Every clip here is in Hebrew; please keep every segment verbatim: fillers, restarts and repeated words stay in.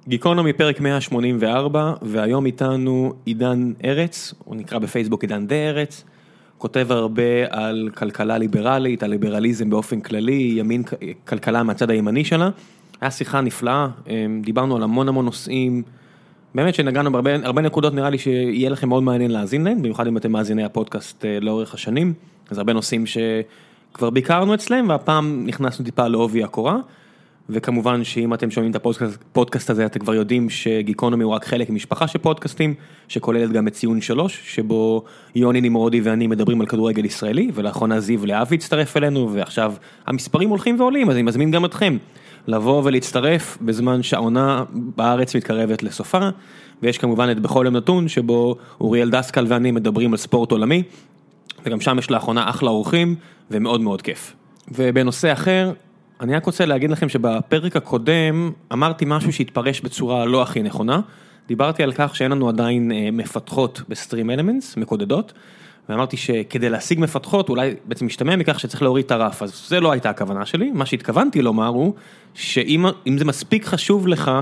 גיקונומי פרק מאה שמונים וארבע, והיום איתנו עידן ארץ, הוא נקרא בפייסבוק עידן דה ארץ, כותב הרבה על כלכלה ליברלית, על ליברליזם באופן כללי, ימין כלכלה מהצד הימני שלה. היה שיחה נפלאה, דיברנו על המון המון נושאים, באמת שנגענו בהרבה הרבה נקודות, נראה לי שיהיה לכם מאוד מעניין להאזין להם, במיוחד אם אתם מאזיני הפודקאסט לאורך השנים, אז הרבה נושאים שכבר ביקרנו אצלם, והפעם נכנסנו טיפה לעובי הקורה, וכמובן שאם אתם שומעים את הפודקאסט הזה, אתם כבר יודעים שגיקונומי הוא רק חלק ממשפחה של פודקאסטים, שכוללת גם את ציון שלוש, שבו יוני נמרודי ואני מדברים על כדורגל ישראלי, ולאחרונה זיו להבי הצטרף אלינו, ועכשיו המספרים הולכים ועולים, אז אני מזמין גם אתכם לבוא ולהצטרף בזמן שהעונה בארץ מתקרבת לסופה, ויש כמובן את בכל יום נתון, שבו אוריאל דסקל ואני מדברים על ספורט עולמי, וגם שם יש לאחרונה אחלה אורחים, ומאוד מאוד כיף. ובנושא אחר, אני רק רוצה להגיד לכם שבפרק הקודם אמרתי משהו שהתפרש בצורה לא הכי נכונה, דיברתי על כך שאין לנו עדיין מפתחות בסטרים אלמנטס, מקודדות, ואמרתי שכדי להשיג מפתחות אולי בעצם משתמע מכך שצריך להוריד את הרף, אז זה לא הייתה הכוונה שלי, מה שהתכוונתי לומר הוא שאם זה מספיק חשוב לך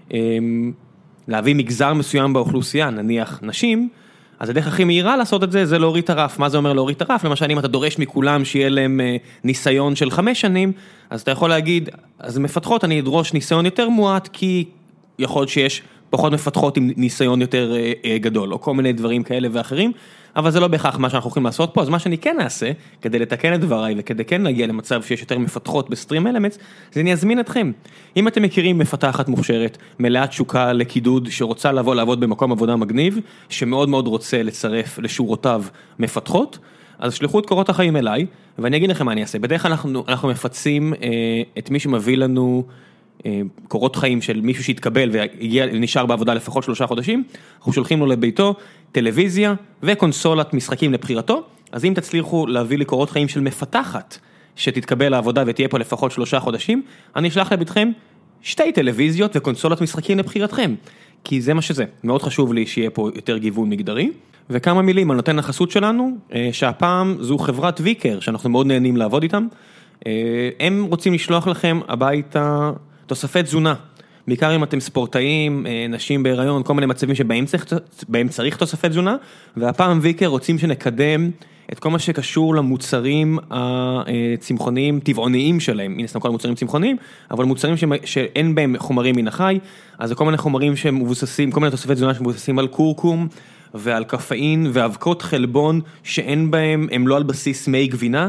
להביא מגזר מסוים באוכלוסייה, נניח נשים, אז הדרך הכי מהירה לעשות את זה, זה להוריד את הרף. מה זה אומר להוריד את הרף? למשל, אם אתה דורש מכולם שיהיה להם ניסיון של חמש שנים, אז אתה יכול להגיד, אז מפתחות אני אדרוש ניסיון יותר מועט, כי יכול להיות שיש פחות מפתחות עם ניסיון יותר גדול, או כל מיני דברים כאלה ואחרים, אבל זה לא בהכרח מה שאנחנו יכולים לעשות פה, אז מה שאני כן אעשה, כדי לתקן את דבריי, וכדי כן להגיע למצב שיש יותר מפתחות בסטרים אלמנטס, זה אני אזמין אתכם. אם אתם מכירים מפתחת מוכשרת, מלאת תשוקה לקידוד, שרוצה לבוא לעבוד במקום עבודה מגניב, שמאוד מאוד רוצה לצרף לשורותיו מפתחות, אז שלחו את קורות החיים אליי, ואני אגיד לכם מה אני אעשה. בדרך כלל אנחנו, אנחנו מפצים אה, את מי שמביא לנו קורות חיים של מישהו שהתקבל ונשאר בעבודה לפחות שלושה חודשים, אנחנו שולחים לו לביתו טלוויזיה וקונסולת משחקים לבחירתו, אז אם תצליחו להביא לי קורות חיים של מפתחת שתתקבל לעבודה ותהיה פה לפחות שלושה חודשים, אני אשלח לביתכם שתי טלוויזיות וקונסולת משחקים לבחירתכם, כי זה מה שזה, מאוד חשוב לי שיהיה פה יותר גיוון מגדרי, וכמה מילים על נותן החסות שלנו, שהפעם זו חברת ויקר, שאנחנו מאוד נהנים לעבוד איתם, הם רוצים לשלוח לכם הביתה תוספי תזונה, בעיקר אם אתם ספורטאים, נשים בהיריון, כל מיני מצבים שבהם צריך, בהם צריך תוספי תזונה, והפעם ויקר רוצים שנקדם את כל מה שקשור למוצרים הצמחוניים, טבעוניים שלהם, מן הסתם כל המוצרים צמחוניים, אבל מוצרים שאין בהם חומרים מן החי, אז זה כל מיני חומרים שמבוססים, כל מיני תוספי תזונה שמבוססים על קורקום, ועל קפאין, ואבקות חלבון שאין בהם, הם לא על בסיס מי גבינה,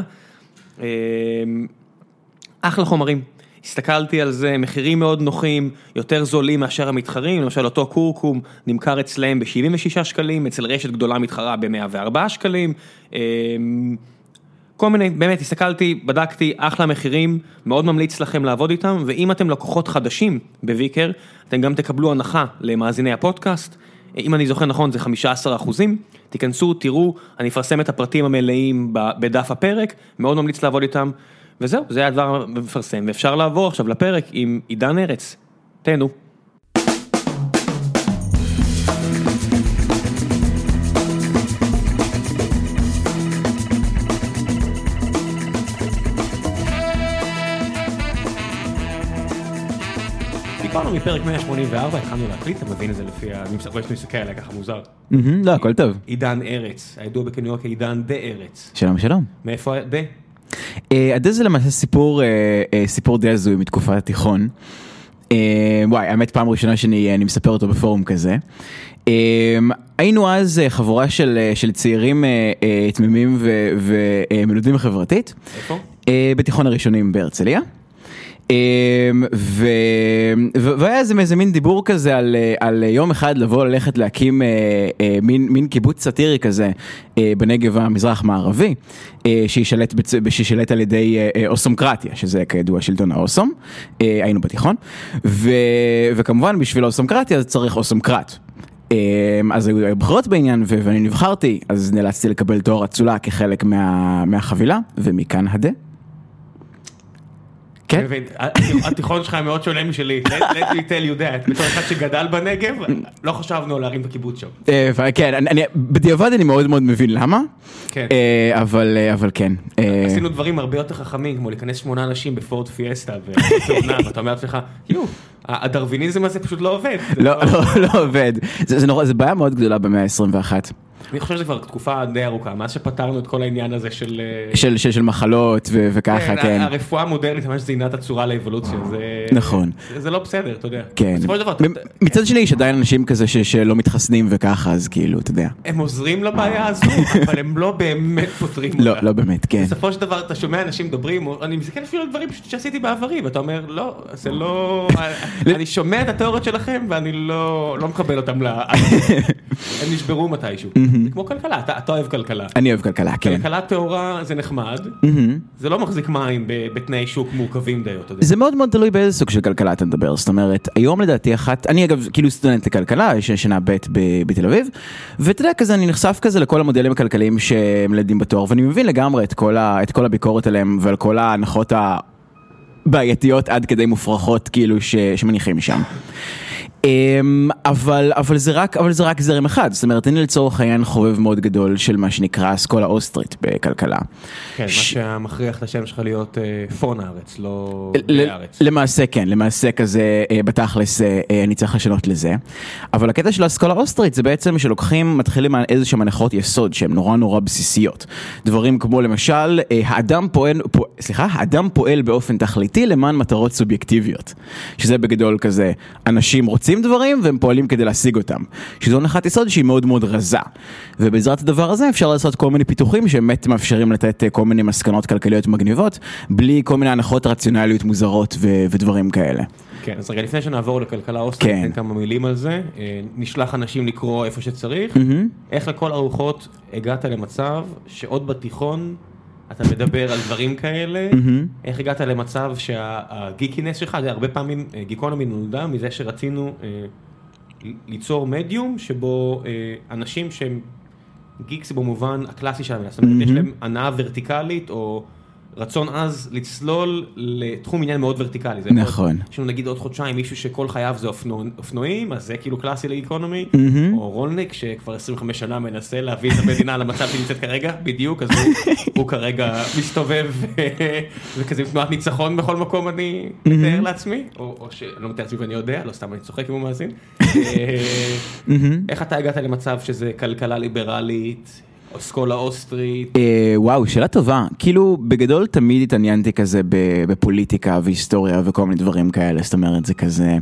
אחלה חומרים. הסתכלתי על זה, מחירים מאוד נוחים, יותר זולים מאשר המתחרים, למשל אותו קורקום נמכר אצלם ב-שבעים ושישה שקלים, אצל רשת גדולה מתחרה ב-מאה וארבעה שקלים, כל מיני, באמת הסתכלתי, בדקתי, אחלה מחירים, מאוד ממליץ לכם לעבוד איתם, ואם אתם לקוחות חדשים בוויקר, אתם גם תקבלו הנחה למאזיני הפודקאסט, אם אני זוכר נכון זה חמישה עשר אחוזים, תיכנסו, תראו, אני אפרסם את הפרטים המלאים בדף הפרק, מאוד ממליץ לעבוד איתם, וזהו, זה היה הדבר מפרסם, ואפשר לעבור עכשיו לפרק עם עידן ארץ. תהנו. דיברנו מפרק מאה שמונים וארבע, התחלנו להקליט, אתה מבין את זה לפי, אני רואה שאתה מסתכל עליה ככה מוזר. לא, הכל טוב. עידן ארץ, הידוע בכינויו כעידן דה ארץ. שלום, שלום. מאיפה דה? הדה זה למעשה סיפור, סיפור די הזוי מתקופת התיכון. וואי, האמת פעם ראשונה שאני מספר אותו בפורום כזה. היינו אז חבורה של, של צעירים תמימים ומלודים חברתית. איפה? בתיכון הראשונים בהרצליה. והיה איזה מין דיבור כזה על, על יום אחד לבוא ללכת להקים מין, מין קיבוץ סאטירי כזה בנגב המזרח מערבי, שישלט, שישלט על ידי אוסומקרטיה, שזה כידוע שלטון האוסום, היינו בתיכון, ו, וכמובן בשביל האוסומקרטיה זה צריך אוסומקרט. אז היו בחירות בעניין, ואני נבחרתי, אז נאלצתי לקבל תואר אצולה כחלק מה, מהחבילה, ומכאן הדה. כן? התיכון שלך מאוד שונה משלי, let me tell you that, בתור אחד שגדל בנגב, לא חשבנו להרים את הקיבוץ שם. כן, בדיעבד אני מאוד מאוד מבין למה, אבל כן. עשינו דברים הרבה יותר חכמים, כמו להיכנס שמונה אנשים בפורט פיאסטה, ואתה אומר לך, יו, הדרוויניזם הזה פשוט לא עובד. לא עובד, זה בעיה מאוד גדולה במאה ה-עשרים ואחת. אני חושב שזה כבר תקופה די ארוכה, מאז שפתרנו את כל העניין הזה של... של, של, של מחלות ו- וככה, כן. הרפואה המודרנית, ממש זינה את הצורה לאבולוציה, זה... נכון. זה, זה לא בסדר, אתה יודע. כן. מצד שני, יש עדיין אנשים כזה ש- שלא מתחסנים וככה, אז כאילו, אתה יודע. הם עוזרים לבעיה הזו, אבל הם לא באמת פותרים אותה. לא, לא באמת, כן. בסופו של דבר, אתה שומע אנשים מדברים, אני מסתכל אפילו על דברים שעשיתי בעברי, ואתה אומר, לא, זה לא... אני שומע את התיאוריות שלכם, ואני לא, לא מקבל אותם ל... הם נשברו מתישהו. זה כמו כלכלה, אתה, אתה אוהב כלכלה. אני אוהב כלכלה, כן. כלכלה תיאורה זה נחמד, זה לא מחזיק מים בתנאי שוק מורכבים די, אתה יודע. זה מאוד מאוד תלוי באיזה סוג של כלכלה אתה מדבר, זאת אומרת, היום לדעתי אחת, אני אגב כאילו סטודנט לכלכלה, יש שנה ב' בתל אביב, ואתה יודע כזה, אני נחשף כזה לכל המודלים הכלכליים שמלמדים בתואר, ואני מבין לגמרי את כל, ה, את כל הביקורת עליהם, ועל כל ההנחות הבעייתיות עד כדי מופרכות כאילו ש, שמניחים משם. אבל, אבל זה רק, אבל זה רק זרם אחד, זאת אומרת, אני לצורך העניין חובב מאוד גדול של מה שנקרא אסכולה אוסטרית בכלכלה. כן, מה שמכריח את השם שלך להיות פון הארץ, לא בארץ. למעשה כן, למעשה כזה, בתכלס אני צריך לשנות לזה, אבל הקטע של האסכולה אוסטרית זה בעצם שלוקחים, מתחילים איזושהי הנחות יסוד שהן נורא נורא בסיסיות. דברים כמו למשל, האדם פועל, סליחה, האדם פועל באופן תכליתי למען מטרות סובייקטיביות, שזה בגדול כזה, אנשים רוצים דברים והם פועלים כדי להשיג אותם, שזו הנחת יסוד שהיא מאוד מאוד רזה, ובעזרת הדבר הזה אפשר לעשות כל מיני פיתוחים שבאמת מאפשרים לתת כל מיני מסקנות כלכליות מגניבות, בלי כל מיני הנחות רציונליות מוזרות ו- ודברים כאלה. כן, אז רגע, לפני שנעבור לכלכלה אוסטרית, ניתן כמה מילים על זה, נשלח אנשים לקרוא איפה שצריך, איך לכל ארוחות הגעת למצב שעוד בתיכון אתה מדבר על דברים כאלה, איך הגעת למצב שהגיקינס שלך, זה הרבה פעמים, גיקונומי נולדה מזה שרצינו ליצור מדיום שבו אנשים שהם גיקס במובן הקלאסי שלהם, זאת אומרת, יש להם הנאה ורטיקלית או רצון אז לצלול לתחום עניין מאוד ורטיקלי. נכון. יש לנו נגיד עוד חודשיים מישהו שכל חייו זה אופנועים, אז זה כאילו קלאסי לגיקונומי, או רולניק שכבר עשרים וחמש שנה מנסה להביא את המדינה למצב שנמצאת כרגע, בדיוק, אז הוא כרגע מסתובב וכזה תנועת ניצחון בכל מקום אני מתאר לעצמי, או שאני לא מתאר לעצמי ואני יודע, לא סתם אני צוחק אם הוא מאזין. איך אתה הגעת למצב שזה כלכלה ליברלית, אסכולה אוסטרית? וואו, שאלה טובה. כאילו, בגדול תמיד התעניינתי כזה בפוליטיקה והיסטוריה וכל מיני דברים כאלה, זאת אומרת, זה כזה...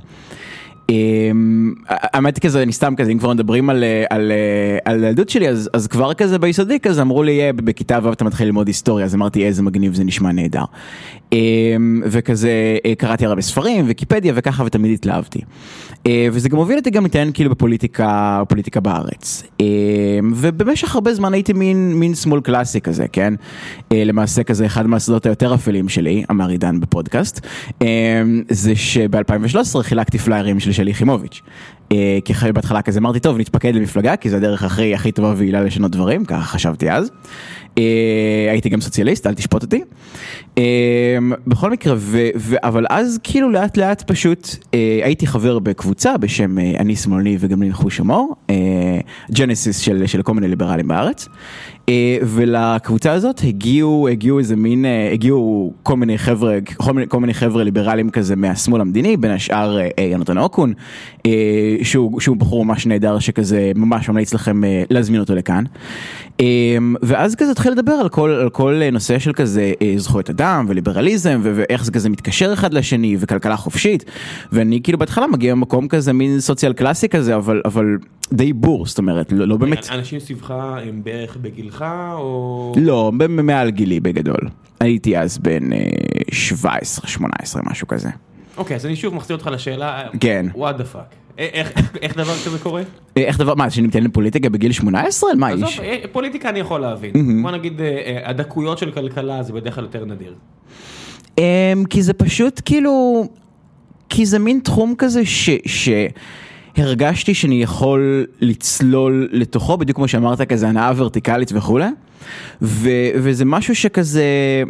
האמת כזה, אני סתם כזה, אם כבר מדברים על הילדות שלי, אז כבר כזה ביסודי כזה, אמרו לי, בכיתה ו' אתה מתחיל ללמוד היסטוריה, אז אמרתי, איזה מגניב, זה נשמע נהדר. וכזה, קראתי הרבה ספרים, ויקיפדיה וככה, ותמיד התלהבתי. וזה גם הוביל אותי גם להתעניין כאילו בפוליטיקה, פוליטיקה בארץ. ובמשך הרבה זמן הייתי מין, מין שמאל קלאסי כזה, כן? למעשה כזה, אחד מהסודות היותר אפלים שלי, אמר עידן בפודקאסט, זה שב-אלפיים ושלוש עשרה חילקתי פליירים של שלי חימוביץ'. כי אחרי בהתחלה כזה אמרתי, טוב, נתפקד למפלגה, כי זה הדרך הכי, הכי טובה ועילה לשנות דברים, ככה חשבתי אז. הייתי גם סוציאליסט, אל תשפוט אותי. בכל מקרה, אבל אז כאילו לאט לאט פשוט הייתי חבר בקבוצה בשם אני שמאלני וגם לי חוש הומור, ג'נסיס של, של כל מיני ליברלים בארץ. ולקבוצה הזאת הגיעו, הגיעו איזה מין, הגיעו כל מיני חבר'ה, כל מיני, כל מיני חבר'ה ליברלים כזה מהשמאל המדיני, בין השאר יונתן אוקון, שהוא, שהוא בחור ממש נהדר שכזה ממש ממליץ לכם להזמין אותו לכאן. ואז כזה התחיל לדבר על כל, על כל נושא של כזה זכויות אדם וליברליזם ואיך זה כזה מתקשר אחד לשני וכלכלה חופשית. ואני כאילו בהתחלה מגיע במקום כזה מין סוציאל קלאסי כזה, אבל, אבל די בור, זאת אומרת, לא, לא באמת. אנשים סביבך הם בערך בגילך או? לא, מעל גילי בגדול. הייתי אז בין שבע עשרה שמונה עשרה משהו כזה. אוקיי, אז אני שוב מחזיר אותך לשאלה, כן. what the fuck? איך, איך דבר כזה קורה? איך דבר, מה, שנמתן לפוליטיקה בגיל שמונה עשרה? מה איש? פוליטיקה אני יכול להבין. בוא נגיד, הדקויות של כלכלה זה בדרך כלל יותר נדיר. כי זה פשוט כאילו, כי זה מין תחום כזה ש... ש... הרגשתי שאני יכול לצלול לתוכו, בדיוק כמו שאמרת, כזה הנאה ורטיקלית וכו'. ו- וזה משהו שכזה,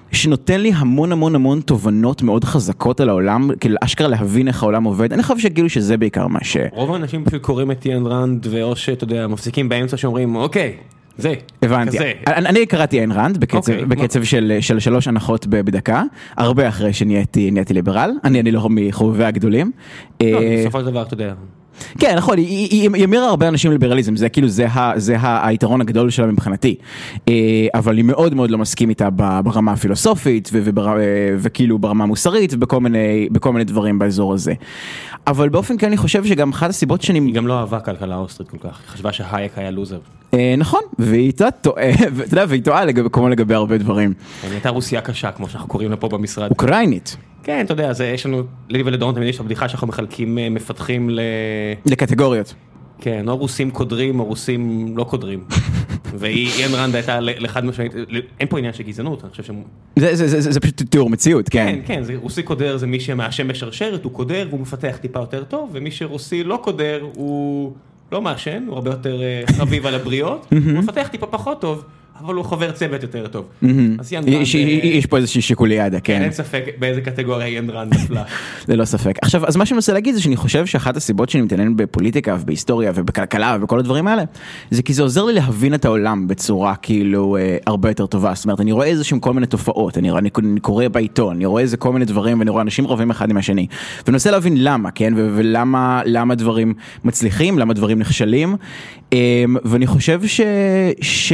שנותן לי המון המון המון תובנות מאוד חזקות על העולם, כאילו אשכרה להבין איך העולם עובד, אני חושב שכאילו שזה בעיקר מה ש... רוב האנשים פשוט קוראים את איין רנד, ואו שאתה יודע, מפסיקים באמצע שאומרים, אוקיי, זה, הבנתי. כזה. אני, אני קראתי איין רנד בקצב, אוקיי, בקצב של, של שלוש הנחות בדקה, הרבה אחרי שנהייתי, נהייתי ליברל, אני, אני לא מחובבי הגדולים. לא, בסופו של דבר, אתה יודע. כן, נכון, היא ימירה הרבה אנשים ליברליזם, זה כאילו, זה, ה, זה היתרון הגדול שלה מבחינתי, אבל היא מאוד מאוד לא מסכים איתה ברמה הפילוסופית, ו, ובר, וכאילו ברמה המוסרית, ובכל מיני, בכל מיני דברים באזור הזה. אבל באופן כן אני חושב שגם אחת הסיבות שאני... היא גם לא אהבה כלכלה אוסטרית כל כך, היא חשבה שהייק היה לוזר. נכון, והיא טועה, ואתה יודע, והיא טועה כמו לגבי הרבה דברים. היא הייתה רוסיה קשה, כמו שאנחנו קוראים לה פה במשרד. אוקראינית. כן, אתה יודע, יש לנו, לי ולדורון תמיד יש את הבדיחה שאנחנו מחלקים מפתחים ל... לקטגוריות. כן, או רוסים קודרים, או רוסים לא קודרים. ואיין רנד הייתה לחד משמעית, אין פה עניין של גזענות, אני חושב ש... זה, זה, זה, זה פשוט תיאור מציאות, כן. כן, כן, זה, רוסי קודר זה מי שמאשם בשרשרת, הוא קודר, והוא מפתח טיפה יותר טוב, ומי שרוסי לא קודר, הוא לא מאשן, הוא הרבה יותר חביב על הבריות, הוא מפתח טיפה פחות טוב, אבל הוא חבר צוות יותר טוב. יש פה איזושהי שיקוליאדה, כן. אין ספק באיזה קטגוריה איין רנד נפלה. זה לא ספק. עכשיו, אז מה שאני מנסה להגיד זה שאני חושב שאחת הסיבות שאני מתעניין בפוליטיקה ובהיסטוריה ובכלכלה ובכל הדברים האלה, זה כי זה עוזר לי להבין את העולם בצורה כאילו הרבה יותר טובה. זאת אומרת, אני רואה איזשהם כל מיני תופעות, אני קורא בעיתון, אני רואה איזה כל מיני דברים ואני רואה אנשים רבים אחד עם השני. ואני מנסה להבין למה, כן? ולמה, למה דברים מצליחים, למה דברים נכשלים. ואני חושב ש... ש...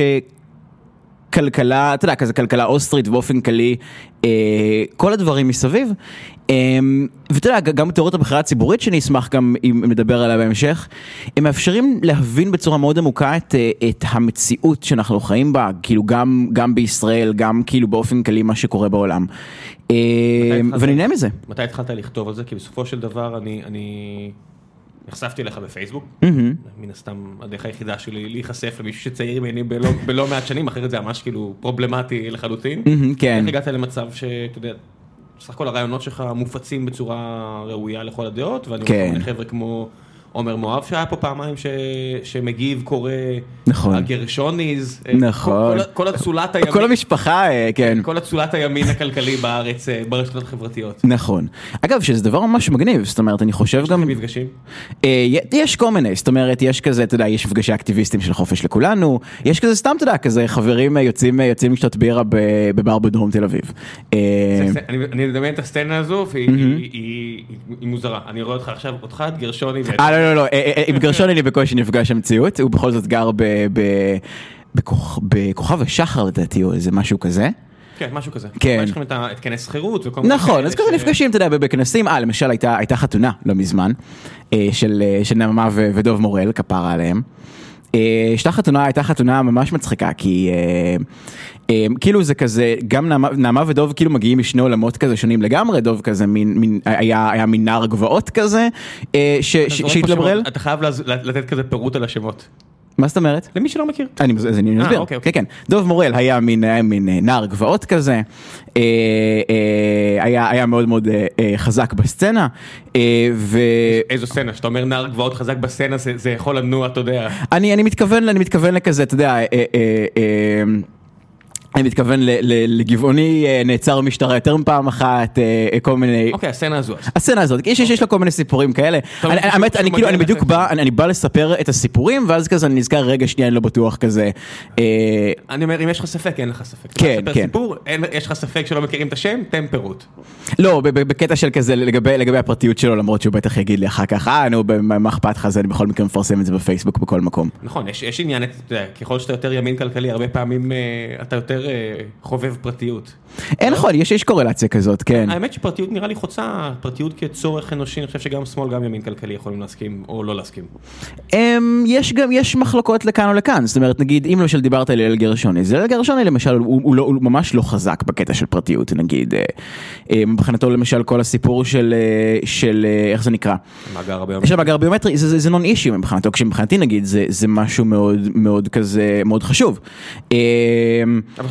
כלכלה, אתה יודע, כזה כלכלה אוסטרית באופן כללי, אה, כל הדברים מסביב, אה, ואתה יודע, גם תיאוריות הבחירה הציבורית שאני אשמח גם אם נדבר עליה בהמשך, הם מאפשרים להבין בצורה מאוד עמוקה את, את המציאות שאנחנו חיים בה, כאילו גם, גם בישראל, גם כאילו באופן כללי מה שקורה בעולם. אה, ואני נהנה מזה. מתי התחלת לכתוב על זה? כי בסופו של דבר אני... אני... נחשפתי אליך בפייסבוק, מן הסתם הדרך היחידה שלי להיחשף למישהו שצעיר ממני בלא מעט שנים, אחרת זה ממש כאילו פרובלמטי לחלוטין. איך הגעת למצב שאתה יודע, סך הכל הרעיונות שלך מופצים בצורה ראויה לכל הדעות, ואני רואה חבר'ה כמו עומר מואב שהיה פה פעמיים שמגיב, קורא הגרשוניז, כל הצולת הימין, כל המשפחה, כן. כל הצולת הימין הכלכלי בארץ, ברשתות החברתיות. נכון. אגב, שזה דבר ממש מגניב, זאת אומרת, אני חושב גם... יש מפגשים? יש כל מיני, זאת אומרת, יש כזה, אתה יודע, יש מפגשי אקטיביסטים של חופש לכולנו, יש כזה סתם, אתה יודע, כזה חברים יוצאים לשתות בירה בבר בדרום תל אביב. אני מדמיין את הסצנה הזו, והיא מוזרה. אני רואה אותך עכשיו, אותך, את גרשוני, לא, לא, לא, עם גרשון אני בקושי נפגש המציאות, הוא בכל זאת גר בכוכב השחר לדעתי, או איזה משהו כזה. כן, משהו כזה. כן. יש לכם את כנס חירות וכל מיני... נכון, אז כזה נפגשים, אתה יודע, בכנסים, אה, למשל הייתה חתונה, לא מזמן, של נעמה ודוב מורל, כפרה עליהם. הייתה חתונה, הייתה חתונה ממש מצחיקה, כי כאילו זה כזה, גם נעמה ודוב כאילו מגיעים משני עולמות כזה שונים לגמרי, דוב כזה היה מין נער גבעות כזה, שהתלברל. אתה חייב לתת כזה פירוט על השמות. מה זאת אומרת? למי שלא מכיר. אני מסביר. כן, כן. דוב מורל היה מין נער גבעות כזה, היה מאוד מאוד חזק בסצנה. איזו סצנה? שאתה אומר נער גבעות חזק בסצנה, זה יכול לנוע, אתה יודע. אני מתכוון, אני מתכוון לכזה, אתה יודע, אני מתכוון לגבעוני נעצר משטרה יותר מפעם אחת, כל מיני... אוקיי, הסצנה הזאת. הסצנה הזאת, יש לו כל מיני סיפורים כאלה. האמת, אני כאילו, אני בדיוק בא, אני בא לספר את הסיפורים, ואז כזה אני נזכר, רגע שנייה, אני לא בטוח כזה. אני אומר, אם יש לך ספק, אין לך ספק. כן, כן. סיפור, יש לך ספק שלא מכירים את השם, תן פירוט. לא, בקטע של כזה, לגבי הפרטיות שלו, למרות שהוא בטח יגיד לי אחר כך, אה, נו, מה אכפת לך, אני בכל מקרה מפרסם את זה בפייסבוק בכל מקום. נכון, יש עניין, ככל שאתה יותר ימין כלכלי, הרבה פעמים אתה יותר חובב פרטיות. אין נכון, יש, יש קורלציה כזאת, כן. האמת שפרטיות נראה לי חוצה, פרטיות כצורך אנושי, אני חושב שגם שמאל, גם ימין כלכלי יכולים להסכים או לא להסכים. יש גם, יש מחלוקות לכאן או לכאן, זאת אומרת, נגיד, אם למשל דיברת על אל גרשוני, זה אל גרשוני למשל, הוא, הוא, לא, הוא ממש לא חזק בקטע של פרטיות, נגיד, מבחינתו למשל כל הסיפור של, של, איך זה נקרא? מאגר הביומטרי. של מאגר הביומטרי, זה, זה, זה נון אישי מבחינתו, כשמבחינתי נגיד, זה, זה משהו מאוד, מאוד כזה, מאוד חשוב. אבל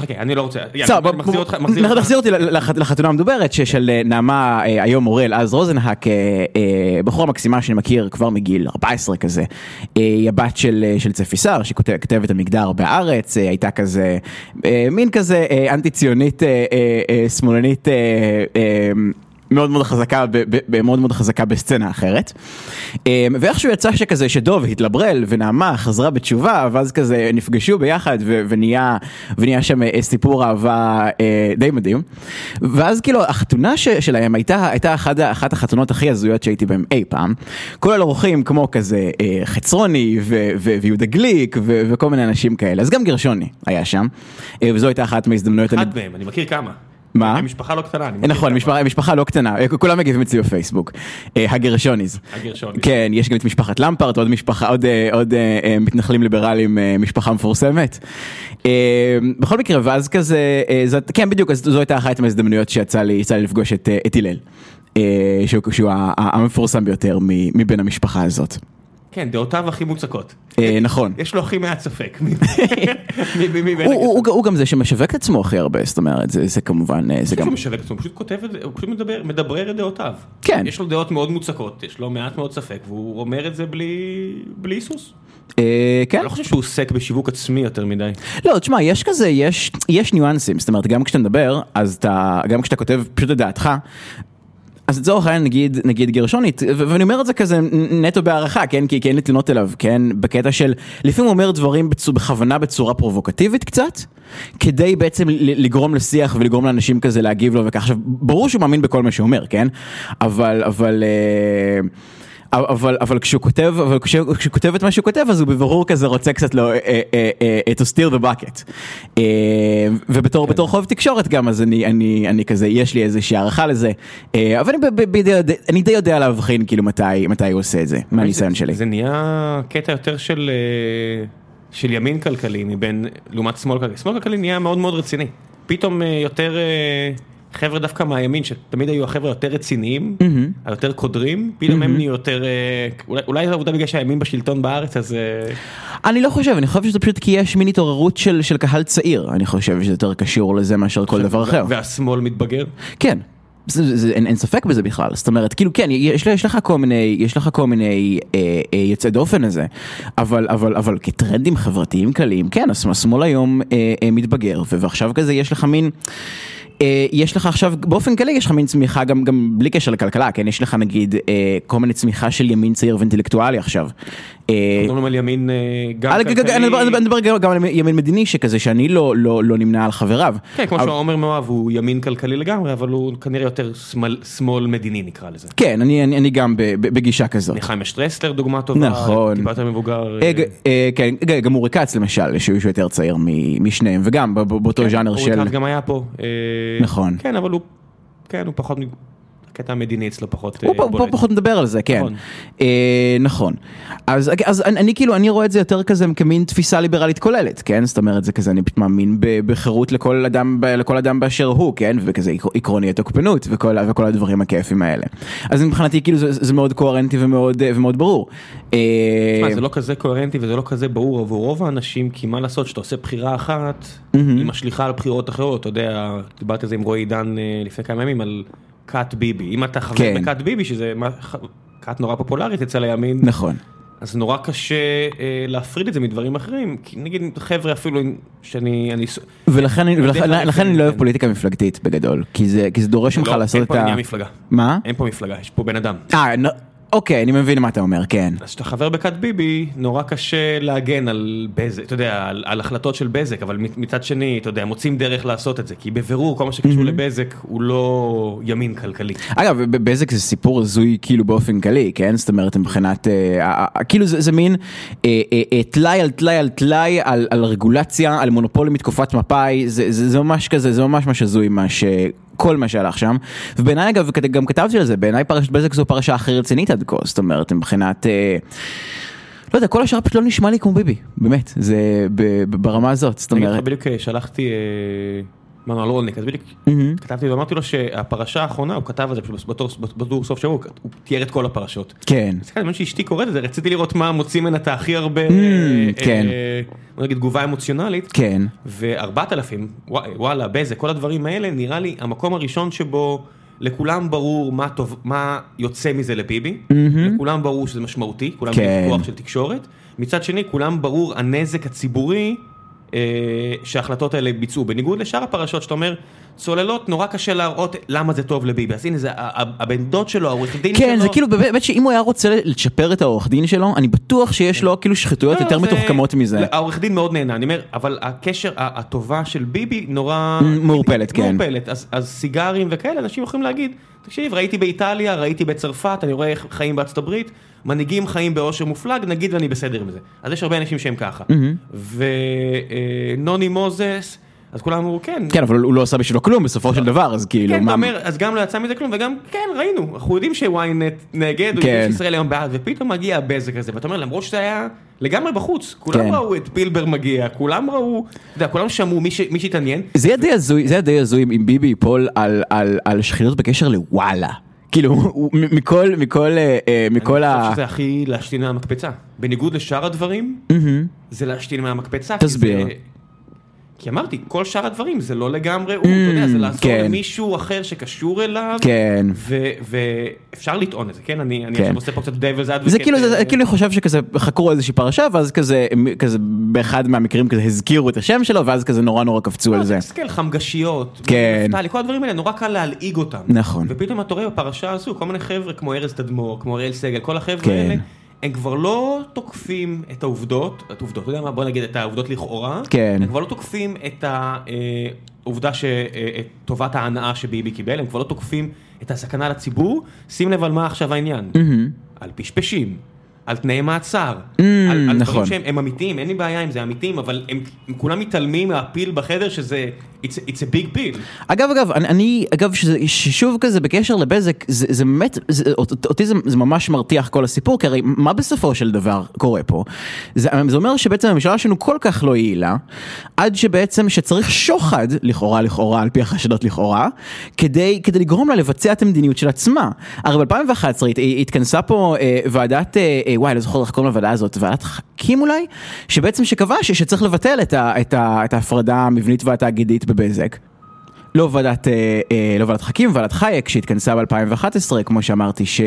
חכה, אני לא רוצה, נחזיר אותי לחתונה המדוברת של נעמה היום אורל, אז רוזנהק, בחורה מקסימה שאני מכיר כבר מגיל ארבע עשרה כזה, היא הבת של צפי שר, שכתבת המגדר בארץ, הייתה כזה, מין כזה אנטי ציונית, שמאלנית, מאוד מאוד חזקה, מאוד מאוד חזקה בסצנה אחרת. ואיכשהו יצא שכזה שדוב התלברל ונעמה חזרה בתשובה, ואז כזה נפגשו ביחד ונהיה, ונהיה שם סיפור אהבה די מדהים. ואז כאילו החתונה שלהם הייתה, הייתה אחת, אחת החתונות הכי הזויות שהייתי בהם אי פעם. כל האורחים כמו כזה חצרוני ויהודה גליק וכל מיני אנשים כאלה. אז גם גרשוני היה שם, וזו הייתה אחת מהזדמנויות. אחד מהם, אני מכיר כמה. מה? משפחה לא קטנה. נכון, משפחה לא קטנה, כולם מגיבים אצלי בפייסבוק, הגרשוניז. הגרשוניז. כן, יש גם את משפחת למפרט, עוד משפחה, עוד מתנחלים ליברליים, משפחה מפורסמת. בכל מקרה, ואז כזה, כן, בדיוק, זו הייתה אחת מההזדמנויות שיצא לי לפגוש את הלל, שהוא המפורסם ביותר מבין המשפחה הזאת. כן, דעותיו הכי מוצקות. נכון. יש לו הכי מעט ספק. הוא גם זה שמשווק את עצמו הכי הרבה, זאת אומרת, זה כמובן... הוא משווק את עצמו, הוא פשוט כותב את זה, הוא פשוט מדבר את דעותיו. כן. יש לו דעות מאוד מוצקות, יש לו מעט מאוד ספק, והוא אומר את זה בלי היסוס. כן. אני לא חושב שהוא עוסק בשיווק עצמי יותר מדי. לא, תשמע, יש כזה, יש ניואנסים, זאת אומרת, גם כשאתה מדבר, אז אתה, גם כשאתה כותב פשוט את דעתך, אז לצורך העניין נגיד, נגיד גרשונית, ואני אומר את זה כזה נטו בערכה, כן? כי אין לי תלונות אליו, כן? בקטע של, לפעמים הוא אומר דברים בכוונה בצורה פרובוקטיבית קצת, כדי בעצם לגרום לשיח ולגרום לאנשים כזה להגיב לו וכך. עכשיו, ברור שהוא מאמין בכל מה שהוא אומר, כן? אבל, אבל... אבל, אבל כשהוא כותב, אבל כשהוא כותב את מה שהוא כותב, אז הוא בברור כזה רוצה קצת לו, to steer the bucket. ובתור, בתור חוב תקשורת גם, אז אני, אני, אני כזה, יש לי איזושהי הערכה לזה, אבל אני די יודע להבחין, כאילו, מתי, מתי הוא עושה את זה, מהניסיון שלי. זה נהיה קטע יותר של, של ימין כלכלי, מבין, לעומת שמאל כלכלי. שמאל כלכלי נהיה מאוד מאוד רציני. פתאום יותר... חבר'ה דווקא מהימין, שתמיד היו החבר'ה יותר רציניים, היותר קודרים, פתאום הם נהיו יותר, אולי זו עבודה בגלל שהימין בשלטון בארץ, אז... אני לא חושב, אני חושב שזה פשוט כי יש מין התעוררות של קהל צעיר, אני חושב שזה יותר קשור לזה מאשר כל דבר אחר. והשמאל מתבגר? כן. זה, זה, אין, אין ספק בזה בכלל, זאת אומרת, כאילו כן, יש, יש לך כל מיני, יש לך כל מיני אה, אה, יוצאי דופן הזה, אבל, אבל, אבל כטרנדים חברתיים כלליים, כן, השמאל היום אה, אה, מתבגר, ועכשיו כזה יש לך מין, יש לך עכשיו, באופן כללי, יש לך מין צמיחה גם, גם בלי קשר לכלכלה, כן? יש לך נגיד כל מיני צמיחה של ימין צעיר ואינטלקטואלי עכשיו. מדברים על ימין גם כלכלי. אני מדבר גם על ימין מדיני שכזה, שאני לא, לא, לא נמנה על חבריו. כן, כמו שעומר מאוהב, הוא ימין כלכלי לגמרי, אבל הוא כנראה יותר שמאל מדיני נקרא לזה. כן, אני, אני, אני גם בגישה כזאת. נחיים שטרסלר דוגמה טובה. נכון. טיפת המבוגר. כן, גם אורי קץ למשל, שהוא יותר צעיר משניהם, וגם באותו ז'אנר של... אורי קץ גם היה פה. נכון. כן, אבל הוא, כן, הוא פחות, הקטע המדיני אצלו פחות בולט. הוא פחות מדבר על זה, כן. נכון. אז, אז אני כאילו, אני רואה את זה יותר כזה כמין תפיסה ליברלית כוללת, כן? זאת אומרת, זה כזה, אני פשוט מאמין בחירות לכל אדם, לכל אדם באשר הוא, כן? וכזה עקרוניות תוקפנות וכל, וכל הדברים הכיפים האלה. אז מבחינתי, כאילו, זה, זה מאוד קוהרנטי ומאוד, ומאוד ברור. זה לא כזה קוהרנטי וזה לא כזה ברור עבור רוב האנשים, כי מה לעשות שאתה עושה בחירה אחת, היא משליחה על בחירות אחרות. אתה יודע, דיברתי על זה עם רועי עידן לפני כמה ימים על קאט ביבי. אם אתה חבר בקאט ביבי, שזה קאט נורא פופולרית אצל הימין, נכון. אז נורא קשה להפריד את זה מדברים אחרים, כי נגיד חבר'ה אפילו שאני... ולכן אני לא אוהב פוליטיקה מפלגתית בגדול, כי זה דורש ממך לעשות את ה... אין פה עניין מפלגה. מה? אין פה מפלגה, יש פה בן אדם. אה, אוקיי, אני מבין מה אתה אומר, כן. אז שאתה חבר בקאט ביבי, נורא קשה להגן על בזק, אתה יודע, על, על החלטות של בזק, אבל מצד שני, אתה יודע, מוצאים דרך לעשות את זה, כי בבירור, כל מה שקשור mm-hmm. לבזק, הוא לא ימין כלכלי. אגב, בזק זה סיפור זוי כאילו באופן כללי, כן? זאת אומרת, מבחינת, אה, אה, כאילו זה, זה מין אה, אה, תלאי על תלאי על תלאי, על, על רגולציה, על מונופולים מתקופת מפאי, זה, זה, זה ממש כזה, זה ממש מה שזוי, מה ש... כל מה שהלך שם, ובעיניי אגב, גם כתבתי על זה, בעיניי פרשת בזק זו פרשה הכי רצינית עד כה, זאת אומרת, מבחינת, אה, לא יודע, כל השאר פשוט לא נשמע לי כמו ביבי, באמת, זה ברמה הזאת, זאת אומרת. אני בדיוק שלחתי, מנואל רולניק, אז בדיוק כתבתי ואמרתי לו שהפרשה האחרונה, הוא כתב על זה בתור סוף שבוע, הוא תיאר את כל הפרשות. כן. אז ככה, שאשתי קוראת את זה, רציתי לראות מה מוצאים ממנה את הכי הרבה, כן. בוא נגיד, תגובה אמוציונלית. כן. ו-ארבעת אלפים, וואלה, באיזה, כל הדברים האלה, נראה לי המקום הראשון שבו לכולם ברור מה טוב, מה יוצא מזה לביבי, לכולם ברור שזה משמעותי, כולם בכוח של תקשורת, מצד שני, כולם ברור הנזק הציבורי, שההחלטות האלה ביצעו, בניגוד לשאר הפרשות שאתה אומר, צוללות נורא קשה להראות למה זה טוב לביבי, אז הנה זה הבן דוד שלו, העורך דין שלו. כן, זה כאילו באמת שאם הוא היה רוצה לצ'פר את העורך דין שלו, אני בטוח שיש לו כאילו שחיתויות יותר מתוחכמות מזה. העורך דין מאוד נהנה, אני אומר, אבל הקשר, הטובה של ביבי נורא... מעורפלת, כן. מעורפלת, אז סיגרים וכאלה, אנשים יכולים להגיד, תקשיב, ראיתי באיטליה, ראיתי בצרפת, אני רואה חיים בארצות הברית, מנהיגים חיים באושר מופלג, נגיד ואני בסדר עם זה. אז יש הרבה אנשים שהם ככה. ונוני מוזס, אז כולם אמרו, כן. כן, אבל הוא לא עשה בשבילו כלום בסופו של דבר, אז כאילו... כן, אתה אומר, אז גם לא יצא מזה כלום, וגם, כן, ראינו, אנחנו יודעים שוויינט נגד, הוא יודע שישראל היום בעד, ופתאום מגיע הבזק הזה, ואתה אומר, למרות שזה היה לגמרי בחוץ, כולם ראו את פילבר מגיע, כולם ראו, אתה יודע, כולם שמעו, מי שהתעניין. זה היה די הזוי אם ביבי ייפול על שחיתות בקשר לוואלה. כאילו, מכל, מכל, מכל ה... אני חושב שזה הכי להשתין מהמקפצה. בניגוד לשאר הדברים, זה להשתין מהמקפצה. תסביר. כי אמרתי, כל שאר הדברים זה לא לגמרי, אתה יודע, זה לעזור למישהו אחר שקשור אליו, ואפשר לטעון את זה, כן? אני עכשיו עושה פה קצת devil's advocate. זה כאילו, כאילו אני חושב שכזה חקרו איזושהי פרשה, ואז כזה, כזה באחד מהמקרים כזה הזכירו את השם שלו, ואז כזה נורא נורא קפצו על זה. תסכל, חמגשיות, כל הדברים האלה, נורא קל להלעיג אותם. נכון. ופתאום אתה רואה בפרשה הזו, כל מיני חבר'ה כמו ארז תדמור, כמו אריאל סגל, כל החבר'ה האלה, הם כבר לא תוקפים את העובדות, את העובדות, אתה יודע מה, בוא נגיד את העובדות לכאורה, כן. הם כבר לא תוקפים את העובדה שטובת ההנאה שביבי קיבל, הם כבר לא תוקפים את הסכנה לציבור, שים לב על מה עכשיו העניין, על פשפשים, על תנאי מעצר, על דברים שהם אמיתיים, אין לי בעיה אם זה אמיתיים, אבל הם כולם מתעלמים מהפיל בחדר שזה, it's a big pill. אגב, אגב, אני, אגב, ששוב כזה בקשר לבזק, זה באמת, אותי זה ממש מרתיח כל הסיפור, כי הרי מה בסופו של דבר קורה פה? זה אומר שבעצם הממשלה שלנו כל כך לא יעילה, עד שבעצם שצריך שוחד, לכאורה, לכאורה, על פי החשדות לכאורה, כדי, כדי לגרום לה לבצע את המדיניות של עצמה. הרי ב-אלפיים ואחת עשרה התכנסה פה ועדת, וואי, לא זוכר איך קוראים לוועדה הזאת, ועדת חכים אולי, שבעצם שקבע שצריך לבטל את ה, את ה, את ההפרדה המבנית והתאגידית בבזק. לא ועדת, לא ועדת חכים, ועדת חייק, שהתכנסה ב-אלפיים ואחת עשרה, כמו שאמרתי, ש,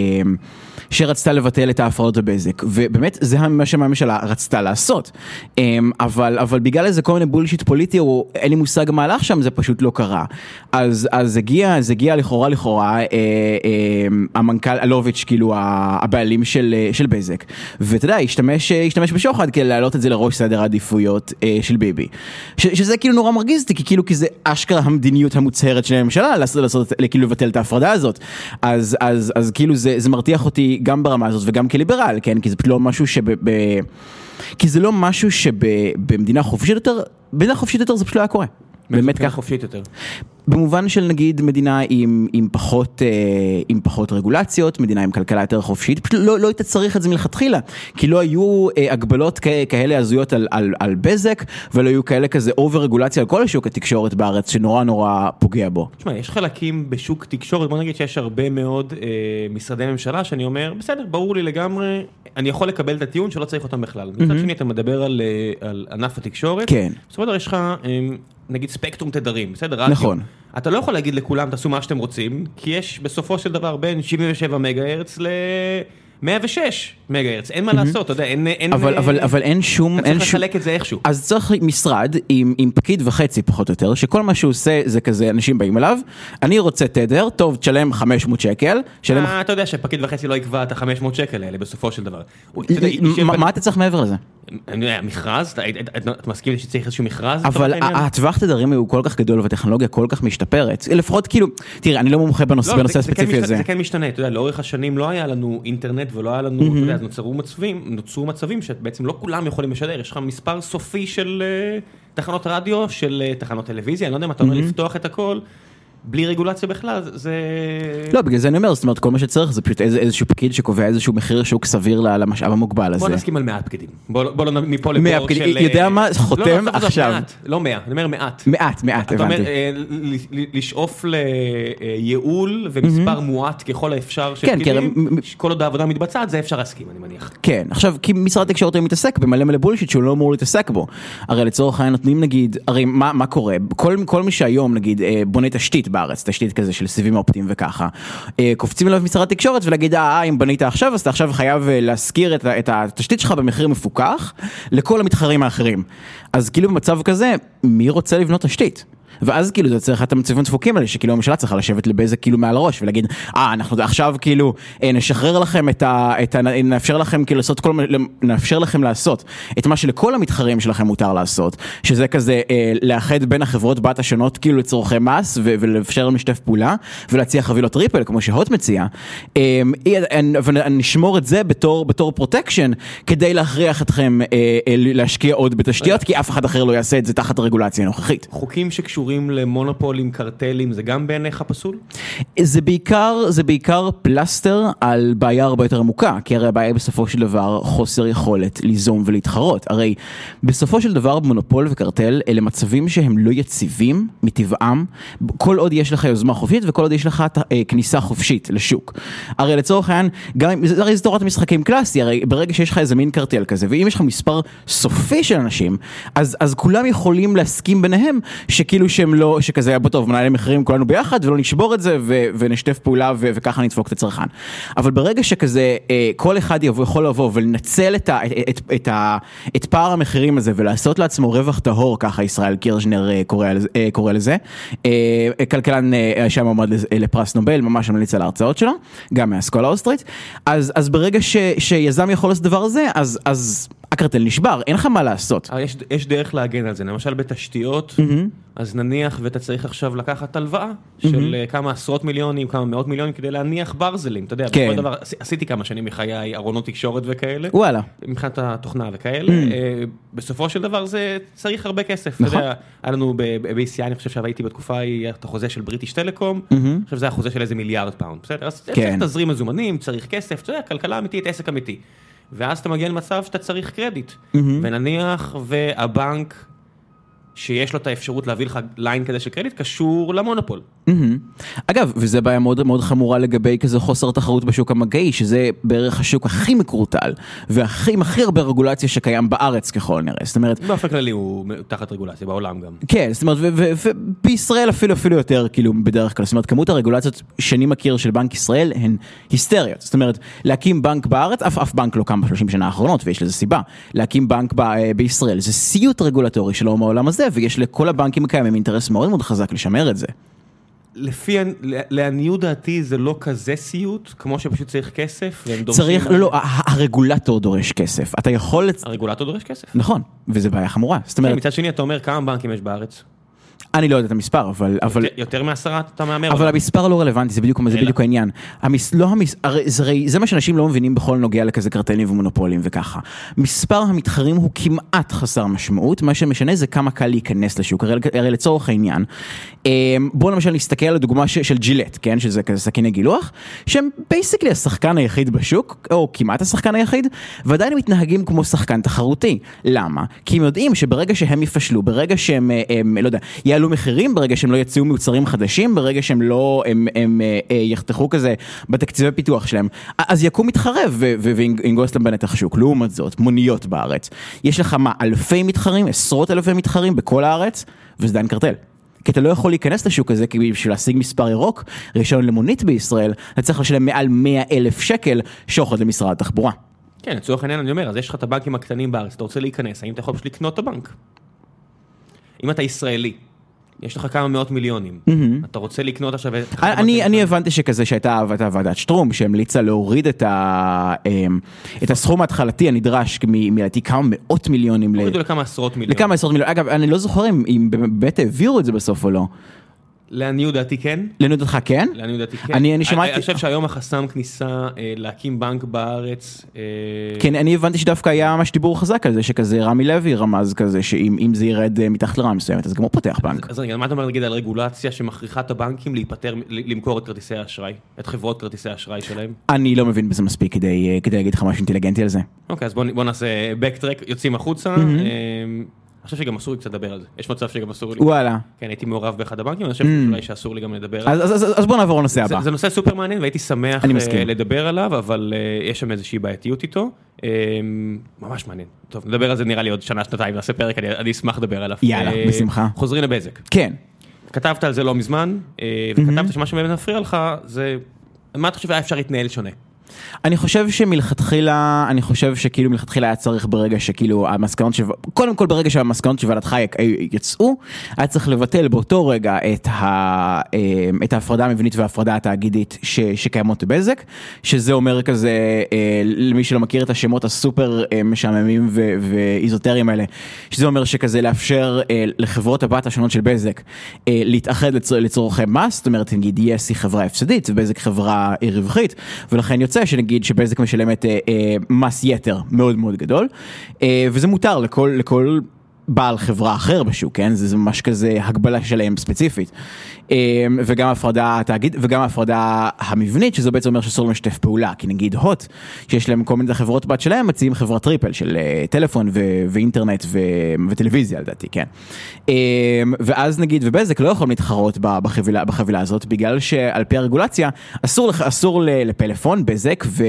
שרצתה לבטל את ההפרדות בבזק, ובאמת זה מה שהממשלה רצתה לעשות. אבל, אבל בגלל איזה כל מיני בולשיט פוליטי, או אין לי מושג מה הלך שם, זה פשוט לא קרה. אז, אז הגיע, אז הגיע לכאורה, לכאורה, המנכ"ל אלוביץ', כאילו, הבעלים של, של בזק. ואתה יודע, השתמש, השתמש בשוחד כדי להעלות את זה לראש סדר העדיפויות של ביבי. ש, שזה כאילו נורא מרגיז אותי, כי כאילו, כי זה אשכרה המדיניות המוצהרת של הממשלה, לעשות, לעשות, כאילו לבטל את ההפרדה הזאת. אז, אז, אז כאילו זה, זה מרתיח אותי גם ברמה הזאת וגם כליברל, כן? כי זה פשוט לא משהו שב... ב... כי זה לא משהו שבמדינה חופשית יותר, במדינה חופשית יותר זה פשוט לא היה קורה. באמת כך. חופשית יותר. במובן של נגיד מדינה עם, עם פחות, עם פחות רגולציות, מדינה עם כלכלה יותר חופשית, פשוט לא, לא היית צריך את זה מלכתחילה, כי לא היו הגבלות כאלה הזויות על, על, על בזק, ולא היו כאלה כזה אובר רגולציה על כל השוק התקשורת בארץ, שנורא נורא פוגע בו. תשמע, יש חלקים בשוק תקשורת, בוא נגיד שיש הרבה מאוד אה, משרדי ממשלה, שאני אומר, בסדר, ברור לי לגמרי, אני יכול לקבל את הטיעון שלא צריך אותם בכלל. מצד שני, אתה מדבר על, על ענף התקשורת, כן. בסופו של דבר יש לך, נגיד ספקטרום תדרים, בסדר? נכון. אתה לא יכול להגיד לכולם, תעשו מה שאתם רוצים, כי יש בסופו של דבר בין שבעים ושבע מגה-הרץ ל-מאה ושש מגה-הרץ. אין מה לעשות, אתה יודע, אין... אבל, אבל, אבל אין שום... אתה צריך לחלק את זה איכשהו. אז צריך משרד עם, עם פקיד וחצי פחות או יותר, שכל מה שהוא עושה זה כזה, אנשים באים אליו, אני רוצה תדר, טוב, תשלם חמש מאות שקל. אתה יודע שפקיד וחצי לא יקבע את ה-חמש מאות שקל האלה בסופו של דבר. מה אתה צריך מעבר לזה? אני יודע, מכרז, אתה מסכים שצריך איזשהו מכרז? אבל הטווח תדרים הוא כל כך גדול והטכנולוגיה כל כך משתפרת. לפחות כאילו, תראה, אני לא מומחה בנושא הספציפי הזה. זה כן משתנה, אתה יודע, לאורך השנים לא היה לנו אינטרנט ולא היה לנו, אתה יודע, אז נוצרו מצבים, נוצרו מצבים שבעצם לא כולם יכולים לשדר, יש לך מספר סופי של תחנות רדיו, של תחנות טלוויזיה, אני לא יודע אם אתה אומר לפתוח את הכל, בלי רגולציה בכלל, זה... לא, בגלל זה אני אומר, זאת אומרת, כל מה שצריך זה פשוט איזשהו פקיד שקובע איזשהו מחיר שוק סביר למשאב המוגבל הזה. בוא נסכים על מעט פקידים. בוא לא מפה לפה של... יודע מה? חותם עכשיו. לא מאה, אני אומר מעט. מעט, מעט, הבנתי. אתה אומר, לשאוף לייעול ומספר מועט ככל האפשר של פקידים, כל עוד העבודה מתבצעת, זה אפשר להסכים, אני מניח. כן, עכשיו, כי משרד התקשורת הוא מתעסק במלא מלא בולשיט שהוא לא אמור להתעסק בו. הרי לצורך העניין נותנים נגיד, הרי מה, מה קורה? כל, כל מי שהיום נגיד בונה תשתית בארץ, תשתית כזה של סיבים אופטיים וככה, קופצים אליו משרד התקשורת ולהגיד, אה, אם בנית עכשיו, אז אתה עכשיו חייב להזכיר את, את התשתית שלך במחיר מפוקח לכל המתחרים האחרים. אז כאילו במצב כזה, מי רוצה לבנות תשתית? ואז כאילו זה צריך את המצבים דפוקים האלה, שכאילו הממשלה צריכה לשבת לבזה כאילו מעל הראש, ולהגיד, אה, אנחנו עכשיו כאילו נשחרר לכם את ה... את ה נאפשר לכם כאילו לעשות כל... נאפשר לכם לעשות את מה שלכל המתחרים שלכם מותר לעשות, שזה כזה לאחד בין החברות בת השונות כאילו לצורכי מס, ולאפשר להם לשתף פעולה, ולהציע חבילות ריפל, כמו שהוט מציע, ונשמור את זה בתור, בתור פרוטקשן, כדי להכריח אתכם להשקיע עוד בתשתיות, כי אף אחד אחר לא יעשה את זה תחת הרגולציה הנוכחית. חוקים שקשורים למונופולים, קרטלים, זה גם בעיניך פסול? זה בעיקר, זה בעיקר פלסטר על בעיה הרבה יותר עמוקה, כי הרי הבעיה בסופו של דבר חוסר יכולת ליזום ולהתחרות. הרי בסופו של דבר מונופול וקרטל אלה מצבים שהם לא יציבים מטבעם, כל עוד יש לך יוזמה חופשית וכל עוד יש לך כניסה חופשית לשוק. הרי לצורך העניין, גם, הרי זה תורת המשחקים קלאסי, הרי ברגע שיש לך איזה מין קרטל כזה, ואם יש לך מספר סופי של אנשים, אז, אז כולם יכולים להסכים ביניהם שכאילו שהם לא, שכזה, בוא טוב, מנהלי מחירים כולנו ביחד, ולא נשבור את זה, ו- ונשתף פעולה, ו- וככה נדפוק את הצרכן. אבל ברגע שכזה, כל אחד יבוא, יכול לבוא, ולנצל את, ה- את, את, ה- את פער המחירים הזה, ולעשות לעצמו רווח טהור, ככה ישראל קירשנר קורא, קורא לזה, כלכלן שם עומד לפרס נובל, ממש ממליץ על ההרצאות שלו, גם מהאסכולה האוסטרית, אז, אז ברגע ש- שיזם יכול לעשות דבר הזה, אז, אז הקרטל נשבר, אין לך מה לעשות. יש, יש דרך להגן על זה, למשל בתשתיות, אז נניח ואתה צריך עכשיו לקחת הלוואה של כמה עשרות מיליונים, כמה מאות מיליונים כדי להניח ברזלים, אתה יודע, בכל דבר, עשיתי כמה שנים מחיי ארונות תקשורת וכאלה, וואלה. מבחינת התוכנה וכאלה, בסופו של דבר זה צריך הרבה כסף, אתה יודע, היה לנו ב-בי סי איי, אני חושב שהייתי בתקופה ההיא, את החוזה של בריטיש טלקום, אני חושב שזה היה חוזה של איזה מיליארד פאונד, בסדר? אז צריך תזרים מזומנים, צריך כסף, אתה יודע, כלכלה אמיתית, עסק אמיתי. ואז אתה מגיע למצב שאתה צריך קרדיט, ונניח והבנק שיש לו את האפשרות להביא לך ליין כזה של קרדיט, קשור למונופול. אגב, וזה בעיה מאוד מאוד חמורה לגבי כזה חוסר תחרות בשוק המגעי, שזה בערך השוק הכי מקורטל, והכי הכי הרבה רגולציה שקיים בארץ ככל נראה. זאת אומרת... באופן כללי הוא תחת רגולציה, בעולם גם. כן, זאת אומרת, ובישראל אפילו אפילו יותר, כאילו, בדרך כלל. זאת אומרת, כמות הרגולציות שאני מכיר של בנק ישראל הן היסטריות. זאת אומרת, להקים בנק בארץ, אף אף בנק לא קם ב-שלושים שנה האחרונות, ויש לזה סיבה. להקים בנק בישראל, זה סיוט רגולטורי שלו מהעולם הזה, ויש לכל הבנקים הקיימים אינטרס מאוד מאוד חזק לשמר את זה. לפי, לעניות דעתי זה לא כזה סיוט, כמו שפשוט צריך כסף, והם דורשים... צריך, לא, לא, הרגולטור דורש כסף. אתה יכול... הרגולטור דורש כסף. נכון, וזה בעיה חמורה. זאת אומרת... מצד שני, אתה אומר כמה בנקים יש בארץ? אני לא יודע את המספר, אבל... יותר, יותר מעשרה אתה מאמר. אבל המספר לא רלוונטי, זה בדיוק, זה בדיוק העניין. המס, לא המס, זה, זה מה שאנשים לא מבינים בכל נוגע לכזה קרטלים ומונופולים וככה. מספר המתחרים הוא כמעט חסר משמעות, מה שמשנה זה כמה קל להיכנס לשוק. הרי, הרי לצורך העניין, בואו למשל נסתכל על הדוגמה של ג'ילט, כן? שזה כזה סכיני גילוח, שהם בייסיקלי השחקן היחיד בשוק, או כמעט השחקן היחיד, ועדיין מתנהגים כמו שחקן תחרותי. למה? כי הם יודעים שברגע שהם יפשלו, ברגע שהם, הם, לא יודע, יעלו מחירים, ברגע שהם לא יציעו מוצרים חדשים, ברגע שהם לא, הם, הם, הם יחתכו כזה בתקציבי פיתוח שלהם, אז יקום מתחרב וינגוס להם בנתח שוק. לעומת זאת, מוניות בארץ. יש לך מה, אלפי מתחרים, עשרות אלפי מתחרים בכל הארץ, וזה דיין קרטל. כי אתה לא יכול להיכנס לשוק הזה, כי בשביל להשיג מספר ירוק, רישיון למונית בישראל, אתה צריך לשלם מעל מאה אלף שקל שוחד למשרד התחבורה. כן, לצורך העניין אני אומר, אז יש לך את הבנקים הקטנים בארץ, אתה רוצה להיכנס, האם אתה יכול פשוט לקנות את הבנק? אם אתה ישראלי, יש לך כמה מאות מיליונים, אתה רוצה לקנות עכשיו... אני הבנתי שכזה שהייתה ועדת שטרום, שהמליצה להוריד את הסכום ההתחלתי הנדרש מלהתי כמה מאות מיליונים... הורידו לכמה עשרות מיליונים. לכמה עשרות מיליונים. אגב, אני לא זוכר אם באמת העבירו את זה בסוף או לא. לעניות דעתי כן. לעניות דעתך כן? לעניות דעתי כן. אני, אני שמעתי... אני חושב שהיום החסם כניסה להקים בנק בארץ... כן, אני הבנתי שדווקא היה ממש דיבור חזק על זה, שכזה רמי לוי רמז כזה, שאם זה ירד מתחת לרמה מסוימת, אז גם הוא פותח בנק. אז רגע, מה אתה אומר להגיד על רגולציה שמכריחה את הבנקים להיפטר, למכור את כרטיסי האשראי, את חברות כרטיסי האשראי שלהם? אני לא מבין בזה מספיק כדי, כדי להגיד לך משהו אינטליגנטי על זה. אוקיי, אז בוא, בוא נעשה backtrack, יוצאים החוצה. אני חושב שגם אסור לי קצת לדבר על זה. יש מצב שגם אסור לי. וואלה. כן, הייתי מעורב באחד הבנקים, אני חושב שאולי שאסור לי גם לדבר על זה. אז בוא נעבור לנושא הבא. זה נושא סופר מעניין, והייתי שמח לדבר עליו, אבל יש שם איזושהי בעייתיות איתו. ממש מעניין. טוב, נדבר על זה נראה לי עוד שנה, שנתיים, נעשה פרק, אני אשמח לדבר עליו. יאללה, בשמחה. חוזרים לבזק. כן. כתבת על זה לא מזמן, וכתבת שמה שבאמת מפריע לך, זה, מה אתה חושב היה אפשר להתנהל שונה? אני חושב שמלכתחילה, אני חושב שכאילו מלכתחילה היה צריך ברגע שכאילו המסקנות, קודם כל ברגע שהמסקנות של ועדת חייק יצאו, היה צריך לבטל באותו רגע את, ה, את ההפרדה המבנית וההפרדה התאגידית ש, שקיימות בבזק, שזה אומר כזה, למי שלא מכיר את השמות הסופר משעממים ו, ואיזוטריים האלה, שזה אומר שכזה לאפשר לחברות הבת השונות של בזק להתאחד לצור, לצורכי מס, זאת אומרת, נגיד יס היא חברה הפסדית, ובזק חברה רווחית, ולכן יוצא שנגיד שבזק משלמת אה, אה, מס יתר מאוד מאוד גדול, אה, וזה מותר לכל, לכל בעל חברה אחר בשוק, כן? זה, זה ממש כזה הגבלה שלהם ספציפית. אה, וגם ההפרדה התאגיד, וגם ההפרדה המבנית, שזה בעצם אומר שאסור לשתף פעולה, כי נגיד הוט, שיש להם כל מיני חברות בת שלהם, מציעים חברת טריפל של אה, טלפון ו- ואינטרנט ו- וטלוויזיה, לדעתי, כן. אה, ואז נגיד, ובזק לא יכולים להתחרות בחבילה, בחבילה הזאת, בגלל שעל פי הרגולציה, אסור, אסור לפלאפון, בזק ו-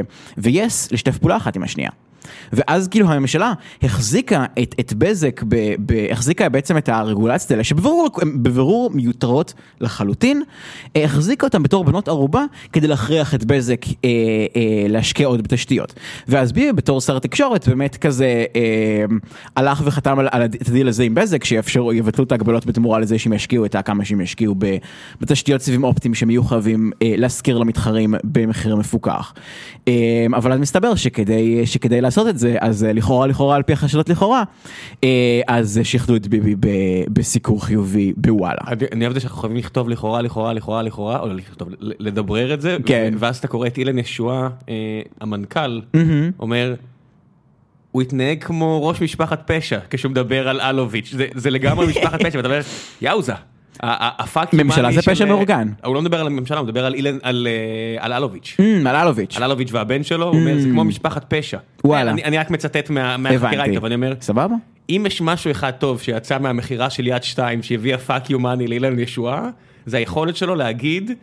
ויס לשתף פעולה אחת עם השנייה. ואז כאילו הממשלה החזיקה את, את בזק, ב, ב, החזיקה בעצם את הרגולציות האלה, שבבירור מיותרות לחלוטין, החזיקה אותם בתור בנות ערובה, כדי להכריח את בזק אה, אה, להשקיע עוד בתשתיות. ואז בי בתור שר התקשורת, באמת כזה, אה, הלך וחתם על, על הדיל הזה עם בזק, שיאפשרו, יבטלו את ההגבלות בתמורה לזה שהם ישקיעו את כמה שהם ישקיעו בתשתיות סיבים אופטיים, שהם יהיו חייבים אה, להזכיר למתחרים במחיר מפוקח. אה, אבל אז מסתבר שכדי, שכדי לעשות את זה, אז לכאורה, לכאורה, על פי החשדות לכאורה, אז שחדו את ביבי בסיקור חיובי בוואלה. אני אוהב את זה שאנחנו חייבים לכתוב לכאורה, לכאורה, לכאורה, לכאורה, או לכתוב, לדברר את זה, ואז אתה קורא את אילן ישועה, המנכ"ל, אומר, הוא התנהג כמו ראש משפחת פשע, כשהוא מדבר על אלוביץ', זה לגמרי משפחת פשע, ואתה אומר, יאוזה. ממשלה זה פשע מאורגן. הוא לא מדבר על הממשלה, הוא מדבר על אלוביץ'. על אלוביץ'. על אלוביץ' והבן שלו, הוא אומר, זה כמו משפחת פשע. וואלה. אני רק מצטט מהחקירה איתו, ואני אומר, סבבה? אם יש משהו אחד טוב שיצא מהמחירה של יד שתיים, שהביאה פאק יו מאני לאילן ישועה, זה היכולת שלו להגיד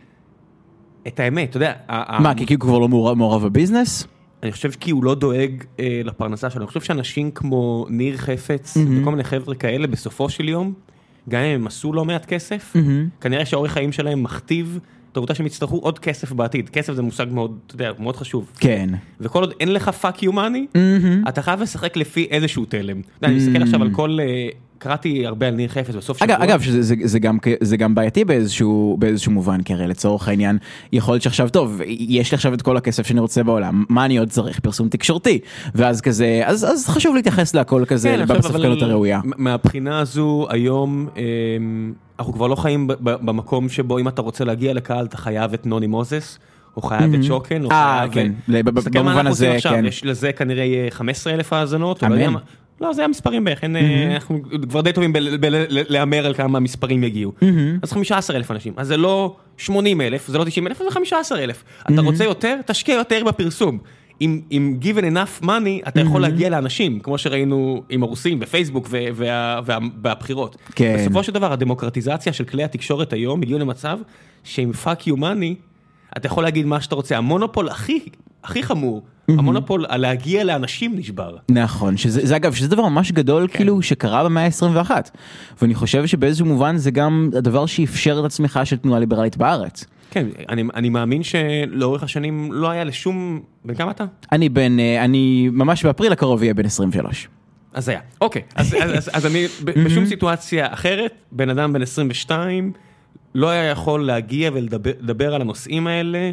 את האמת, אתה יודע. מה, כי הוא כבר לא מעורב בביזנס? אני חושב כי הוא לא דואג לפרנסה שלו. אני חושב שאנשים כמו ניר חפץ, וכל מיני חבר'ה כאלה, בסופו של יום, גם אם הם עשו לא מעט כסף, כנראה שהאורך חיים שלהם מכתיב את העובדה שהם יצטרכו עוד כסף בעתיד. כסף זה מושג מאוד, אתה יודע, מאוד חשוב. כן. וכל עוד אין לך פאק יו מאני, אתה חייב לשחק לפי איזשהו תלם. אני מסתכל עכשיו על כל, קראתי הרבה על ניר חפץ בסוף שבוע. אגב, זה גם בעייתי באיזשהו מובן, כי הרי לצורך העניין, יכול להיות שעכשיו, טוב, יש לי עכשיו את כל הכסף שאני רוצה בעולם, מה אני עוד צריך? פרסום תקשורתי. ואז כזה, אז חשוב להתייחס להכל כזה, בספקנות הראויה. מהבחינה הזו, היום, אנחנו כבר לא חיים במקום שבו אם אתה רוצה להגיע לקהל, אתה חייב את נוני מוזס, או חייב את שוקן, או חייב... כן, במובן הזה, כן. יש לזה כנראה חמש עשרה אלף האזנות, אמן. לא, זה המספרים בערך, אנחנו כבר די טובים להמר על כמה המספרים יגיעו. אז חמישה עשר אלף אנשים, אז זה לא שמונים אלף, זה לא תשעים אלף, זה חמישה עשר אלף. אתה רוצה יותר? תשקיע יותר בפרסום. עם given enough money, אתה יכול להגיע לאנשים, כמו שראינו עם הרוסים בפייסבוק והבחירות. בסופו של דבר, הדמוקרטיזציה של כלי התקשורת היום הגיעו למצב שעם fuck you money, אתה יכול להגיד מה שאתה רוצה. המונופול הכי, הכי חמור, המונופול על להגיע לאנשים נשבר. נכון, שזה אגב, שזה דבר ממש גדול כאילו שקרה במאה ה-עשרים ואחת. ואני חושב שבאיזשהו מובן זה גם הדבר שאפשר את הצמיחה של תנועה ליברלית בארץ. כן, אני, אני מאמין שלאורך השנים לא היה לשום... בן כמה אתה? אני בן, אני ממש באפריל הקרוב יהיה בן עשרים ושלוש. אז היה, אוקיי. אז, אז, אז, אז אני בשום סיטואציה אחרת, בן אדם בן עשרים ושתיים, לא היה יכול להגיע ולדבר על הנושאים האלה,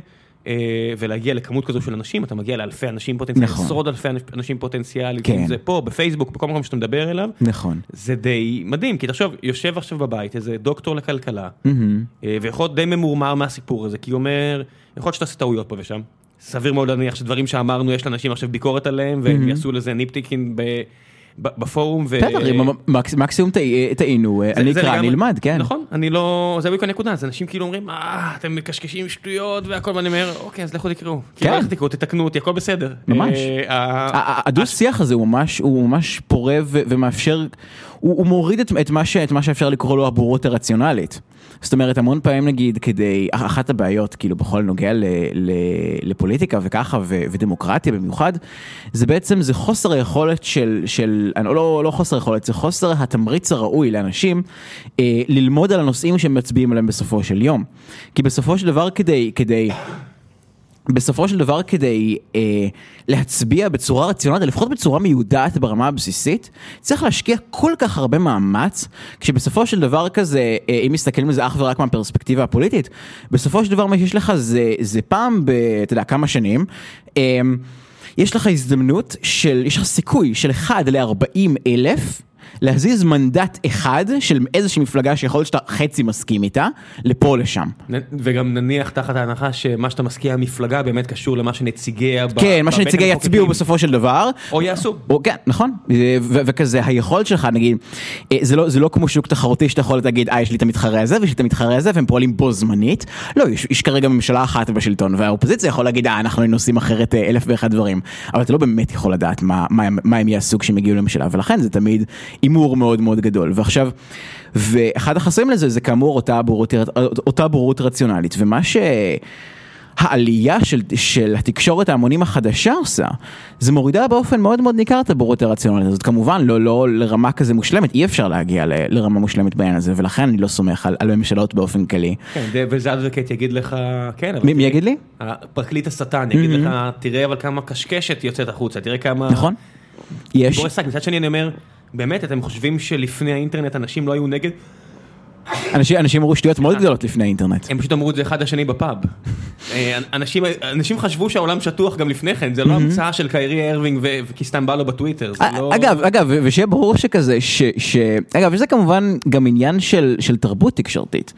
ולהגיע לכמות כזו של אנשים, אתה מגיע לאלפי אנשים פוטנציאליים, עשרות אלפי אנשים פוטנציאליים, זה פה, בפייסבוק, בכל מקום שאתה מדבר אליו, נכון. זה די מדהים, כי תחשוב, יושב עכשיו בבית, איזה דוקטור לכלכלה, ויכול להיות די ממורמר מהסיפור הזה, כי הוא אומר, יכול להיות שאתה עושה טעויות פה ושם, סביר מאוד להניח שדברים שאמרנו, יש לאנשים עכשיו ביקורת עליהם, והם יעשו לזה ניפטיקין בפורום. בסדר, מקסימום טעינו, אני אקרא, אני אלמד, כן. נכון, אני לא, זה בדיוק הנקודה, אז אנשים כאילו אומרים, אה, אתם מקשקשים שטויות והכל, ואני אומר, אוקיי, אז לכו תקראו. כן. כאילו, תקראו, תתקנו אותי, הכל בסדר. ממש. הדו שיח הזה הוא ממש פורה ומאפשר, הוא מוריד את מה שאפשר לקרוא לו הבורות הרציונלית. זאת אומרת, המון פעמים נגיד, כדי, אחת הבעיות, כאילו, בכל נוגע לפוליטיקה וככה, ודמוקרטיה במיוחד, זה בעצם, זה חוסר היכולת של, של, לא, לא חוסר היכולת, זה חוסר התמריץ הראוי לאנשים, אה, ללמוד על הנושאים שהם מצביעים עליהם בסופו של יום. כי בסופו של דבר, כדי, כדי, בסופו של דבר כדי אה, להצביע בצורה רציונלית, לפחות בצורה מיודעת ברמה הבסיסית, צריך להשקיע כל כך הרבה מאמץ, כשבסופו של דבר כזה, אה, אם מסתכלים על זה אך ורק מהפרספקטיבה הפוליטית, בסופו של דבר מה שיש לך זה, זה פעם ב, אתה יודע, כמה שנים, אה, יש לך הזדמנות של, יש לך סיכוי של אחד לארבעים אלף, להזיז מנדט אחד של איזושהי מפלגה שיכול להיות שאתה חצי מסכים איתה, לפה לשם. וגם נניח תחת ההנחה שמה שאתה מסכים המפלגה באמת קשור למה שנציגיה... כן, מה שנציגיה יצביעו בסופו של דבר. או יעשו. כן, נכון. וכזה, היכולת שלך, נגיד, זה לא כמו שוק תחרותי שאתה יכול להגיד, אה, יש לי את המתחרה הזה, ויש לי את המתחרה הזה, והם פועלים בו זמנית. לא, יש כרגע ממשלה אחת בשלטון, והאופוזיציה יכול להגיד, אה, אנחנו נוסעים אחרת אלף ואחד דברים. אבל אתה לא באמת יכול לדעת מה הם יעשו כשהם יגיעו לממשלה, ולכן זה תמיד אימור מאוד מאוד גדול. ועכשיו, ואחד החסרים לזה זה כאמור אותה בורות, אותה בורות רציונלית, ומה שהעלייה של, של התקשורת ההמונים החדשה עושה, זה מורידה באופן מאוד מאוד ניכר את הבורות הרציונלית הזאת. כמובן, לא, לא לרמה כזה מושלמת, אי אפשר להגיע ל, לרמה מושלמת בעניין הזה, ולכן אני לא סומך על, על ממשלות באופן כללי. כן, וזה אדווקט יגיד לך, כן, מי, מי יגיד לי? הפרקליט השטן יגיד לך, תראה אבל כמה קשקשת יוצאת החוצה, תראה כמה... נכון. יש. מצד שני אני אומר, באמת, אתם חושבים שלפני האינטרנט אנשים לא היו נגד? אנשים, אנשים אמרו שטויות מאוד גדולות לפני האינטרנט. הם פשוט אמרו את זה אחד השני בפאב. אנשים, אנשים חשבו שהעולם שטוח גם לפני כן, זה לא המצאה של קיירי ארווינג וכי סתם בא לו בטוויטר. אגב, אגב, ושיהיה ברור שכזה, ש... אגב, וזה כמובן גם עניין של, של תרבות תקשורתית,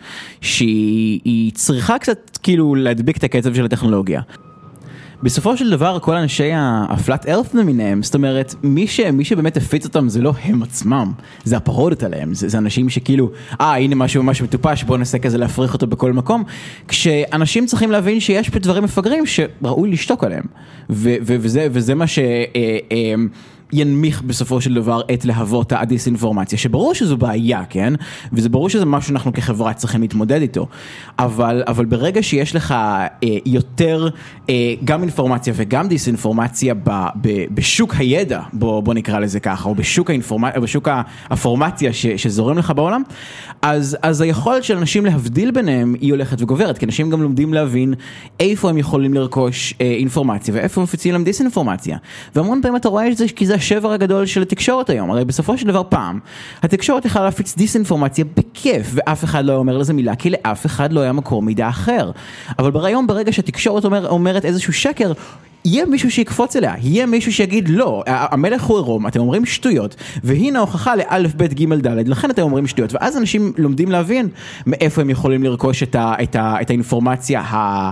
שהיא צריכה קצת כאילו להדביק את הקצב של הטכנולוגיה. בסופו של דבר, כל אנשי ה-flat earth למיניהם, זאת אומרת, מי, ש, מי שבאמת הפיץ אותם זה לא הם עצמם, זה הפרודות עליהם, זה, זה אנשים שכאילו, אה, הנה משהו ממש מטופש, בואו נעשה כזה להפריך אותו בכל מקום, כשאנשים צריכים להבין שיש פה דברים מפגרים שראוי לשתוק עליהם, ו, ו, וזה, וזה מה ש... אה, אה, ינמיך בסופו של דבר את להבות הדיסאינפורמציה, שברור שזו בעיה, כן? וזה ברור שזה משהו שאנחנו כחברה צריכים להתמודד איתו, אבל, אבל ברגע שיש לך אה, יותר אה, גם אינפורמציה וגם דיסאינפורמציה ב, ב, בשוק הידע, בוא, בוא נקרא לזה ככה, או בשוק, האינפורמציה, בשוק הפורמציה ש, שזורם לך בעולם, אז, אז היכולת של אנשים להבדיל ביניהם היא הולכת וגוברת, כי אנשים גם לומדים להבין איפה הם יכולים לרכוש אה, אינפורמציה, ואיפה הם מפיצים להם דיסאינפורמציה. והמון פעמים אתה רואה את זה כי זה השבר הגדול של התקשורת היום. הרי בסופו של דבר פעם, התקשורת יכולה להפיץ דיסאינפורמציה בכיף, ואף אחד לא אומר לזה מילה, כי לאף אחד לא היה מקור מידע אחר. אבל ברעיון, ברגע שהתקשורת אומר, אומרת איזשהו שקר, יהיה מישהו שיקפוץ אליה, יהיה מישהו שיגיד לא, המלך הוא עירום, אתם אומרים שטויות, והנה ההוכחה לאלף בית ג' ד', לכן אתם אומרים שטויות, ואז אנשים לומדים להבין מאיפה הם יכולים לרכוש את, ה, את, ה, את האינפורמציה ה...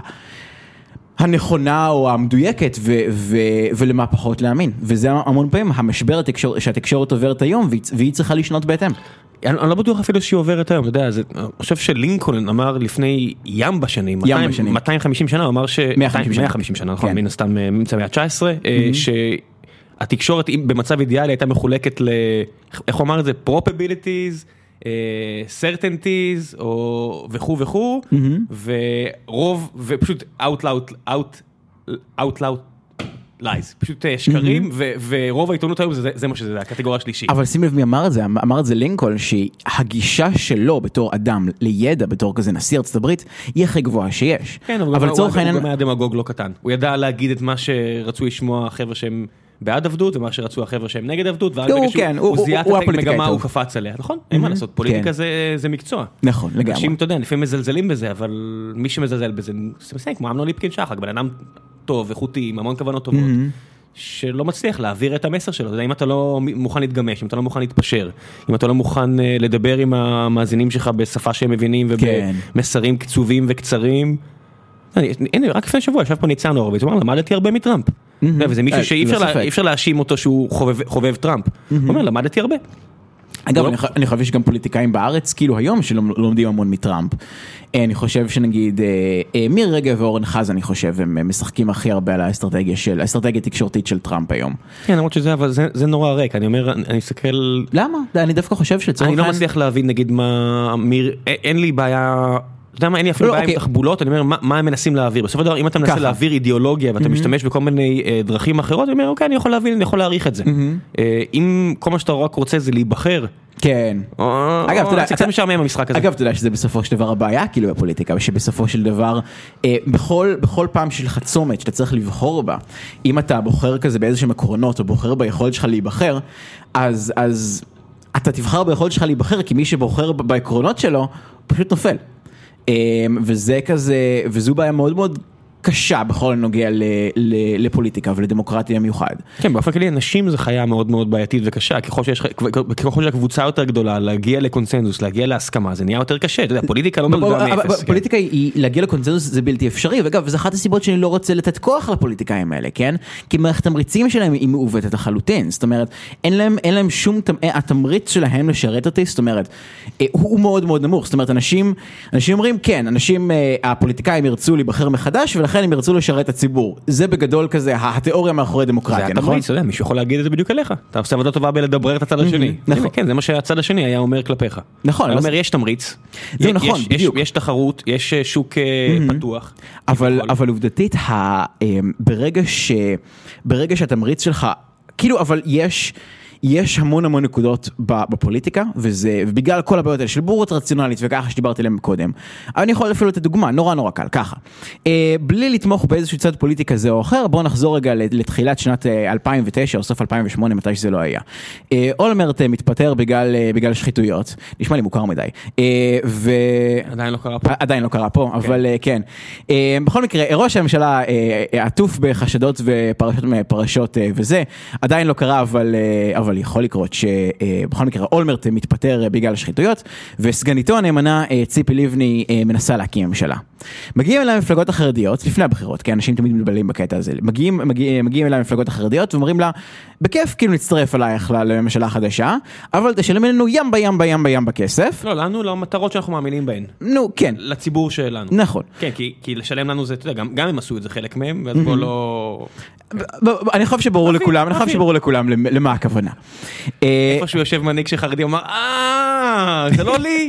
הנכונה או המדויקת ו- ו- ולמה פחות להאמין. וזה המון פעמים המשבר התקשור, שהתקשורת עוברת היום והיא צריכה לשנות בהתאם. אני, אני לא בטוח אפילו שהיא עוברת היום, אתה יודע, זה, אני חושב שלינקולן אמר לפני ים בשנים, ים מאתיים, בשנים. מאתיים וחמישים שנה, הוא אמר ש... מאה וחמישים שנה. מאה וחמישים שנה, נכון, כן. מן הסתם ממצא מאה תשע עשרה, mm-hmm. שהתקשורת במצב אידיאלי הייתה מחולקת ל... איך הוא אמר את זה? probabilities, certainties או וכו' וכו', ורוב, ופשוט out loud, out, out loud lies, פשוט שקרים, ורוב העיתונות היום זה מה שזה, זה הקטגוריה השלישית. אבל שים לב מי אמר את זה, אמר את זה לינקולן, שהגישה שלו בתור אדם לידע, בתור כזה נשיא ארצות הברית, היא הכי גבוהה שיש. כן, אבל הוא גם היה דמגוג לא קטן, הוא ידע להגיד את מה שרצו לשמוע החבר'ה שהם בעד עבדות, ומה שרצו החבר'ה שהם נגד עבדות, ואז בגלל שהוא זיהה את המגמה, הוא קפץ עליה, נכון? אין מה לעשות, פוליטיקה זה מקצוע. נכון, לגמרי. אנשים, אתה יודע, לפעמים מזלזלים בזה, אבל מי שמזלזל בזה, זה בסדר, כמו אמנון ליפקין שחק, בן אדם טוב, איכותי, עם המון כוונות טובות, שלא מצליח להעביר את המסר שלו. אם אתה לא מוכן להתגמש, אם אתה לא מוכן להתפשר, אם אתה לא מוכן לדבר עם המאזינים שלך בשפה שהם מבינים, ובמסרים קצובים וקצרים. הנה, רק לפני שבוע, ישב פה ניצן הורוביץ, הוא אמר, למדתי הרבה מטראמפ. וזה מישהו שאי אפשר להאשים אותו שהוא חובב טראמפ. הוא אומר, למדתי הרבה. אגב, אני חושב שיש גם פוליטיקאים בארץ, כאילו היום, שלומדים המון מטראמפ. אני חושב שנגיד, מיר רגב ואורן חז, אני חושב, הם משחקים הכי הרבה על האסטרטגיה של, האסטרטגיה תקשורתית של טראמפ היום. כן, למרות שזה, אבל זה נורא ריק. אני אומר, אני אסתכל... למה? אני דווקא חושב שלצורך... אני לא מצליח להבין, נגיד, מה... אין לי בעיה... אתה יודע מה, אין לי אפילו בעיה עם תחבולות, אני אומר, מה הם מנסים להעביר? בסופו של דבר, אם אתה מנסה להעביר אידיאולוגיה, ואתה משתמש בכל מיני דרכים אחרות, אני אומר, אוקיי, אני יכול להבין, אני יכול להעריך את זה. אם כל מה שאתה רק רוצה זה להיבחר, כן. אגב, אתה יודע, קצת משעמם המשחק הזה. אגב, אתה יודע שזה בסופו של דבר הבעיה, כאילו, בפוליטיקה, ושבסופו של דבר, בכל פעם של חצומת, שאתה צריך לבחור בה, אם אתה בוחר כזה באיזשהם עקרונות, או בוחר ביכולת שלך להיבחר, אז אתה תבחר ביכולת שלך להיבחר, כי מי שבוחר בעקרונות שלו, פשוט נופל. וזה כזה, וזו בעיה מאוד מאוד קשה בכל הנוגע לפוליטיקה ולדמוקרטיה מיוחד. כן, באופן כללי, אנשים זה חיה מאוד מאוד בעייתית וקשה, ככל שהקבוצה יותר גדולה, להגיע לקונסנזוס, להגיע להסכמה, זה נהיה יותר קשה, אתה יודע, פוליטיקה לא נולדה מאפס. פוליטיקה היא, להגיע לקונסנזוס זה בלתי אפשרי, ואגב, וזו אחת הסיבות שאני לא רוצה לתת כוח לפוליטיקאים האלה, כן? כי מערכת התמריצים שלהם היא מעוותת לחלוטין, זאת אומרת, אין להם, אין להם שום, התמריץ שלהם לשרת אותי, זאת אומרת, הוא מאוד מאוד נמוך, זאת אומרת, אנשים, אנשים אומרים, כן, אנשים, הפוליטיקאים ירצו להיבחר מחדש, ולכן הם ירצו לשרת את הציבור. זה בגדול כזה, התיאוריה מאחורי דמוקרטיה, נכון? זה התמריץ, אתה יודע, מישהו יכול להגיד את זה בדיוק אליך. אתה עושה עבודה טובה בלדברר את הצד השני. נכון. כן, זה מה שהצד השני היה אומר כלפיך. נכון. הוא אומר, יש תמריץ. זה נכון, בדיוק. יש תחרות, יש שוק פתוח. אבל עובדתית, ברגע שהתמריץ שלך, כאילו, אבל יש... יש המון המון נקודות בפוליטיקה, וזה, ובגלל כל הבעיות האלה של בורות רציונלית וככה שדיברתי להם קודם. אבל אני יכול אפילו לתת דוגמה, נורא נורא קל, ככה. בלי לתמוך באיזשהו צד פוליטי כזה או אחר, בואו נחזור רגע לתחילת שנת אלפיים ותשע או סוף אלפיים ושמונה, מתי שזה לא היה. אולמרט מתפטר בגלל, בגלל שחיתויות, נשמע לי מוכר מדי. ו... עדיין לא קרה פה. עדיין לא קרה פה, אבל כן. בכל מקרה, ראש הממשלה עטוף בחשדות ופרשות פרשות וזה, עדיין לא קרה, אבל אבל יכול לקרות שבכל מקרה אולמרט מתפטר בגלל השחיתויות, וסגניתו הנאמנה ציפי לבני מנסה להקים ממשלה. מגיעים אליהם מפלגות החרדיות, לפני הבחירות, כי אנשים תמיד מתבלעים בקטע הזה, מגיעים, מגיעים, מגיעים אליהם מפלגות החרדיות, ואומרים לה, בכיף כאילו נצטרף עלייך לממשלה החדשה, אבל תשלם לנו ים בים בים בים בכסף. לא, לנו, למטרות שאנחנו מאמינים בהן. נו, כן. לציבור שלנו. נכון. כן, כי, כי לשלם לנו זה, אתה יודע, גם, גם הם עשו את זה חלק מהם, ואז בוא לא... אני חושב שברור לכולם, אני חושב שברור לכולם למה הכוונה. איפה שהוא יושב מנהיג שחרדי, הוא אמר, אה, זה לא לי.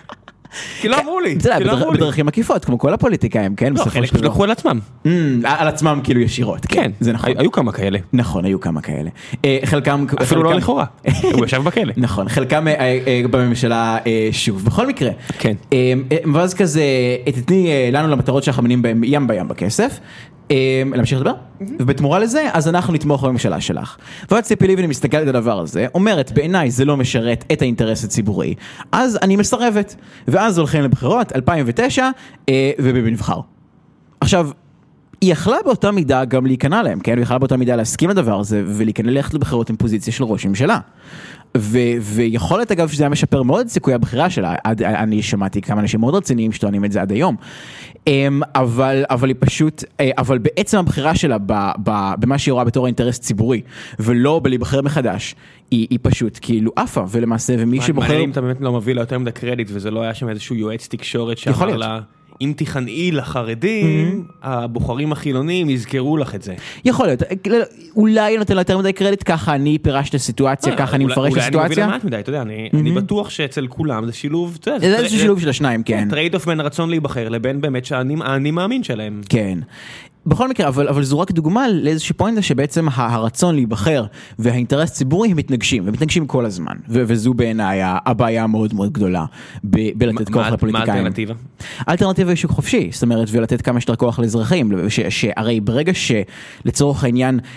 כי לא אמרו לי. בדרכים עקיפות, כמו כל הפוליטיקאים, כן? לא, חלק פשוט לקחו על עצמם. על עצמם כאילו ישירות. כן, זה נכון. היו כמה כאלה. נכון, היו כמה כאלה. חלקם... אפילו לא לכאורה. הוא ישב בכלא. נכון, חלקם בממשלה שוב. בכל מקרה. כן. ואז כזה, תתני לנו למטרות שאנחנו מנים בהם ים בים בכסף. להמשיך לדבר, ובתמורה לזה, אז אנחנו נתמוך בממשלה שלך. ועד ציפי לבני מסתכלת על הדבר הזה, אומרת, בעיניי זה לא משרת את האינטרס הציבורי, אז אני מסרבת. ואז הולכים לבחירות, אלפיים ותשע, וביבי נבחר. עכשיו, היא יכלה באותה מידה גם להיכנע להם, כן? היא יכלה באותה מידה להסכים לדבר הזה, ולהיכנע ללכת לבחירות עם פוזיציה של ראש ממשלה. ו- ויכולת אגב שזה היה משפר מאוד את סיכוי הבחירה שלה, עד, אני שמעתי כמה אנשים מאוד רציניים שטוענים את זה עד היום, אבל, אבל היא פשוט, אבל בעצם הבחירה שלה ב- ב- במה שהיא רואה בתור האינטרס ציבורי, ולא בלהיבחר מחדש, היא, היא פשוט כאילו עפה, ולמעשה ומי שבוחר... מעניין אם אתה באמת לא מביא לה יותר מדי קרדיט, וזה לא היה שם איזשהו יועץ תקשורת שאמר לה... אם תיכנעי לחרדים, הבוחרים החילונים יזכרו לך את זה. יכול להיות, אולי נותן לה יותר מדי קרדיט, ככה אני פירש את הסיטואציה, ככה אני מפרש את הסיטואציה. אולי אני מוביל למעט מדי, אתה יודע, אני בטוח שאצל כולם זה שילוב, זה איזה שילוב של השניים, כן. טרייד אוף בין הרצון להיבחר, לבין באמת שאני מאמין שלהם. כן. בכל מקרה, אבל, אבל זו רק דוגמה לאיזושהי פוינטה שבעצם הרצון להיבחר והאינטרס ציבורי הם מתנגשים, הם מתנגשים כל הזמן, ו- וזו בעיניי הבעיה המאוד מאוד גדולה ב- בלתת כוח לפוליטיקאים. מה האלטרנטיבה? האלטרנטיבה היא שוק חופשי, זאת אומרת, ולתת כמה שיותר כוח לאזרחים, ש- שהרי ברגע שלצורך העניין,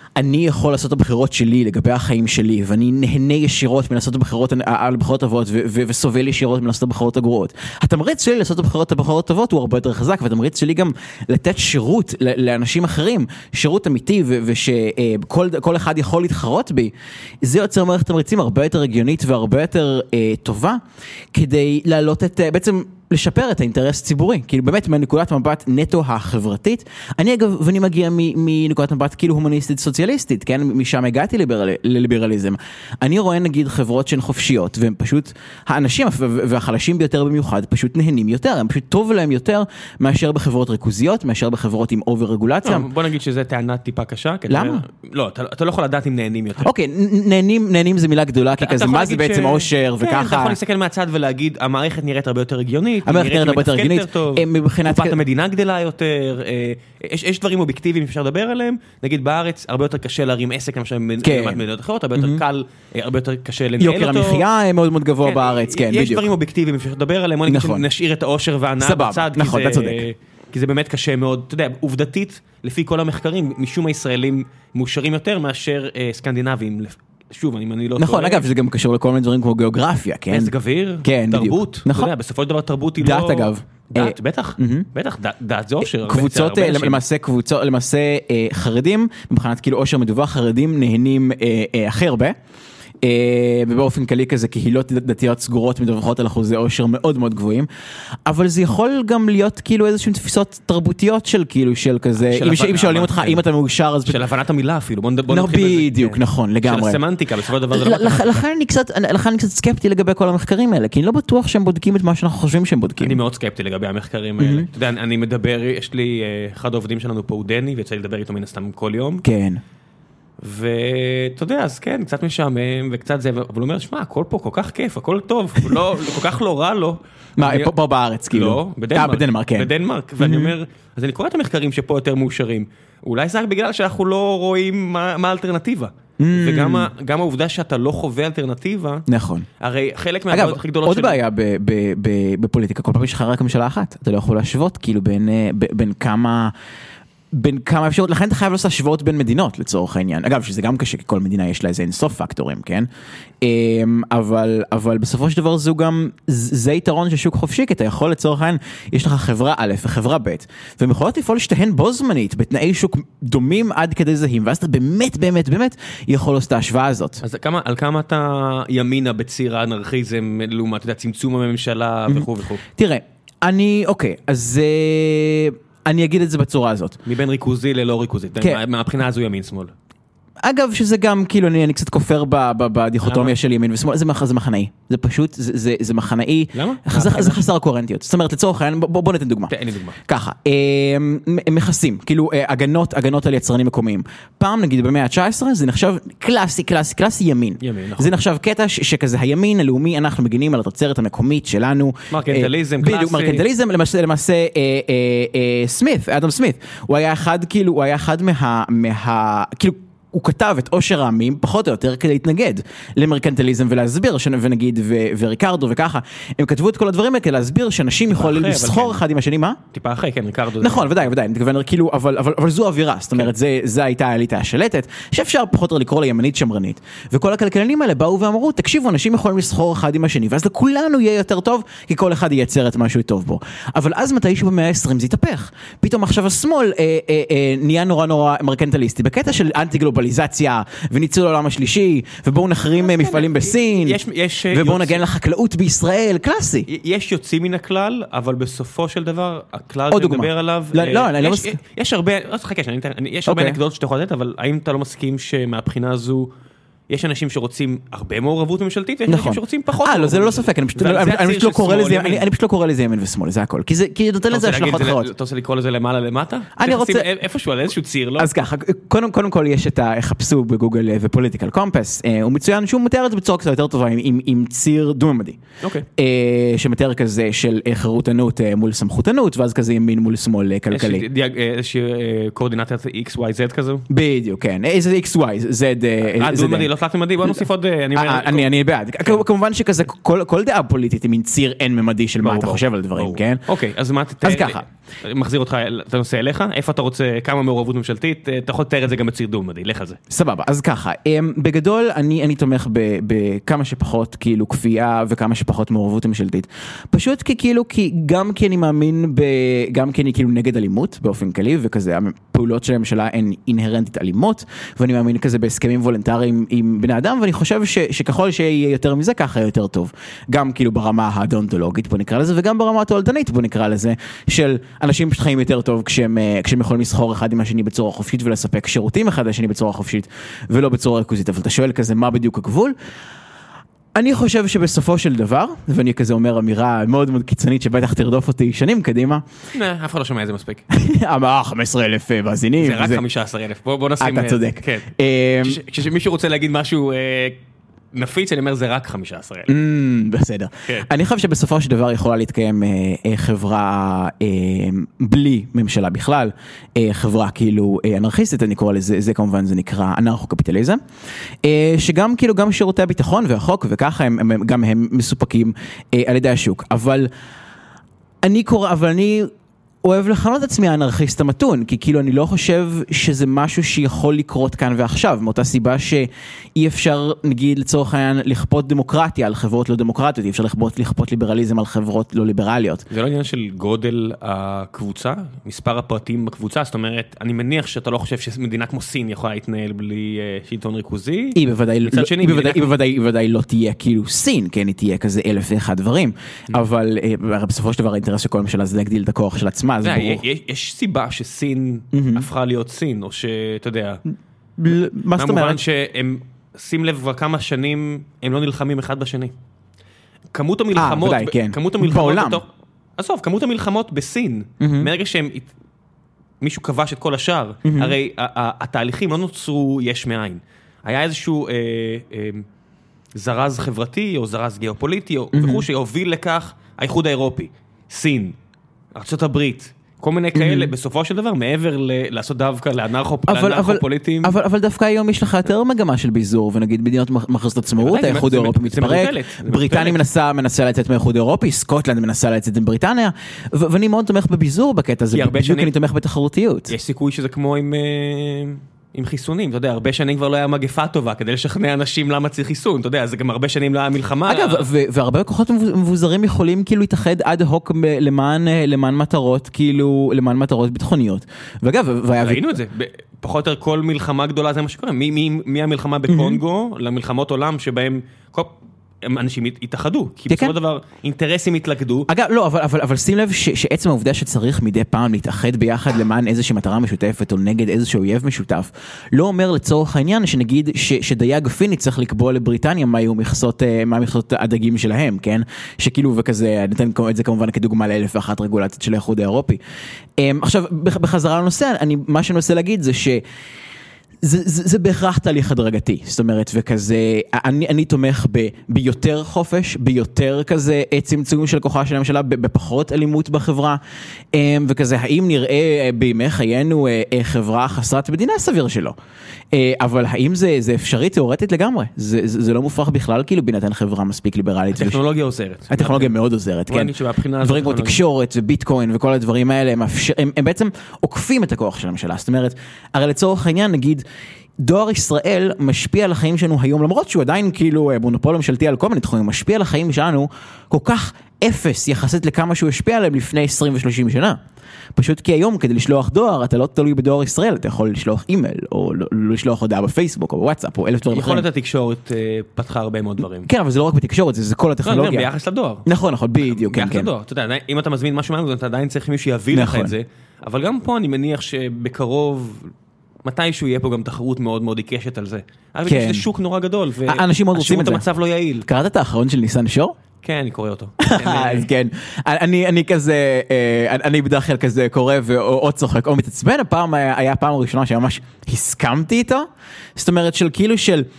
אני יכול לעשות את הבחירות שלי לגבי החיים שלי, ואני נהנה ישירות מלעשות את הבחירות על הבחירות טובות, וסובל ישירות מלעשות את הבחירות הגרועות. התמריץ שלי לעשות את הבחירות הבחירות טובות הוא הרבה יותר חזק, והתמריץ שלי גם לתת שירות לאנשים אחרים, שירות אמיתי, ושכל אחד יכול להתחרות בי. זה יוצר מערכת תמריצים הרבה יותר הגיונית והרבה יותר טובה, כדי להעלות את, בעצם, לשפר את האינטרס הציבורי, כאילו באמת מנקודת מבט נטו החברתית. אני אגב, ואני מגיע מנקודת מבט כאילו הומניסטית סוציאליסטית, כן? משם הגעתי לליברליזם. אני רואה נגיד חברות שהן חופשיות, והם פשוט, האנשים והחלשים ביותר במיוחד, פשוט נהנים יותר, הם פשוט טוב להם יותר מאשר בחברות ריכוזיות, מאשר בחברות עם אובר רגולציה. בוא נגיד שזה טענה טיפה קשה. למה? לא, אתה לא יכול לדעת אם נהנים יותר. אוקיי, נהנים זה מילה גדולה, כי כזה מה זה בעצם עושר וככה. אתה יכול להסתכל מהצד ולהגיד, המערכת נראית הרבה יותר הגיונית. המערכת נראית הרבה יותר הגיונית, קופת המדינה גדלה יותר, יש דברים אובייקטיביים שאפשר לדבר עליהם, נגיד בארץ הרבה יותר קשה להרים עסק למשל במדינות אחרות, הרבה יותר קל, הרבה יותר קשה לנהל אותו. יוקר המחיה מאוד מאוד גבוה בארץ, כן, בדיוק. יש דברים אובייקטיביים שאפשר לדבר עליהם, בוא נגיד שנשאיר את העושר והענאה בצד, כי זה באמת קשה מאוד, אתה יודע, עובדתית, לפי כל המחקרים, משום הישראלים מאושרים יותר מאשר סקנדינבים, שוב, אני לא... נכון, אגב, זה גם קשור לכל מיני דברים כמו גיאוגרפיה, כן? מזג אוויר, תרבות, אתה יודע, בסופו של דבר תרבות היא לא... דת, אגב. דת, בטח, בטח, דת זה אושר. קבוצות, למעשה קבוצות, למעשה חרדים, מבחינת כאילו אושר מדווח, חרדים נהנים הכי הרבה. ובאופן כללי כזה קהילות דתיות סגורות מדווחות על אחוזי עושר מאוד מאוד גבוהים, אבל זה יכול גם להיות כאילו איזושהי תפיסות תרבותיות של כאילו של כזה, אם שואלים אותך אם אתה מאושר אז... של הבנת המילה אפילו, בוא נתחיל בזה. בדיוק, נכון, לגמרי. של הסמנטיקה, בסופו של דבר. לכן אני קצת, לכן אני קצת סקפטי לגבי כל המחקרים האלה, כי אני לא בטוח שהם בודקים את מה שאנחנו חושבים שהם בודקים. אני מאוד סקפטי לגבי המחקרים האלה. אתה יודע, אני מדבר, יש לי אחד העובדים שלנו פה הוא דני, ויצא לי לדבר איתו מן הסתם כל יום. כן. ואתה יודע, אז כן, קצת משעמם וקצת זה, אבל הוא אומר, שמע, הכל פה כל כך כיף, הכל טוב, לא, כל כך לא רע לו. מה, פה בארץ, כאילו? לא, בדנמרק. בדנמרק, כן. בדנמרק, ואני אומר, אז אני קורא את המחקרים שפה יותר מאושרים, אולי זה רק בגלל שאנחנו לא רואים מה האלטרנטיבה. וגם העובדה שאתה לא חווה אלטרנטיבה, נכון. הרי חלק מהדעות הכי גדולות שלי... עוד בעיה בפוליטיקה, כל פעם יש לך רק ממשלה אחת, אתה לא יכול להשוות, כאילו בין כמה... בין כמה אפשרות, לכן אתה חייב לעשות השוואות בין מדינות לצורך העניין. אגב, שזה גם קשה, כי כל מדינה יש לה איזה אינסוף פקטורים, כן? אבל, אבל בסופו של דבר זו גם, זה יתרון של שוק חופשי, כי אתה יכול לצורך העניין, יש לך חברה א' וחברה ב', והן יכולות לפעול שתיהן בו זמנית, בתנאי שוק דומים עד כדי זהים, ואז אתה באמת, באמת, באמת יכול לעשות את ההשוואה הזאת. אז כמה, על כמה אתה ימינה בציר האנרכיזם, לעומת, אתה יודע, צמצום הממשלה וכו' וכו'? תראה, אני, אוקיי, אז... אני אגיד את זה בצורה הזאת. מבין ריכוזי ללא ריכוזי. כן. מהבחינה הזו ימין שמאל. אגב, שזה גם, כאילו, אני, אני קצת כופר בדיכוטומיה של ימין ושמאל, זה, זה מחנאי. זה פשוט, זה, זה, זה מחנאי. למה? זה, זה חסר קוהרנטיות. זאת אומרת, לצורך העניין, בוא, בוא ניתן דוגמה. תן לי דוגמה. ככה, מכסים, כאילו, הגנות, הגנות על יצרנים מקומיים. פעם, נגיד, במאה ה-תשע עשרה, זה נחשב קלאסי, קלאסי, קלאסי ימין. ימין, נכון. זה נחשב קטע ש, שכזה הימין הלאומי, אנחנו מגינים על התוצרת המקומית שלנו. מרקנטליזם, קלאסי. בדיוק, מרקנטליזם, למעשה, למעשה, אה, אה, אה, סמית, אדם סמית. הוא היה אחד, כאילו, הוא היה אחד מה, מה, כאילו, הוא כתב את עושר העמים פחות או יותר כדי להתנגד למרקנטליזם ולהסביר, ונגיד, וריקרדו וככה, הם כתבו את כל הדברים האלה כדי להסביר שאנשים יכולים לסחור אחד עם השני, מה? טיפה אחרי, כן, ריקרדו. נכון, ודאי, ודאי, נתכוון, כאילו, אבל, אבל, אבל זו אווירה, זאת אומרת, זה, זה הייתה האליטה השלטת, שאפשר פחות או יותר לקרוא לימנית שמרנית, וכל הכלכלנים האלה באו ואמרו, תקשיבו, אנשים יכולים לסחור אחד עם השני, ואז לכולנו יהיה יותר טוב, כי כל אחד ייצר את משהו טוב בו. אבל אז מתישהו במאה ה-עשרים זה יתהפך. פתאום עכשיו השמאל אה, אה, אה, נהיה נורא נורא מרקנטליסטי, בקטע של אנטי-גלובליזציה וניצול העולם השלישי, ובואו נחרים מפעלים בסין, ובואו נגן לחקלאות בישראל, קלאסי. יש יוצאים מן הכלל, אבל בסופו של דבר, הכלל שמדבר עליו, יש הרבה, יש הרבה נקדות שאתה יכול לתת, אבל האם אתה לא מסכים שמהבחינה הזו, יש אנשים שרוצים הרבה מעורבות ממשלתית, ויש אנשים שרוצים פחות. אה, לא, זה לא ספק, אני פשוט לא קורא לזה ימין ושמאל, זה הכל. כי נותן לזה השלכות אחרות. אתה רוצה לקרוא לזה למעלה למטה? אני רוצה... איפשהו, על איזשהו ציר, לא? אז ככה, קודם כל יש את החפשו בגוגל ופוליטיקל קומפס, הוא מצוין שהוא מתאר את זה בצורה קצת יותר טובה, עם ציר דו-ממדי. אוקיי. שמתאר כזה של חירותנות מול סמכותנות, ואז כזה ימין מול שמאל כלכלי. איזושהי קואורדינטת X Y Z כזו? בדיוק, כן. איזה X Y Z. דו-ממדי לא תלת-ממדי, בוא נוסיף עוד, אני אומר... אני בעד, כמובן שכזה, כל דעה פוליטית היא מין ציר אין-ממדי של מה אתה חושב על דברים, כן? אוקיי, אז מה... אז ככה. מחזיר אותך את הנושא אליך, איפה אתה רוצה, כמה מעורבות ממשלתית, אתה יכול לתאר את זה גם בציר דו-ממדי, לך על זה. סבבה, אז ככה, בגדול אני תומך בכמה שפחות כאילו כפייה וכמה שפחות מעורבות ממשלתית. פשוט כי כאילו, כי גם כי אני מאמין, גם כי אני כאילו נגד אלימות באופן כללי, וכזה הפעולות של הממשלה הן אינהרנטית אלימות, ואני מאמין כזה בהסכמים וולונטריים עם בני אדם, ואני חושב שככל שיהיה יותר מזה, ככה יותר טוב. גם כאילו ברמה הדאונטולוגית, בוא נקרא לזה, וגם ברמה התועלתנית, בוא נקרא לזה, של אנשים פשוט חיים יותר טוב כשהם, כשהם יכולים לסחור אחד עם השני בצורה חופשית ולספק שירותים אחד לשני בצורה חופשית ולא בצורה ריכוזית. אבל אתה שואל כזה מה בדיוק הגבול? אני חושב שבסופו של דבר, ואני כזה אומר אמירה מאוד מאוד קיצונית שבטח תרדוף אותי שנים קדימה. לא, אף אחד לא שומע איזה מספיק. אמר חמישה עשר אלף מאזינים. זה רק חמישה עשר אלף, בוא נשים... אתה צודק. כשמישהו רוצה להגיד משהו... נפיץ, אני אומר, זה רק חמישה עשר אלף. בסדר. אני חושב שבסופו של דבר יכולה להתקיים חברה בלי ממשלה בכלל, חברה כאילו אנרכיסטית, אני קורא לזה, זה כמובן זה נקרא אנרכו-קפיטליזם, שגם כאילו גם שירותי הביטחון והחוק וככה הם, גם הם מסופקים על ידי השוק. אבל אני קורא, אבל אני... אוהב לכנות עצמי האנרכיסט המתון, כי כאילו אני לא חושב שזה משהו שיכול לקרות כאן ועכשיו, מאותה סיבה שאי אפשר, נגיד לצורך העניין, לכפות דמוקרטיה על חברות לא דמוקרטיות, אי אפשר לכפות, לכפות ליברליזם על חברות לא ליברליות. זה לא עניין של גודל הקבוצה, מספר הפרטים בקבוצה, זאת אומרת, אני מניח שאתה לא חושב שמדינה כמו סין יכולה להתנהל בלי שלטון ריכוזי. היא בוודאי, לא, שני, היא בוודאי, היא בוודאי, היא בוודאי לא תהיה כאילו סין, כן, היא תהיה כזה אלף ואחד דברים, אבל בסופו של דבר האינטרס של כל ממשלה זה להגדיל את הכוח של עצמה. יש סיבה שסין הפכה להיות סין, או שאתה יודע, מה זאת אומרת? שהם, שים לב כבר כמה שנים, הם לא נלחמים אחד בשני. כמות המלחמות, כמות המלחמות, עזוב, כמות המלחמות בסין, מרגע שהם, מישהו כבש את כל השאר, הרי התהליכים לא נוצרו יש מאין. היה איזשהו זרז חברתי, או זרז גיאופוליטי, וכו' שיוביל לכך האיחוד האירופי, סין, ארצות הברית, כל מיני כאלה, בסופו של דבר, מעבר לעשות דווקא לאנרכו-פוליטיים. אבל דווקא היום יש לך יותר מגמה של ביזור, ונגיד מדינות מכריזות עצמאות, האיחוד האירופי מתפרק, בריטניה מנסה לצאת מהאיחוד האירופי, סקוטלנד מנסה לצאת עם בריטניה, ואני מאוד תומך בביזור בקטע הזה, בדיוק אני תומך בתחרותיות. יש סיכוי שזה כמו עם... עם חיסונים, אתה יודע, הרבה שנים כבר לא היה מגפה טובה, כדי לשכנע אנשים למה צריך חיסון, אתה יודע, זה גם הרבה שנים לא היה מלחמה. אגב, והרבה כוחות מבוזרים יכולים כאילו להתאחד עד הוק למען מטרות, כאילו, למען מטרות ביטחוניות. ואגב, ראינו את זה, פחות או יותר כל מלחמה גדולה זה מה שקורה, מהמלחמה בקונגו, למלחמות עולם שבהם אנשים התאחדו, כי בסופו של דבר אינטרסים התלכדו. אגב, לא, אבל, אבל, אבל שים לב ש, שעצם העובדה שצריך מדי פעם להתאחד ביחד למען איזושהי מטרה משותפת או נגד איזשהו אויב משותף, לא אומר לצורך העניין שנגיד ש, שדייג פיני צריך לקבוע לבריטניה מה יהיו מכסות, מה מכסות הדגים שלהם, כן? שכאילו וכזה, ניתן את זה כמובן כדוגמה לאלף ואחת רגולציות של האיחוד האירופי. עכשיו, בחזרה לנושא, אני, מה שאני רוצה להגיד זה ש... זה, זה, זה בהכרח תהליך הדרגתי, זאת אומרת, וכזה, אני, אני תומך ב, ביותר חופש, ביותר כזה צמצום של כוחה של הממשלה, בפחות אלימות בחברה, וכזה, האם נראה בימי חיינו חברה חסרת מדינה? סביר שלא. אבל האם זה, זה אפשרי תיאורטית לגמרי? זה, זה, זה לא מופרך בכלל, כאילו, בינתן חברה מספיק ליברלית. הטכנולוגיה עוזרת. הטכנולוגיה מאוד עוזרת, כן. דברים כמו תקשורת וביטקוין וכל הדברים האלה, הם, הם, הם בעצם עוקפים את הכוח של הממשלה. זאת אומרת, הרי לצורך העניין, נגיד, דואר ישראל משפיע על החיים שלנו היום, למרות שהוא עדיין כאילו מונופול ממשלתי על כל מיני תחומים, משפיע על החיים שלנו כל כך אפס יחסית לכמה שהוא השפיע עליהם לפני עשרים ושלושים שנה. פשוט כי היום כדי לשלוח דואר, אתה לא תלוי בדואר ישראל, אתה יכול לשלוח אימייל, או לשלוח הודעה בפייסבוק, או בוואטסאפ, או אלף דברים אחרים. יכולת התקשורת פתחה הרבה מאוד דברים. כן, אבל זה לא רק בתקשורת, זה כל הטכנולוגיה. לא, ביחס לדואר. נכון, נכון, בדיוק, כן, כן. אתה יודע, אם אתה מזמין משהו מהנו, אתה עדיין צריך מישהו שיביא לך את זה, אבל גם פה אני מניח שבקרוב מתישהו יהיה פה גם תחרות מאוד מאוד עיקשת על זה. אבל יש שוק נורא גדול, אנשים מאוד רוצים את זה. המצב לא יעיל. קראת את האחרון של ניסן שור? כן, אני קורא אותו. אז כן, אני, אני כזה, אני בדרך כלל כזה קורא או צוחק או מתעצבן, הפעם היה הפעם הראשונה שממש הסכמתי איתו, זאת אומרת של כאילו של,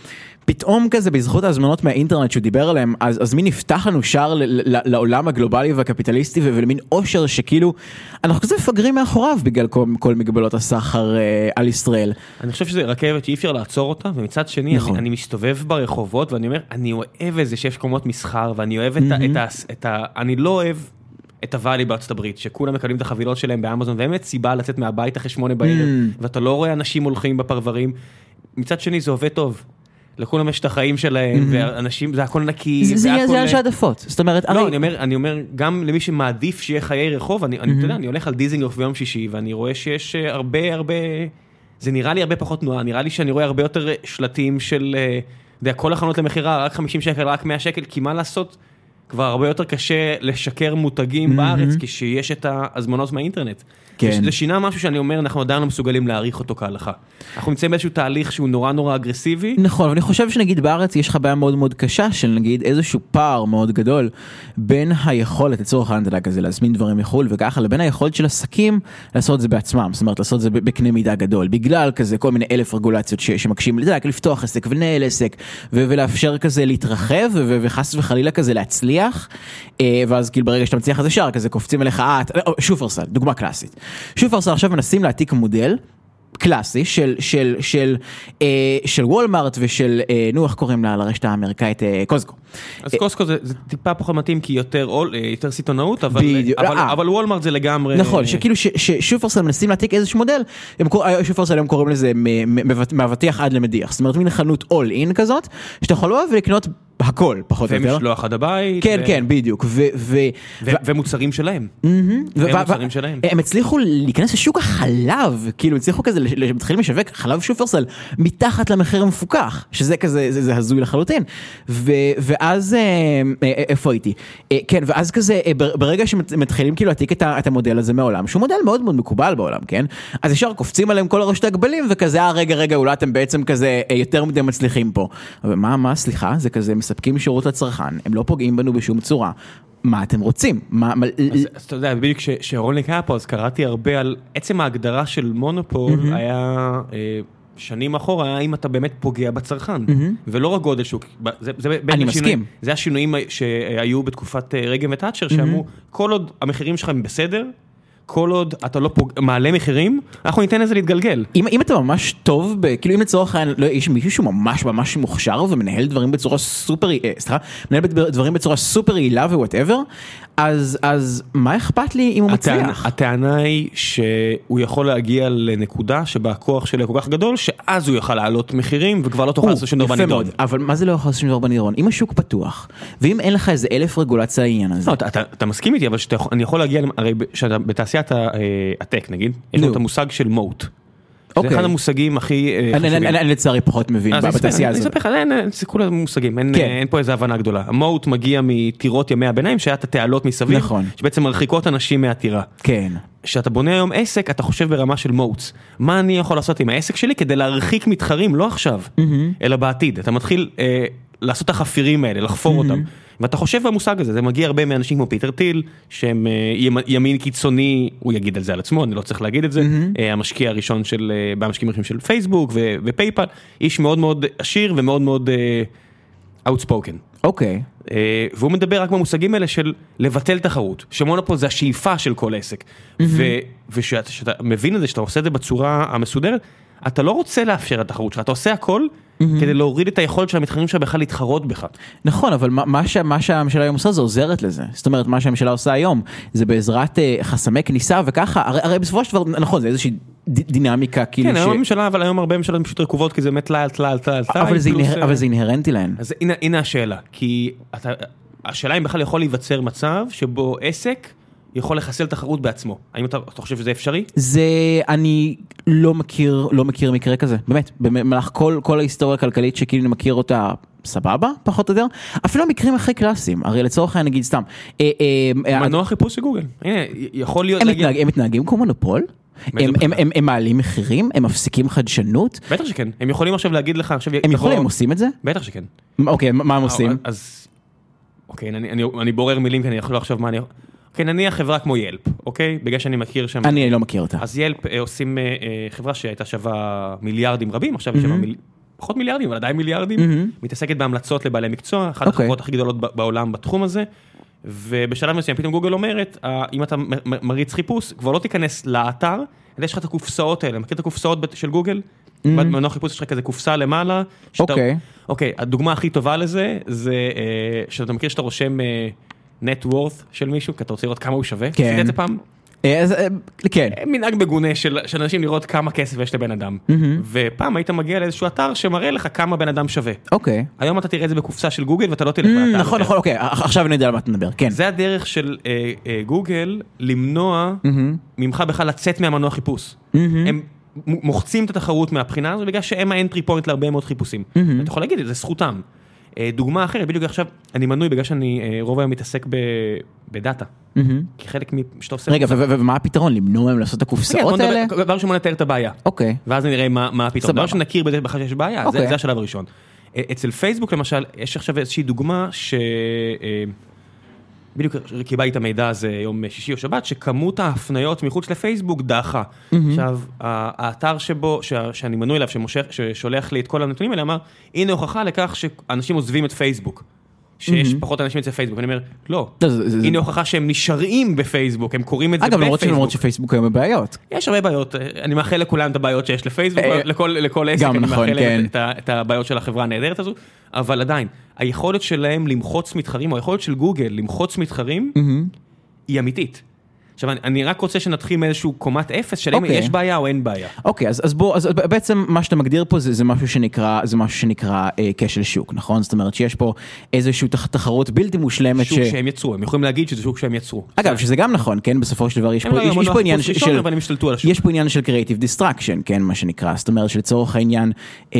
פתאום כזה בזכות ההזמנות מהאינטרנט שהוא דיבר עליהם, אז, אז מין נפתח לנו שער ל, ל, לעולם הגלובלי והקפיטליסטי ולמין עושר שכאילו אנחנו כזה מפגרים מאחוריו בגלל כל, כל מגבלות הסחר אה, על ישראל. אני חושב שזה רכבת שאי אפשר לעצור אותה, ומצד שני נכון. אני, אני מסתובב ברחובות ואני אומר, אני אוהב איזה שיש קומות מסחר, ואני אוהב mm-hmm. את, ה, את, ה, את ה... אני לא אוהב את הוואלי בארצות הברית, שכולם מקבלים את החבילות שלהם באמזון, באמת סיבה לצאת מהבית אחרי שמונה בערב, mm-hmm. ואתה לא רואה אנשים הולכים בפרברים, מצד שני זה עובד טוב. לכולם יש את החיים שלהם, ואנשים, זה הכל נקי. זה יהיה שעדפות. זאת אומרת, לא, אני אומר, אני אומר, גם למי שמעדיף שיהיה חיי רחוב, אני, אתה יודע, אני הולך על דיזינגוף ביום שישי, ואני רואה שיש הרבה, הרבה, זה נראה לי הרבה פחות תנועה, נראה לי שאני רואה הרבה יותר שלטים של, זה כל החנות למחירה, רק חמישים שקל, רק מאה שקל, כי מה לעשות? כבר הרבה יותר קשה לשקר מותגים בארץ, כשיש את ההזמנות מהאינטרנט. זה שינה משהו שאני אומר, אנחנו עדיין לא מסוגלים להעריך אותו כהלכה. אנחנו נמצאים באיזשהו תהליך שהוא נורא נורא אגרסיבי. נכון, ואני חושב שנגיד בארץ יש לך בעיה מאוד מאוד קשה, של נגיד איזשהו פער מאוד גדול, בין היכולת, לצורך הענדה כזה, להזמין דברים מחול וככה, לבין היכולת של עסקים לעשות את זה בעצמם, זאת אומרת, לעשות את זה בקנה מידה גדול, בגלל כזה כל מיני אלף רגולציות שמקשים לזה, לפתוח עסק ולנהל עסק, ולאפשר כזה להתרחב, וחס וחלילה כזה להצליח, ואז כאילו ברגע שאתה מצליח איזה שער, כזה קופצים אליך, שופרסל, דוגמה קלאסית. שופרסל עכשיו מנסים להעתיק מודל קלאסי של של של של וולמארט ושל נו איך קוראים לה לרשת האמריקאית קוסקו. אז קוסקו זה זה טיפה פחות מתאים כי יותר יותר סיטונאות אבל אבל אבל וולמארט זה לגמרי נכון שכאילו ששופרסל מנסים להעתיק איזשהו מודל הם שופרסל הם קוראים לזה מבטיח עד למדיח זאת אומרת מין חנות אול אין כזאת שאתה יכול לבוא ולקנות הכל פחות או יותר. ומשלוח עד הבית. כן, כן, בדיוק. ומוצרים שלהם. ומוצרים שלהם. הם הצליחו להיכנס לשוק החלב, כאילו הצליחו כזה, מתחילים לשווק חלב שופרסל, מתחת למחיר המפוקח, שזה כזה, זה הזוי לחלוטין. ואז, איפה הייתי? כן, ואז כזה, ברגע שמתחילים כאילו להעתיק את המודל הזה מעולם, שהוא מודל מאוד מאוד מקובל בעולם, כן? אז ישר קופצים עליהם כל הרשת הגבלים, וכזה, אה, רגע, רגע, אולי אתם בעצם כזה יותר מדי מצליחים פה. אבל מה, מה, סליחה, זה כזה מספקים שירות לצרכן, הם לא פוגעים בנו בשום צורה. מה אתם רוצים? מה, מה... אז, אז אתה יודע, בדיוק שרולניק היה פה, אז קראתי הרבה על עצם ההגדרה של מונופול, mm-hmm. היה אה, שנים אחורה, היה אם אתה באמת פוגע בצרכן, mm-hmm. ולא רק גודל שוק. זה, זה אני מסכים. השינוי, זה השינויים שהיו בתקופת רגב וטאצ'ר, mm-hmm. שאמרו, כל עוד המחירים שלך הם בסדר, כל עוד אתה לא פוג... מעלה מחירים, אנחנו ניתן לזה להתגלגל. אם, אם אתה ממש טוב, ב... כאילו אם לצורך העניין, לא, יש מישהו שהוא ממש ממש מוכשר ומנהל דברים בצורה סופר, אה, סליחה, מנהל דברים בצורה סופר יעילה ו-whatever, אז, אז מה אכפת לי אם הוא הטענה, מצליח? הטענה היא שהוא יכול להגיע לנקודה שבה הכוח שלו כל כך גדול, שאז הוא יוכל לעלות מחירים וכבר לא תוכל לעשות שום דבר בנידון. אבל מה זה לא יכול לעשות שום דבר בנידון? אם השוק פתוח, ואם אין לך איזה אלף רגולציה לעניין הזה. לא, אתה, אתה, אתה מסכים איתי, אבל אני יכול להגיע, הרי שאתה בתעשיית הטק נגיד, יש לנו את המושג של מוט. זה אחד המושגים הכי חשובים. אני לצערי פחות מבין בתעשייה הזאת. אני אספר לך, זה כולה מושגים, אין פה איזו הבנה גדולה. המוט מגיע מטירות ימי הביניים, שהיה את התעלות מסביב, שבעצם מרחיקות אנשים מהטירה. כן. כשאתה בונה היום עסק, אתה חושב ברמה של מוטס. מה אני יכול לעשות עם העסק שלי כדי להרחיק מתחרים, לא עכשיו, אלא בעתיד. אתה מתחיל לעשות את החפירים האלה, לחפור אותם. ואתה חושב במושג הזה, זה מגיע הרבה מאנשים כמו פיטר טיל, שהם ימין קיצוני, הוא יגיד על זה על עצמו, אני לא צריך להגיד את זה, המשקיע הראשון של, במשקיעים הראשונים של פייסבוק ופייפל, איש מאוד מאוד עשיר ומאוד מאוד outspoken. אוקיי. והוא מדבר רק במושגים האלה של לבטל תחרות, שמונופול זה השאיפה של כל עסק, ושאתה מבין את זה, שאתה עושה את זה בצורה המסודרת, אתה לא רוצה לאפשר את התחרות שלך, אתה עושה הכל כדי להוריד את היכולת של המתחרים שלך בכלל להתחרות בך. נכון, אבל מה שהממשלה היום עושה זה עוזרת לזה. זאת אומרת, מה שהממשלה עושה היום, זה בעזרת חסמי כניסה וככה, הרי בסופו של דבר, נכון, זה איזושהי דינמיקה כאילו ש... כן, היום הממשלה, אבל היום הרבה ממשלות פשוט רכובות, כי זה באמת טלאי, טלאי, טלאי, אבל זה אינהרנטי להן. אז הנה השאלה, כי השאלה אם בכלל יכול להיווצר מצב שבו עסק יכול לחסל תחרות בעצמו. האם אתה, אתה חושב שזה אפשרי? זה, אני לא מכיר, לא מכיר מקרה כזה. באמת, במהלך כל, כל ההיסטוריה הכלכלית שכאילו אני מכיר אותה סבבה, פחות או יותר. אפילו מקרים הכי קלאסיים. הרי לצורך העניין נגיד סתם. מנוע חיפוש של גוגל. הנה, יכול להיות... הם מתנהגים כמו מונופול? הם מעלים מחירים? הם מפסיקים חדשנות? בטח שכן. הם יכולים עכשיו להגיד לך... הם יכולים, הם עושים את זה? בטח שכן. אוקיי, מה הם עושים? אז... אוקיי, אני בורר מילים, כי אני יכול לחשוב מה אני... כן, נניח חברה כמו ילפ, אוקיי? בגלל שאני מכיר שם... אני לא מכיר אותה. אז ילפ עושים חברה שהייתה שווה מיליארדים רבים, עכשיו היא שווה פחות מיליארדים, אבל עדיין מיליארדים, מתעסקת בהמלצות לבעלי מקצוע, אחת החברות הכי גדולות בעולם בתחום הזה, ובשלב מסוים פתאום גוגל אומרת, אם אתה מריץ חיפוש, כבר לא תיכנס לאתר, יש לך את הקופסאות האלה, מכיר את הקופסאות של גוגל? במנוע חיפוש יש לך כזה קופסה למעלה. אוקיי. אוקיי, הדוגמה הכי טובה לזה, זה שאתה מכיר שאתה רושם net worth של מישהו, כי אתה רוצה לראות כמה הוא שווה. כן. עשית את זה פעם? כן. מנהג מגונה של אנשים לראות כמה כסף יש לבן אדם. ופעם היית מגיע לאיזשהו אתר שמראה לך כמה בן אדם שווה. אוקיי. היום אתה תראה את זה בקופסה של גוגל ואתה לא תלך לאתר. נכון, נכון, אוקיי. עכשיו אני יודע על מה אתה מדבר, כן. זה הדרך של גוגל למנוע ממך בכלל לצאת מהמנוע חיפוש. הם מוחצים את התחרות מהבחינה הזו, בגלל שהם האנטרי פוינט להרבה מאוד חיפושים. אתה יכול להגיד, זה זכותם. דוגמה אחרת, בדיוק עכשיו, אני מנוי בגלל שאני רוב היום מתעסק בדאטה. כי חלק שאתה עושה... רגע, ומה הפתרון? למנוע מהם לעשות את הקופסאות האלה? דבר ראשון נתאר את הבעיה. אוקיי. ואז נראה מה הפתרון. דבר ראשון נכיר בזה בכלל שיש בעיה, זה השלב הראשון. אצל פייסבוק למשל, יש עכשיו איזושהי דוגמה ש... בדיוק קיבלתי את המידע הזה יום שישי או שבת, שכמות ההפניות מחוץ לפייסבוק דחה. עכשיו, האתר שבו, שאני מנוי אליו, ששולח לי את כל הנתונים האלה, אמר, הנה הוכחה לכך שאנשים עוזבים את פייסבוק. שיש פחות אנשים אצל פייסבוק. אני אומר, לא. הנה הוכחה שהם נשארים בפייסבוק, הם קוראים את זה בפייסבוק. אגב, למרות שפייסבוק היום בבעיות. יש הרבה בעיות. אני מאחל לכולם את הבעיות שיש לפייסבוק, לכל עסק אני מאחל את הבעיות של החברה הנהדרת הזו, אבל עדיין, היכולת שלהם למחוץ מתחרים, או היכולת של גוגל למחוץ מתחרים, היא אמיתית. עכשיו, אני רק רוצה שנתחיל מאיזשהו קומת אפס, שאלה יש בעיה או אין בעיה. אוקיי, אז בוא, אז בעצם מה שאתה מגדיר פה זה משהו שנקרא, זה משהו שנקרא כשל שוק, נכון? זאת אומרת שיש פה איזושהי תחרות בלתי מושלמת. שוק שהם יצרו, הם יכולים להגיד שזה שוק שהם יצרו. אגב, שזה גם נכון, כן? בסופו של דבר יש פה עניין של, יש פה עניין של creative destruction, כן? מה שנקרא. זאת אומרת שלצורך העניין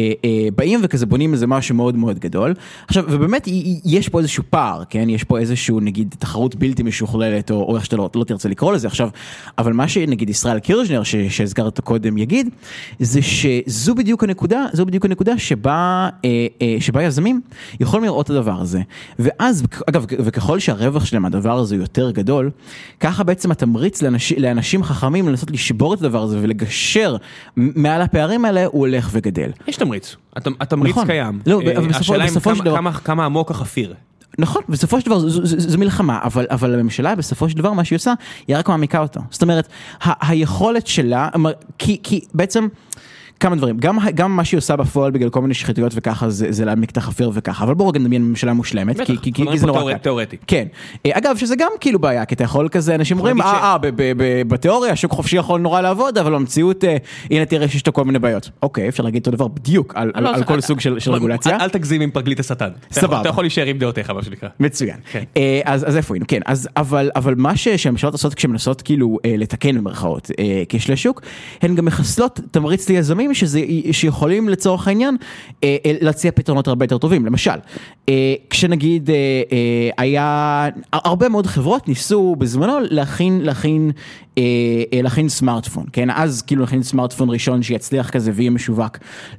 באים וכזה בונים איזה משהו מאוד מאוד גדול. עכשיו, ובאמת יש פה איזשהו פער, כן? יש פה איזשהו, נגיד, תחרות בלתי משוכללת, או איך שאתה לא תרצה לקרוא לזה עכשיו, אבל מה שנגיד ישראל קירשנר שהזכרת קודם יגיד, זה שזו בדיוק הנקודה, זו בדיוק הנקודה שבה, שבה יזמים יכולים לראות את הדבר הזה. ואז, אגב, וככל שהרווח שלהם הדבר הזה יותר גדול, ככה בעצם התמריץ לאנשים, לאנשים חכמים לנסות לשבור את הדבר הזה ולגשר מעל הפערים האלה, הוא הולך וגדל. יש תמריץ. התמריץ קיים. לא, אבל בסופו של דבר... כמה עמוק החפיר. נכון, בסופו של דבר זו מלחמה, אבל, אבל הממשלה בסופו של דבר מה שהיא עושה, היא רק מעמיקה אותו. זאת אומרת, היכולת שלה, כי, כי בעצם, כמה דברים, גם, גם מה שהיא עושה בפועל בגלל כל מיני שחיתויות וככה, זה, זה להעמיק את החפיר וככה, אבל בואו נדמיין ממשלה מושלמת, בטח, כי, כי, כי זה נורא... תיאורטי. כן. אגב, שזה גם כאילו בעיה, כי אתה יכול כזה, אנשים אומרים, אה, אה, בתיאוריה, שוק חופשי יכול נורא לעבוד, אבל במציאות, הנה תראה שיש לו כל מיני בעיות. אוקיי, אפשר להגיד אותו דבר בדיוק על, על, על כל סוג של, של רגולציה. אל תגזים עם פרגלית השטן. סבבה. אתה יכול להישאר עם דעותיך, מה שנקרא. מצוין. אז, אז איפה היינו? כן, אז, אבל, אבל מה שהממשלות עושות כשמנסות כאילו לתקן במרכאות כשלי שוק, הן גם מחסלות תמריץ ליזמים שזה שיכולים לצורך העניין להציע פתרונות הרבה יותר טובים. למשל, כשנגיד היה, הרבה מאוד חברות ניסו בזמנו להכין, להכין, להכין סמארטפון, כן? אז כאילו להכין סמארטפון ראשון שיצליח כזה ויהיה משווק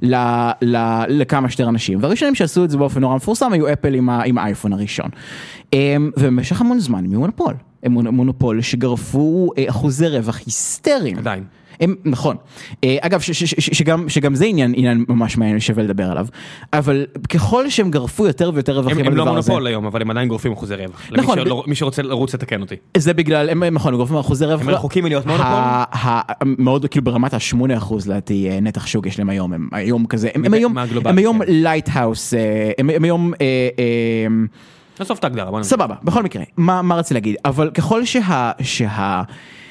לכמה שתי אנשים. והראשונים שעשו את זה באופן נורא מפורסם היו אפל עם האייפון הראשון. ובמשך המון זמן הם היו מונופול. הם מונופול שגרפו אחוזי רווח היסטריים. עדיין. הם, נכון. אגב, ש, ש, ש, שגם, שגם זה עניין, עניין ממש מעניין שווה לדבר עליו, אבל ככל שהם גרפו יותר ויותר רווחים הם, על הם הדבר הזה... הם לא מונופול היום, אבל הם עדיין גורפים אחוזי רווח. נכון. למי ש... ב... מי שרוצה לרוץ לתקן אותי. זה בגלל, הם, נכון, הם גורפים אחוזי רווח. הם רחוקים מלהיות מונופול? ה, ה, מאוד, כאילו ברמת ה-שמונה אחוז להתי נתח שוק יש להם היום, הם היום כזה, הם, הם היום, הם היום לייטהאוס, הם, הם היום... נסוף את ההגדרה, בוא נגיד. סבבה, בכל מקרה, מה, מה רציתי להגיד? אבל ככל שה... שה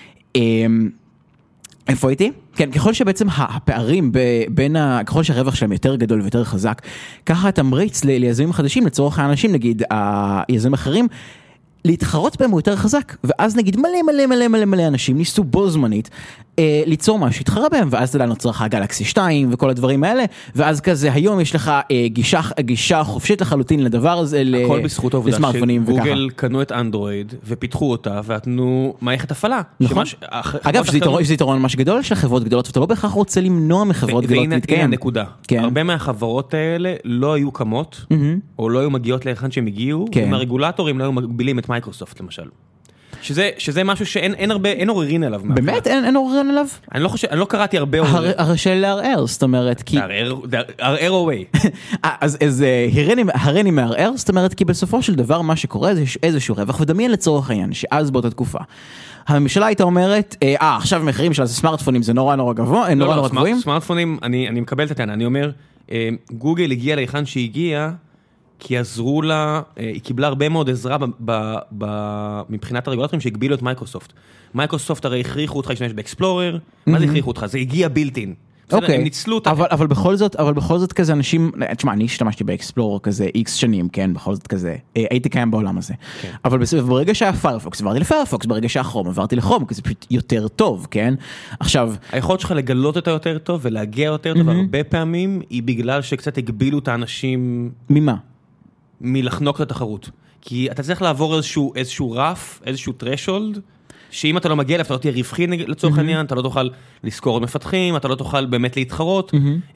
איפה הייתי? כן, ככל שבעצם הפערים בין, ככל שהרווח שלהם יותר גדול ויותר חזק, ככה התמריץ ליזמים חדשים, לצורך האנשים, נגיד, היזמים אחרים, להתחרות בהם הוא יותר חזק, ואז נגיד מלא מלא מלא מלא מלא אנשים ניסו בו זמנית אה, ליצור משהו שהתחרה בהם, ואז אתה נוצר לך גלקסי שתיים וכל הדברים האלה, ואז כזה היום יש לך אה, גישה, גישה חופשית לחלוטין לדבר הזה, הכל בזכות העובדה שגוגל קנו את אנדרואיד ופיתחו אותה, ונתנו מערכת הפעלה. נכון. שמש... אגב, שזה יתרון, שזה יתרון ממש גדול של חברות גדולות, ואתה לא בהכרח רוצה למנוע מחברות גדולות להתקיים. והנה הנקודה. כן. הרבה מהחברות האלה לא היו קמות, mm-hmm. או לא היו מגיעות לאחד שהם הגיעו, כן. אם הרגולטורים לא היו מגבילים את מייקרוסופט למשל. שזה, שזה משהו שאין, אין הרבה, אין עוררין עליו. באמת? אין, אין עוררין עליו? אני לא חושב, אני לא קראתי הרבה עוררין. הר, הרשא לערער, זאת אומרת, כי... ערער away. אז, אז הריני מערער, זאת אומרת, כי בסופו של דבר מה שקורה זה איזשהו רווח, ודמיין לצורך העניין, שאז באותה תקופה. הממשלה הייתה אומרת, אה, עכשיו מחירים של הסמארטפונים זה נורא נורא גבוה, נורא נורא גבוהים. סמארטפונים, אני, אני מקבל את הטענה, אני אומר, גוגל הגיעה להיכן שהגיעה, כי עזרו לה, היא קיבלה הרבה מאוד עזרה ב, ב, ב, מבחינת הרגולטורים שהגבילו את מייקרוסופט. מייקרוסופט הרי הכריחו אותך להשתמש באקספלורר, מה זה הכריחו אותך? זה הגיע בילטין. אוקיי, הם ניצלו אותה. אבל, אבל בכל זאת, אבל בכל זאת כזה אנשים, תשמע, אני השתמשתי באקספלורר כזה איקס שנים, כן, בכל זאת כזה, הייתי קיים בעולם הזה. כן. אבל בסוף, ברגע שהיה פיירפוקס, עברתי לפיירפוקס, ברגע שהיה כרום, עברתי לכרום, כי זה פשוט יותר טוב, כן? עכשיו... היכולת שלך לגלות אותה יותר טוב ולהגיע יותר טוב, הרבה פעמים, היא בגלל שקצת הגבילו את האנשים... ממה? מלחנוק את התחרות. כי אתה צריך לעבור איזשהו, איזשהו רף, איזשהו threshold, שאם אתה לא מגיע אליו, אתה לא תהיה רווחי לצורך העניין, אתה לא תוכל לזכור עוד מפתחים, אתה לא תוכל באמת להתחרות,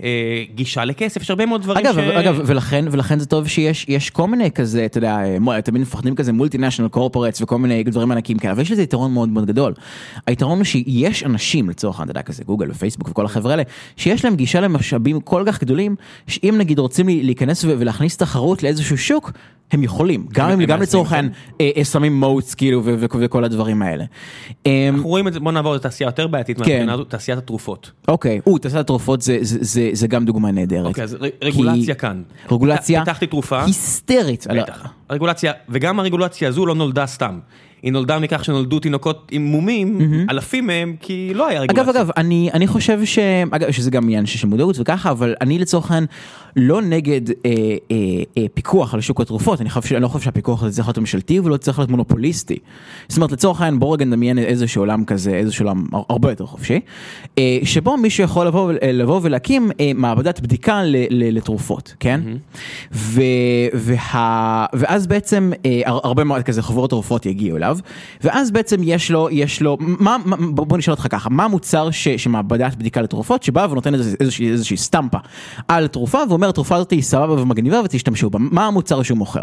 גישה לכסף, יש הרבה מאוד דברים ש... אגב, ולכן, ולכן זה טוב שיש, יש כל מיני כזה, אתה יודע, תמיד מפחדים כזה מולטינשיונל קורפורטס וכל מיני דברים ענקים כאלה, אבל יש לזה יתרון מאוד מאוד גדול. היתרון הוא שיש אנשים לצורך העניין, אתה יודע, כזה גוגל ופייסבוק וכל החבר'ה האלה, שיש להם גישה למשאבים כל כך גדולים, שאם נגיד רוצים להיכנס ולהכניס תחרות לאיזשהו שוק, הם יכולים, גם גם לצורך העניין שמים מוטס כאילו וכל הדברים האלה. אנחנו רואים את זה, בוא נעבור לתעשייה יותר בעייתית מהבחינה הזו, תעשיית התרופות. אוקיי, או, תעשיית התרופות זה גם דוגמה נהדרת. אוקיי, אז רגולציה כאן. רגולציה פיתחתי תרופה. היסטרית. רגולציה, וגם הרגולציה הזו לא נולדה סתם. היא נולדה מכך שנולדו תינוקות עם מומים, אלפים מהם, כי לא היה רגולציה. אגב, אגב, אני, אני חושב ש... אגב, שזה גם עניין של מודעות וככה, אבל אני לצורך העניין לא נגד אה, אה, אה, פיקוח על שוק התרופות, אני, חושב, אני לא חושב שהפיקוח הזה צריך להיות ממשלתי, ולא צריך להיות מונופוליסטי. זאת אומרת, לצורך העניין, בוא רגע נדמיין איזשהו עולם כזה, איזשהו עולם הרבה יותר חופשי, אה, שבו מישהו יכול לבוא, לבוא ולהקים אה, מעבדת בדיקה ל, ל, לתרופות, כן? ו, וה, ואז בעצם אה, הרבה מאוד כזה חברות תרופות יגיעו אליו, ואז בעצם יש לו, יש לו, מה, בוא נשאל אותך ככה, מה המוצר ש, שמעבדת בדיקה לתרופות, שבא ונותן איזושהי, איזושהי סטמפה על תרופה, ואומר, התרופה הזאת היא סבבה ומגניבה ותשתמשו בה. מה המוצר שהוא מוכר?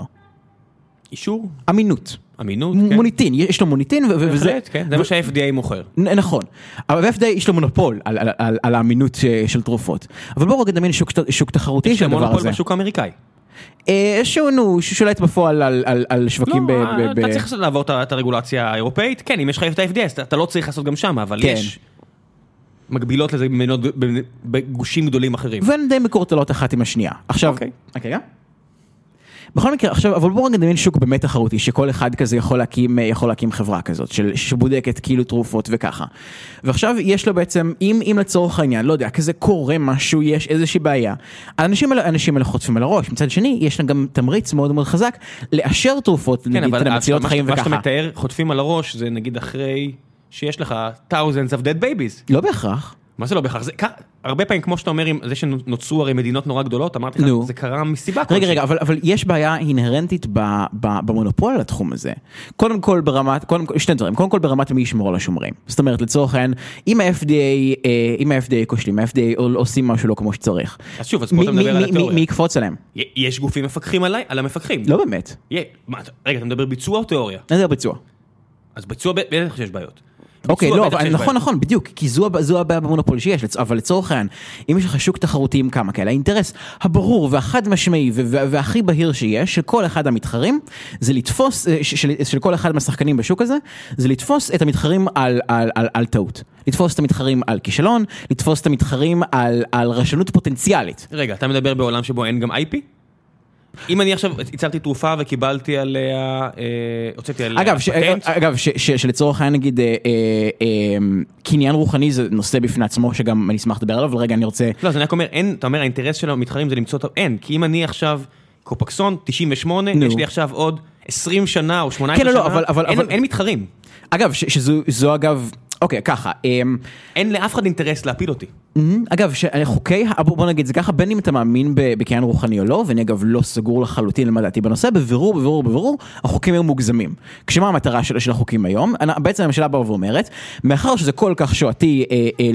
אישור? אמינות. אמינות, כן. מוניטין, יש לו מוניטין, וזה... כן, זה מה שה-אף די איי מוכר. נכון. אבל ה-אף די איי יש לו מונופול על, על, על, על האמינות של תרופות. אבל בואו רגע נדמיין שוק, שוק תחרותי של הדבר הזה. יש לו מונופול בשוק האמריקאי. שהוא שולט בפועל על שווקים ב... לא, אתה צריך לעבור את הרגולציה האירופאית, כן, אם יש לך את ה-אף די איי, אתה לא צריך לעשות גם שם, אבל יש מקבילות לזה בגושים גדולים אחרים. והן די מקורטלות אחת עם השנייה. עכשיו, אוקיי, בכל מקרה, עכשיו, אבל בואו נדמיין שוק באמת תחרותי, שכל אחד כזה יכול להקים, יכול להקים חברה כזאת, שבודקת כאילו תרופות וככה. ועכשיו יש לו בעצם, אם, אם לצורך העניין, לא יודע, כזה קורה משהו, יש איזושהי בעיה. האנשים האלה, האנשים האלה חוטפים על הראש. מצד שני, יש להם גם תמריץ מאוד מאוד חזק, לאשר תרופות, כן, נגיד, מצילות חיים וככה. מה שאתה מתאר, חוטפים על הראש, זה נגיד אחרי שיש לך thousands of dead babies. לא בהכרח. מה זה לא בהכרח? זה, הרבה פעמים, כמו שאתה אומר, עם זה שנוצרו הרי מדינות נורא גדולות, אמרתי לך, זה קרה מסיבה כלשהי. רגע, רגע, אבל, אבל יש בעיה אינהרנטית במונופול על התחום הזה. קודם כל ברמת, קודם כל, שתי דברים, קודם כל ברמת מי ישמור על השומרים. זאת אומרת, לצורך העניין, אם ה-אף די איי, אם ה-אף די איי כושלים, ה-אף די איי עושים משהו לא כמו שצריך. אז שוב, אז פה אתה מדבר על התיאוריה. מי יקפוץ עליהם? יש גופים מפקחים עליי, על המפקחים. לא באמת. רגע, אתה מדבר ביצוע או תיאוריה? אני מדבר ביצוע. אז ביצוע, בטח שיש בעיות. אוקיי, לא, אבל נכון, נכון, בדיוק, כי זו הבעיה במונופול שיש, אבל לצורך העניין, אם יש לך שוק תחרותי עם כמה כאלה, האינטרס הברור והחד משמעי והכי בהיר שיש, של כל אחד המתחרים, זה לתפוס, של כל אחד מהשחקנים בשוק הזה, זה לתפוס את המתחרים על טעות. לתפוס את המתחרים על כישלון, לתפוס את המתחרים על רשלנות פוטנציאלית. רגע, אתה מדבר בעולם שבו אין גם איי פי? אם אני עכשיו ייצרתי תרופה וקיבלתי עליה, הוצאתי עליה פטנט. אגב, שלצורך העניין נגיד, קניין רוחני זה נושא בפני עצמו, שגם אני אשמח לדבר עליו, אבל רגע אני רוצה... לא, אז אני רק אומר, אין, אתה אומר, האינטרס של המתחרים זה למצוא, אין, כי אם אני עכשיו, קופקסון, תשעים ושמונה, יש לי עכשיו עוד עשרים שנה או שמונה עשרה שנה, אין מתחרים. אגב, שזו אגב... אוקיי, ככה. אין לאף אחד אינטרס להפיל אותי. אגב, חוקי, בוא נגיד, זה ככה, בין אם אתה מאמין בקניין רוחני או לא, ואני אגב לא סגור לחלוטין למה דעתי בנושא, בבירור, בבירור, בבירור, החוקים היו מוגזמים. כשמה המטרה של החוקים היום? בעצם הממשלה באה ואומרת, מאחר שזה כל כך שואתי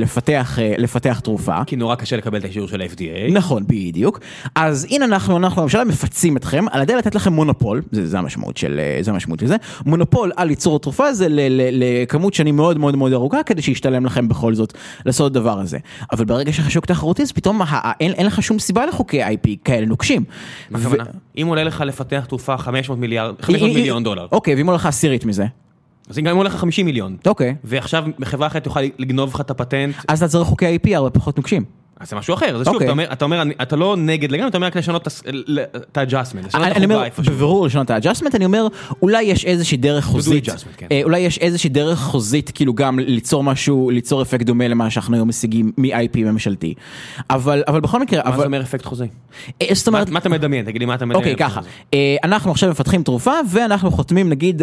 לפתח תרופה. כי נורא קשה לקבל את האישור של ה-אף די איי. נכון, בדיוק. אז הנה אנחנו, אנחנו, הממשלה מפצים אתכם, על ידי לתת לכם מונופול, זה המשמעות של, זה המשמעות לזה, מונופול על ייצור התרופה הזה לכמות שנים מאוד מאוד מאוד ארוכה, כדי שישתלם לכם בכל זאת לעשות את הדבר הזה. אבל ברגע שחשוק תחרותי, אז פתאום אין, אין לך שום סיבה לחוקי איי פי כאלה נוקשים. מה הכוונה? אם עולה לך לפתח תרופה חמש מאות מיליארד, חמש מאות מיליון דולר. אוקיי, ואם עולה לך עשירית מזה? אז גם אם עולה לך חמישים מיליון. אוקיי. ועכשיו בחברה אחרת תוכל לגנוב לך את הפטנט. אז אתה צריך חוקי איי פי הרבה פחות נוקשים. אז זה משהו אחר, זה שוב, אתה אומר, אתה אומר, אתה לא נגד לגמרי, אתה אומר רק לשנות את ה-adjustment, אני אומר, בבירור לשנות את ה-adjustment, אני אומר, אולי יש איזושהי דרך חוזית, אולי יש איזושהי דרך חוזית, כאילו גם ליצור משהו, ליצור אפקט דומה למה שאנחנו היום משיגים מ-איי פי ממשלתי. אבל, אבל בכל מקרה, מה זה אומר אפקט חוזי? זאת אומרת, מה אתה מדמיין? תגיד לי מה אתה מדמיין. אוקיי, ככה. אנחנו עכשיו מפתחים תרופה, ואנחנו חותמים, נגיד,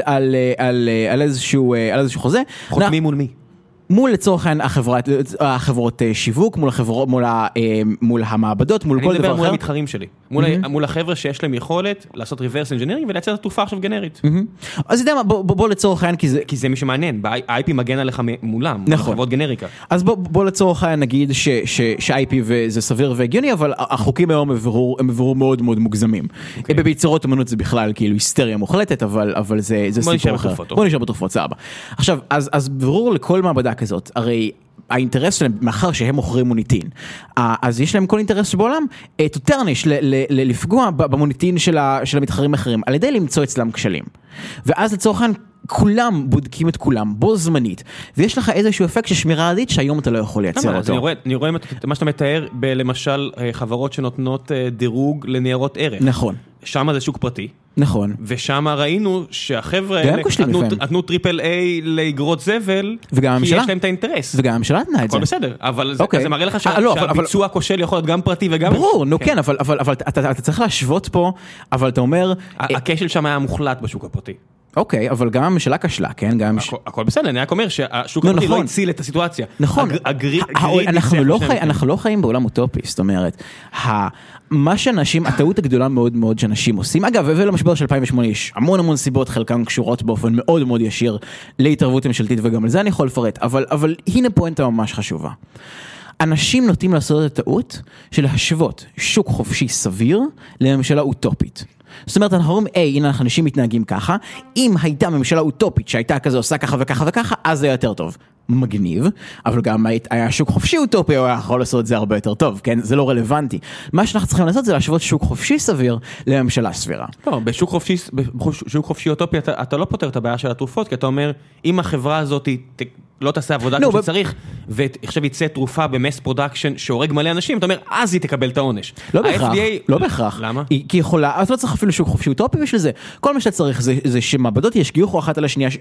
על איזשהו חוזה. חותמים מול מי? מול לצורך החברות, החברות שיווק, מול החברות, מול, מול המעבדות, מול כל דבר אחר. אני מדבר מול המתחרים שלי, מול, mm-hmm. מול החבר'ה שיש להם יכולת לעשות reverse engineering ולייצר את התרופה עכשיו גנרית. Mm-hmm. אז יודע מה, בוא, בוא, בוא לצורך העניין, כי זה... כי זה מי שמעניין, ה-איי פי מגן עליך מולם, מול נכון. חברות גנריקה. אז בוא, בוא לצורך העניין נגיד ש-איי פי זה סביר והגיוני, אבל החוקים היום הם בבירור מאוד מאוד מוגזמים. Okay. ביצירות אמנות זה בכלל כאילו היסטריה מוחלטת, אבל, אבל זה, זה סיפור אחר. בוא נשאר בתרופות, סבבה. עכשיו, אז, אז ברור לכל מעבדה כזאת, הרי האינטרס שלהם, מאחר שהם מוכרים מוניטין, אז יש להם כל אינטרס שבעולם, to tarnish, לפגוע במוניטין של המתחרים האחרים, על ידי למצוא אצלם כשלים. ואז לצורך העניין, כולם בודקים את כולם, בו זמנית, ויש לך איזשהו אפקט של שמירה הדדית, שהיום אתה לא יכול לייצר אותו. אני רואה, אני רואה מה שאתה מתאר, בלמשל חברות שנותנות דירוג לניירות ערך. נכון. שם זה שוק פרטי. נכון. ושם ראינו שהחבר'ה האלה נתנו טריפל איי לאגרות זבל, כי יש להם את האינטרס. וגם הממשלה נתנה את זה. הכל בסדר, אבל זה מראה לך שהביצוע הכושל יכול להיות גם פרטי וגם... ברור, נו כן, אבל אתה צריך להשוות פה, אבל אתה אומר... הכשל שם היה מוחלט בשוק הפרטי. אוקיי, אבל גם הממשלה כשלה, כן? הכל בסדר, אני רק אומר שהשוק הפרטי לא הציל את הסיטואציה. נכון. אנחנו לא חיים בעולם אוטופי, זאת אומרת, מה שאנשים, הטעות הגדולה מאוד מאוד שאנשים עושים, אגב, ולמשבר של אלפיים ושמונה יש המון המון סיבות, חלקן קשורות באופן מאוד מאוד ישיר להתערבות ממשלתית, וגם על זה אני יכול לפרט, אבל, אבל הנה פואנטה ממש חשובה. אנשים נוטים לעשות את הטעות של להשוות שוק חופשי סביר לממשלה אוטופית. זאת אומרת, אנחנו אומרים, היי, הנה אנשים מתנהגים ככה, אם הייתה ממשלה אוטופית שהייתה כזה עושה ככה וככה וככה, אז זה היה יותר טוב. מגניב, אבל גם היה שוק חופשי אוטופי, הוא היה יכול לעשות את זה הרבה יותר טוב, כן? זה לא רלוונטי. מה שאנחנו צריכים לעשות זה להשוות שוק חופשי סביר לממשלה סבירה. לא, בשוק חופשי, בשוק חופשי אוטופי, אתה, אתה לא פותר את הבעיה של התרופות, כי אתה אומר, אם החברה הזאת לא תעשה עבודה כמו שצריך, ועכשיו יצא תרופה במס פרודקשן שהורג מלא אנשים, אתה אומר, אז היא תקבל את העונש. לא בהכרח, לא בהכרח. למה? כי יכולה, אז לא צריך אפילו שוק חופשי אוטופי בשביל זה. כל מה שאתה צריך זה שמעבדות ישגיחו אחת על השנייה,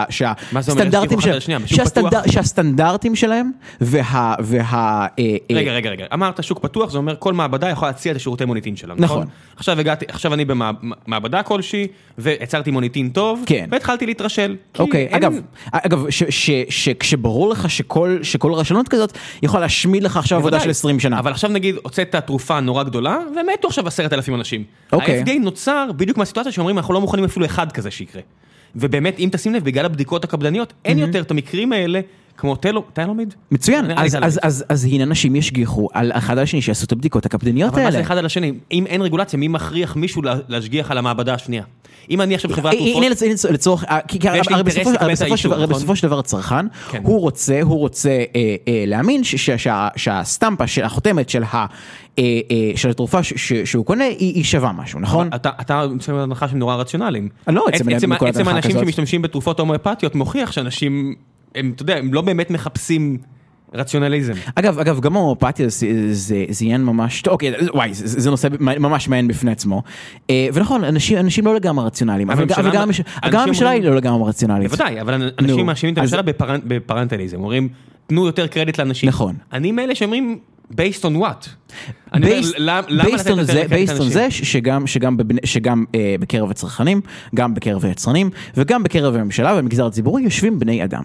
שהסטנדרטים שלהם, וה... רגע, רגע, רגע. אמרת שוק פתוח, זה אומר כל מעבדה יכולה להציע את השירותי מוניטין שלה. נכון. עכשיו הגעתי, עכשיו אני במעבדה כלשהי, והצרתי מוניטין טוב, והתחלתי להתרשל. אוקיי, אגב, אגב, שכשברור לך שכל, שכל רשלנות כזאת יכול להשמיד לך עכשיו עבודה של עשרים שנה. אבל עכשיו נגיד, הוצאת תרופה נורא גדולה, ומתו עכשיו עשרת אלפים אנשים. ה-אף די איי נוצר בדיוק מהסיטואציה שאומרים, אנחנו לא מוכנים אפילו אחד כזה שיקרה. ובאמת, אם תשים לב, בגלל הבדיקות הקפדניות, אין יותר את המקרים האלה, כמו טיילומיד. מצוין, אז הנה אנשים ישגיחו על אחד על השני שעשו את הבדיקות הקפדניות האלה. אבל מה זה אחד על השני? אם אין רגולציה, מי מכריח מישהו להשגיח על המעבדה השנייה? אם אני עכשיו חברת תרופות... הנה לצורך, הרי בסופו של דבר הצרכן, הוא רוצה, הוא רוצה להאמין שהסטמפה, החותמת של התרופה שהוא קונה, היא שווה משהו, נכון? אתה מצא מהנחה שהם נורא רציונליים. לא, עצם האנשים שמשתמשים בתרופות הומואפתיות מוכיח שאנשים, הם, אתה יודע, הם לא באמת מחפשים רציונליזם. אגב, אגב, גם הומואפתיה זה, זה, זה עניין ממש, אוקיי, וואי, זה, זה נושא ממש מעניין בפני עצמו. ונכון, אנשים, אנשים לא לגמרי רציונליים, אבל גם, גם, גם הממשלה היא לא לגמרי רציונלית. בוודאי, אבל אנשים מאשימים את הממשלה בפרנטליזם, אומרים, תנו יותר קרדיט לאנשים. נכון. אני מאלה שאומרים, based on what? based on זה שגם, שגם, שגם בקרב הצרכנים, גם בקרב היצרנים, וגם בקרב הממשלה ובמגזר הציבורי יושבים בני אדם.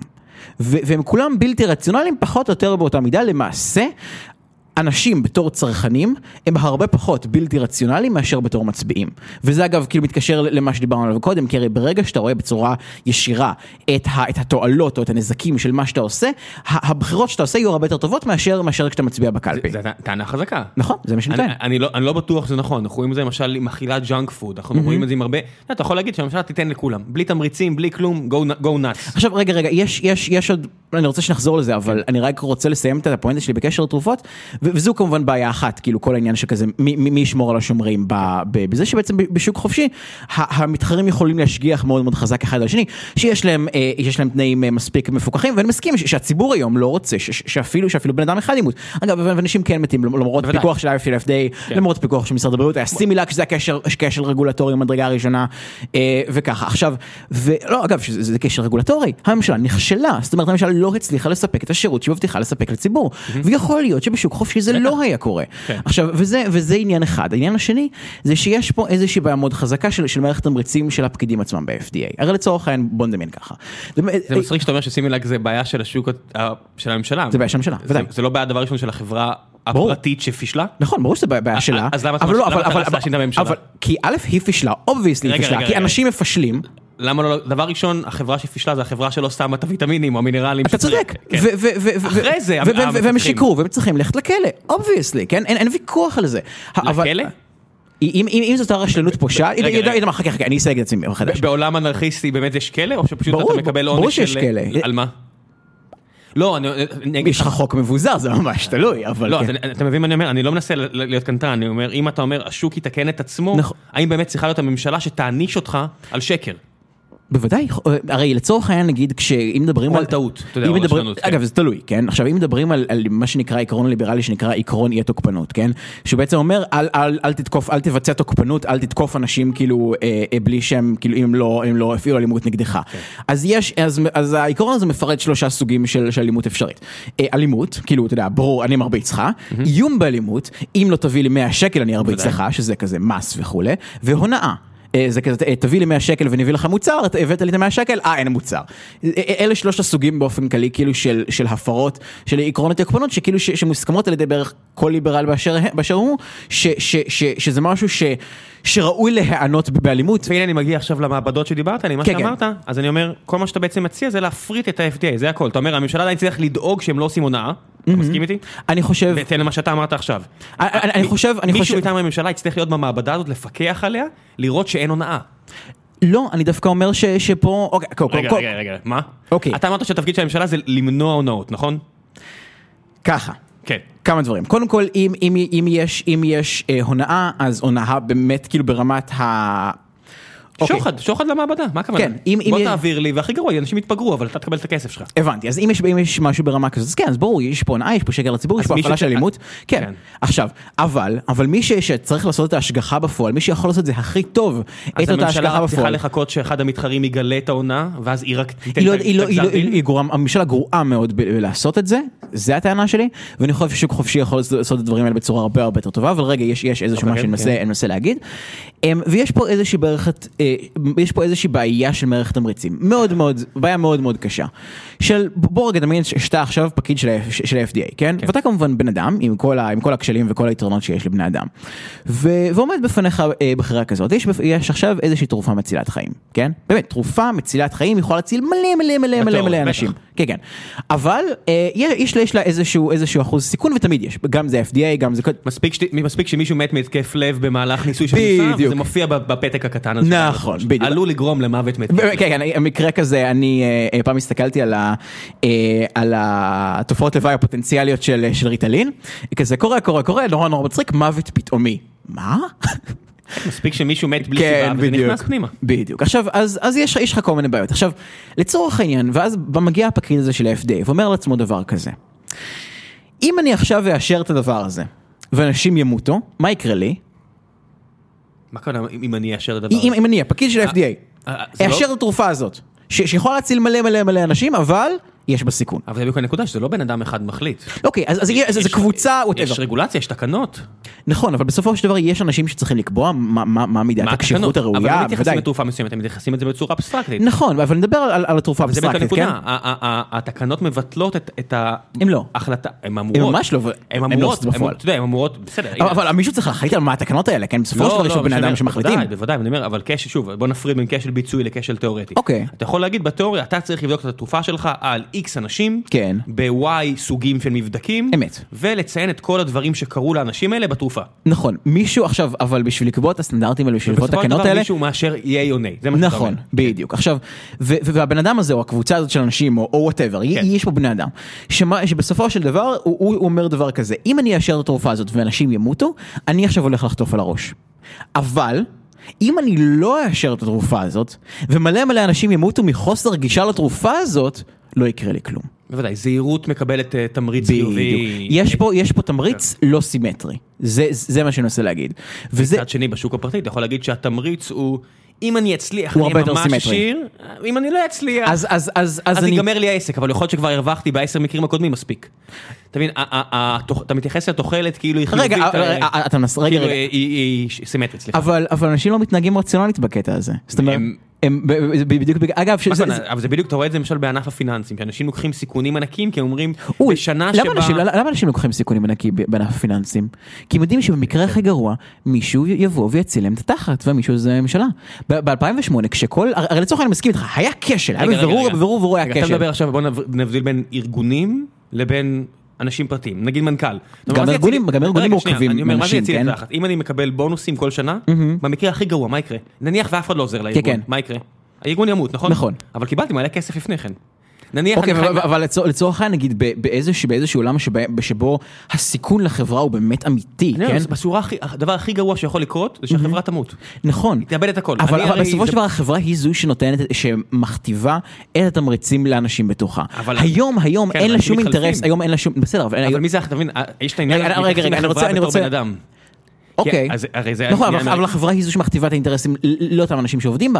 והם כולם בלתי רציונליים, פחות או יותר באותה מידה, למעשה, אנשים בתור צרכנים הם הרבה פחות בלתי רציונליים מאשר בתור מצביעים. וזה אגב כאילו מתקשר למה שדיברנו עליו קודם, כי הרי ברגע שאתה רואה בצורה ישירה את, ה, את התועלות או את הנזקים של מה שאתה עושה, הבחירות שאתה עושה יהיו הרבה יותר טובות מאשר, מאשר כשאתה מצביע בקלפי. זה, זה טענה חזקה. נכון, זה מה שנתן. אני, אני, לא, אני לא בטוח שזה נכון, אנחנו רואים את זה למשל עם אכילת ג'אנק פוד, אנחנו mm-hmm. רואים את זה עם הרבה, אתה יכול להגיד שהממשלה תיתן לכולם, בלי תמריצים, בלי כלום, go, go nuts. עכשיו רגע רגע, יש, יש, יש עוד, אני רוצה שנחזור לזה, אבל אני רק רוצה לסיים את הפואנטה שלי בקשר לתרופות, וזו כמובן בעיה אחת, כאילו כל העניין שכזה, מי, מי ישמור על השומרים, בזה שבעצם בשוק חופשי, המתחרים יכולים להשגיח מאוד מאוד חזק אחד על השני, שיש להם, יש להם תנאים מספיק מפוקחים, ואני מסכים שהציבור היום לא רוצה, שאפילו, שאפילו בן אדם אחד ימות. אגב, ואנשים כן מתים, למרות פיקוח של ה-אף די, למרות פיקוח של משרד הבריאות, היה סימילק שזה הקשר, קשר רגולטורי במדרגה הראשונה, וככה. עכשיו, ולא, אגב, שזה קשר רגולטורי, הממשלה נכשלה, זאת אומרת, הממשלה לא הצליחה לספק את השירות שמבטיחה לספק לציבור. ויכול להיות שבשוק חופשי זה לא היה קורה. עכשיו, וזה, וזה עניין אחד. העניין השני, זה שיש פה איזושהי בעיה מאוד חזקה של, של מערכת תמריצים של הפקידים עצמם ב-אף די איי. הרי לצורך העניין, בוא נדמיין ככה. זה מצחיק שאתה אומר שסימילק זה בעיה של השוק של הממשלה. זה בעיה של הממשלה, ודאי. זה לא בעיה דבר ראשון של החברה הפרטית שפישלה? נכון, ברור שזה בעיה שלה. אז למה אתה להשאין את הממשלה? כי א' היא פישלה, obviously היא פישלה, כי אנשים מפשלים. למה לא, דבר ראשון, החברה שפישלה זה החברה שלא שמה את הוויטמינים או המינרלים. אתה צודק. אחרי זה, והם שיקרו, והם צריכים ללכת לכלא, obviously, כן? אין ויכוח על זה. לכלא? אם זאת הרשלנות פושעה, ידע מה, חכה, חכה, אני אסייג את עצמי מחדש. בעולם אנרכיסטי באמת יש כלא, או שפשוט אתה מקבל עונש של... על מה? לא, אני... יש לך חוק מבוזר, זה ממש תלוי, אבל... לא, אתה מבין מה אני אומר? אני לא מנסה להיות קנטרן, אני אומר, אם אתה אומר, השוק יתקן את עצמו, האם באמת צריכה להיות הממשלה שתעניש אותך על שקר? בוודאי, הרי לצורך העניין נגיד, כשאם מדברים על טעות, אתה יודע, או רשלנות. אגב, זה תלוי, כן? עכשיו, אם מדברים על מה שנקרא עקרון ליברלי, שנקרא עקרון אי התוקפנות, כן? שהוא בעצם אומר, אל תתקוף, אל תבצע תוקפנות, אל תתקוף אנשים כאילו, בלי שהם, כאילו, אם לא הפעילו אלימות נגדך. אז יש, אז העקרון הזה מפרט שלושה סוגים של אלימות אפשרית. אלימות, כאילו, אתה יודע, ברור, אני מרביץ לך, איום באלימות, אם לא תביא לי מאה שקל, אני ארביץ לך, שזה כזה מס וכו', והונאה. זה כזה, תביא לי מאה שקל ונביא לך מוצר, הבאת לי את מאה שקל, אה, אין מוצר. אלה שלושת הסוגים באופן כללי, כאילו של, של הפרות, של עקרון התוקפנות, שכאילו ש, שמוסכמות על ידי בערך כל ליברל באשר, באשר הוא, ש, ש, ש, שזה משהו ש, שראוי להיענות באלימות. והנה אני מגיע עכשיו למעבדות שדיברת לי, מה כן, שאמרת, כן. אז אני אומר, כל מה שאתה בעצם מציע זה להפריט את ה-אף די איי, זה הכל. אתה אומר, הממשלה עדיין צריך לדאוג שהם לא עושים הונאה, אתה מסכים איתי? אני חושב... ותן למה שאתה אמרת עכשיו. אני חושב... מישהו מטעם הממשלה יצטרך להיות במעבדה הזאת, לפקח עליה, לראות שאין הונאה. לא, אני דווקא אומר שפה... רגע, רגע, רגע, מה? אתה אמרת שהתפקיד של הממשלה זה למנוע הונאות, נכון? ככה. כן. כמה דברים. קודם כל, אם, אם, אם יש, אם יש אה, הונאה, אז הונאה באמת כאילו ברמת ה... שוחד, שוחד למעבדה, מה הכוונה? כן, אם, בוא אם תעביר לי, והכי גרוע, אנשים יתפגרו, אבל אתה תקבל את הכסף שלך. הבנתי, אז אם יש, אם יש משהו ברמה כזאת, אז כן, אז ברור, יש פה הונאה, יש פה שקר לציבור, יש פה הפעלה של אלימות, כן. כן. עכשיו, אבל, אבל מי שצריך לעשות את ההשגחה בפועל, מי שיכול לעשות את זה הכי טוב, את אותה השגחה בפועל. אז הממשלה צריכה לחכות שאחד המתחרים יגלה את ההונאה, ואז היא רק תיתן את הגזר דין? הממשלה גרועה מאוד לעשות את זה, זה הטענה שלי, ואני חושב ששוק חופשי יכול לעשות את הדברים האלה בצורה הרבה הרבה יותר טובה, אבל רגע, יש, יש איזשהו משהו שאני מנסה להגיד. ויש פה איזושהי בערכת, יש פה איזושהי בעיה של מערכת תמריצים, מאוד מאוד, בעיה מאוד מאוד קשה. של, בוא רגע דמיין שאתה עכשיו פקיד של ה-אף די איי, כן? ואתה כמובן בן אדם, עם כל ה, עם כל הכשלים וכל היתרונות שיש לבני אדם. ועומד בפניך בחירה כזאת, יש, יש עכשיו איזושהי תרופה מצילת חיים, כן? באמת, תרופה מצילת חיים יכולה להציל מלא מלא מלא מלא מלא אנשים. כן, כן. אבל יש לה, יש לה איזשהו, איזשהו אחוז סיכון, ותמיד יש. גם זה ה-אף די איי, גם זה... מספיק שמישהו מת מהתקף לב במהלך ניסוי של מוצר, וזה מופיע בפתק הקטן הזה. נכון, בדיוק. עלול לגרום למוות מתקף. כן, כן, המקרה כזה, אני פעם הסתכלתי על ה, על התופעות לוואי הפוטנציאליות של, של ריטלין, כזה קורה, קורה, קורה, נורא נורא מצחיק, מוות פתאומי. מה? מספיק שמישהו מת בלי סיבה, וזה נכנס פנימה. בדיוק. עכשיו, אז, אז יש, יש לך כל מיני בעיות. עכשיו, לצורך העניין, ואז מגיע הפקיד הזה של ה-אף די איי, ואומר לעצמו דבר כזה. אם אני עכשיו אאשר את הדבר הזה, ואנשים ימותו, מה יקרה לי? מה קורה אם אני אאשר את הדבר הזה? אם אני, הפקיד של ה-אף די איי, אאשר את התרופה הזאת, שיכולה להציל מלא מלא מלא אנשים, אבל יש בסיכון. אבל זה בדיוק הנקודה שזה לא בן אדם אחד מחליט. אוקיי, אז זה קבוצה, יש רגולציה, יש תקנות. נכון, אבל בסופו של דבר יש אנשים שצריכים לקבוע מה מידת הקשיחות הראויה. אבל לא מתייחסים לתרופה מסוימת, הם מתייחסים את זה בצורה אבסטרקטית. נכון, אבל נדבר על התרופה אבסטרקטית, כן? התקנות מבטלות את ההחלטה. הם ממש לא. הם אמורות, הם אמורות, בסדר. אבל מישהו צריך להחליט על מה התקנות האלה, כן? בסופו של דבר יש בני אדם שמחליטים. בוודאי, אני אומר, אבל כשל, שוב, בוא נפריד בין כשל ביצועי לכשל תיאורטי. אוקיי. אתה יכול להגיד בתיאוריה, אתה צריך לבדוק את התרופה שלך על X אנשים, כן. ב-Y סוגים של מבדקים, אמת. ולציין את כל הדברים שקרו לאנשים האלה בתרופה. נכון. מישהו עכשיו, אבל בשביל לקבוע את הסטנדרטים האלה, בשביל לקבוע את התקנות האלה, מישהו מאשר יהיה יוני. נכון, בדיוק. עכשיו, והבן אדם הזה, או הקבוצה הזאת של אנשים, או whatever, יש פה בני אדם, שבסופו של דבר, הוא אומר דבר כזה, אם אני אאשר את התרופה הזאת ואנשים ימותו, אני עכשיו הולך לחטוף על הראש. אבל, אם אני לא אאשר את התרופה הזאת, ומלא מלא אנשים ימותו מחוסר גישה לתרופה הזאת, לא יקרה לי כלום. בוודאי, זהירות מקבלת תמריץ חיובי. יש פה, יש פה תמריץ לא סימטרי. זה, זה מה שאני רוצה להגיד. וזה... מצד שני, בשוק הפרטי, אתה יכול להגיד שהתמריץ הוא, אם אני אצליח, אני אהיה ממש עשיר, אם אני לא אצליח, אז, אז, אז, אז, אז אני... ייגמר לי העסק, אבל יכול להיות שכבר הרווחתי בעשר מקרים הקודמים מספיק. אתה מבין, אתה מתייחס לתוחלת כאילו היא חיובית, כאילו היא סימטרית, סליחה. אבל אנשים לא מתנהגים רציונלית בקטע הזה. זאת אומרת, הם בדיוק, אגב, אבל זה בדיוק, אתה רואה את זה למשל בענף הפיננסים, שאנשים לוקחים סיכונים ענקים, כי הם אומרים, בשנה שבה... למה אנשים לוקחים סיכונים ענקים בענף הפיננסים? כי הם יודעים שבמקרה הכי גרוע, מישהו יבוא ויציל להם את התחת, ומישהו זה ממשלה. ב-אלפיים ושמונה, כשכל, הרי לצורך אני מסכים איתך, היה כשל, היה בבירור, בבירור, בבירור היה כשל. אתה מדבר עכשיו, בוא נבדיל בין ארגונים לבין אנשים פרטיים, נגיד מנכ"ל. גם ארגונים, גם ארגונים מורכבים מאנשים, כן? אם אני מקבל בונוסים כל שנה, במקרה הכי גרוע, מה יקרה? נניח ואף אחד לא עוזר לארגון, מה יקרה? הארגון ימות, נכון? נכון. אבל קיבלתי מלא כסף לפני כן. אוקיי, אבל לצורך העניין, נגיד, באיזשהו עולם שבו הסיכון לחברה הוא באמת אמיתי, כן? בסורה, הדבר הכי גרוע שיכול לקרות, זה שהחברה תמות. נכון. היא תאבד את הכל. אבל בסופו של דבר החברה היא זו שנותנת, שמכתיבה את התמריצים לאנשים בתוכה. היום, היום אין לה שום אינטרס, היום אין לה שום, בסדר, אבל מי זה, אתה מבין, יש את העניין, רגע, רגע, אני רוצה, אוקיי, נכון, אבל החברה היא זו שמכתיבה את האינטרסים לאותם אנשים שעובדים בה.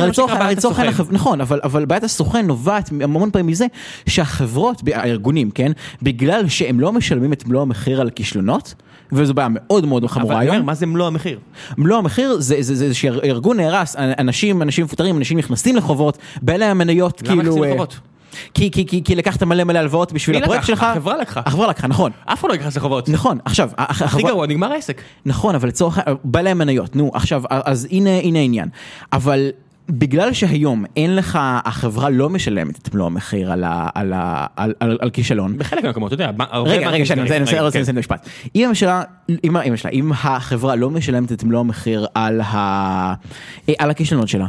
נכון, אבל בעיית הסוכן נובעת המון פעמים מזה שהחברות, הארגונים, כן, בגלל שהם לא משלמים את מלוא המחיר על כישלונות, וזו בעיה מאוד מאוד חמורה היום. אבל מה זה מלוא המחיר? מלוא המחיר זה שארגון נהרס, אנשים, אנשים מפוטרים, אנשים נכנסים לחובות, באלה המניות כאילו... למה נכנסים לחובות? כי, כי, כי, כי לקחת מלא מלא הלוואות בשביל הפרויקט שלך. החברה לקחה. החברה לקחה, נכון. אף אחד לא יקחס לחובות. נכון, עכשיו. הכי גרוע, נגמר העסק. נכון, אבל לצורך, בא להם מניות, נו, עכשיו, אז הנה, הנה העניין. אבל בגלל שהיום אין לך, החברה לא משלמת את מלוא המחיר על, על, על, על, על כישלון. בחלק מהמקומות, אתה יודע. רגע, רגע, שאני רוצה לסיים את המשפט. אם המשלה, אם, אם החברה לא משלמת את מלוא המחיר על ה, על הכישלונות שלה,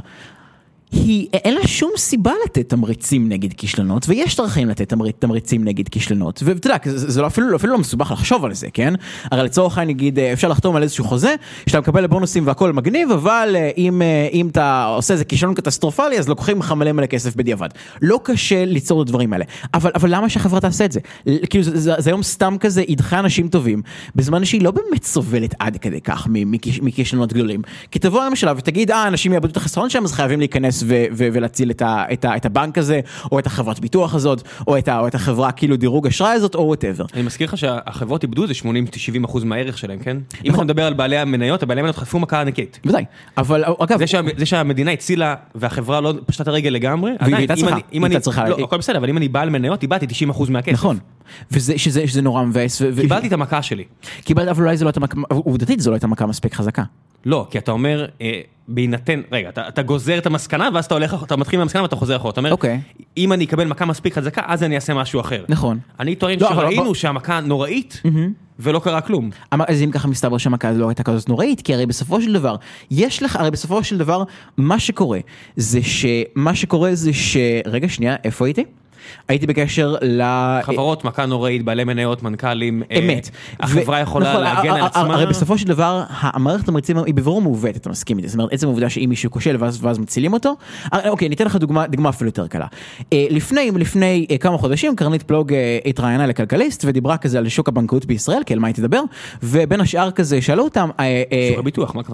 היא, אין לה שום סיבה לתת תמריצים נגד כישלונות, ויש דרכים לתת תמריצים נגד כישלונות, ואתה יודע, זה לא, אפילו, אפילו לא מסובך לחשוב על זה, כן? הרי לצורך העניין, נגיד, אפשר לחתום על איזשהו חוזה, שאתה מקבל בונוסים והכל מגניב, אבל אם, אם אתה עושה איזה כישלון קטסטרופלי, אז לוקחים לך מלא מלא כסף בדיעבד. לא קשה ליצור את הדברים האלה. אבל, אבל למה שהחברה תעשה את זה? כאילו, זה, זה, זה היום סתם כזה, ידחה אנשים טובים, בזמן שהיא לא באמת סובלת עד כדי כך מכישלונות גדולים. כי תבוא לממשלה ותגיד, אה, אנשים יאבדו את החסרון שלהם, אז חייבים להיכנס ו- ו- ולהציל את, ה- את, ה- את הבנק הזה, או את החברת ביטוח הזאת, או את, ה- או את החברה כאילו דירוג אשראי הזאת, או whatever. אני מזכיר לך שהחברות איבדו איזה שמונים עד שבעים אחוז מהערך שלהם, כן? אם אנחנו נדבר על בעלי המניות, הבעלי המניות חטפו מכה ענקית. בוודאי. אבל אגב, זה, שה, זה שהמדינה הצילה והחברה לא פשטה את הרגל לגמרי, והיא צריכה, היא צריכה. לא, הכל בסדר, אבל אם אני בעל מניות, איבדתי תשעים אחוז מהכסף. נכון. וזה, שזה, שזה נורא מבאס. קיבלתי את המכה שלי. קיבלת, אבל אולי זו לא הייתה מכה, עובדתית זו לא הייתה מכה מספיק חזקה. לא, כי אתה אומר, אה, בהינתן, רגע, אתה, אתה גוזר את המסקנה, ואז אתה הולך, אתה מתחיל מהמסקנה ואתה חוזר אחורה. אתה אומר, אוקיי. אם אני אקבל מכה מספיק חזקה, אז אני אעשה משהו אחר. נכון. אני טוען לא, שראינו אבל... שהמכה נוראית, mm-hmm. ולא קרה כלום. אז אם ככה מסתבר שהמכה לא הייתה כזאת נוראית, כי הרי בסופו של דבר, יש לך, הרי בסופו של דבר, מה שקורה, זה שמה שקורה זה ש... רגע, שנייה, איפה הייתי? הייתי בקשר ל... חברות, מכה נוראית, בעלי מניות, מנכ"לים. אמת. החברה יכולה להגן על עצמה. הרי בסופו של דבר, המערכת המריצים היא בבירור מעוותת, אתה מסכים איתי. זאת אומרת, עצם העובדה שאם מישהו כושל ואז מצילים אותו. אוקיי, ניתן לך דוגמה, דוגמה אפילו יותר קלה. לפני, לפני כמה חודשים, קרנית פלוג התראיינה לכלכליסט, ודיברה כזה על שוק הבנקאות בישראל, כי על מה היא תדבר, ובין השאר כזה שאלו אותם... שוק הביטוח, מה הכוונה?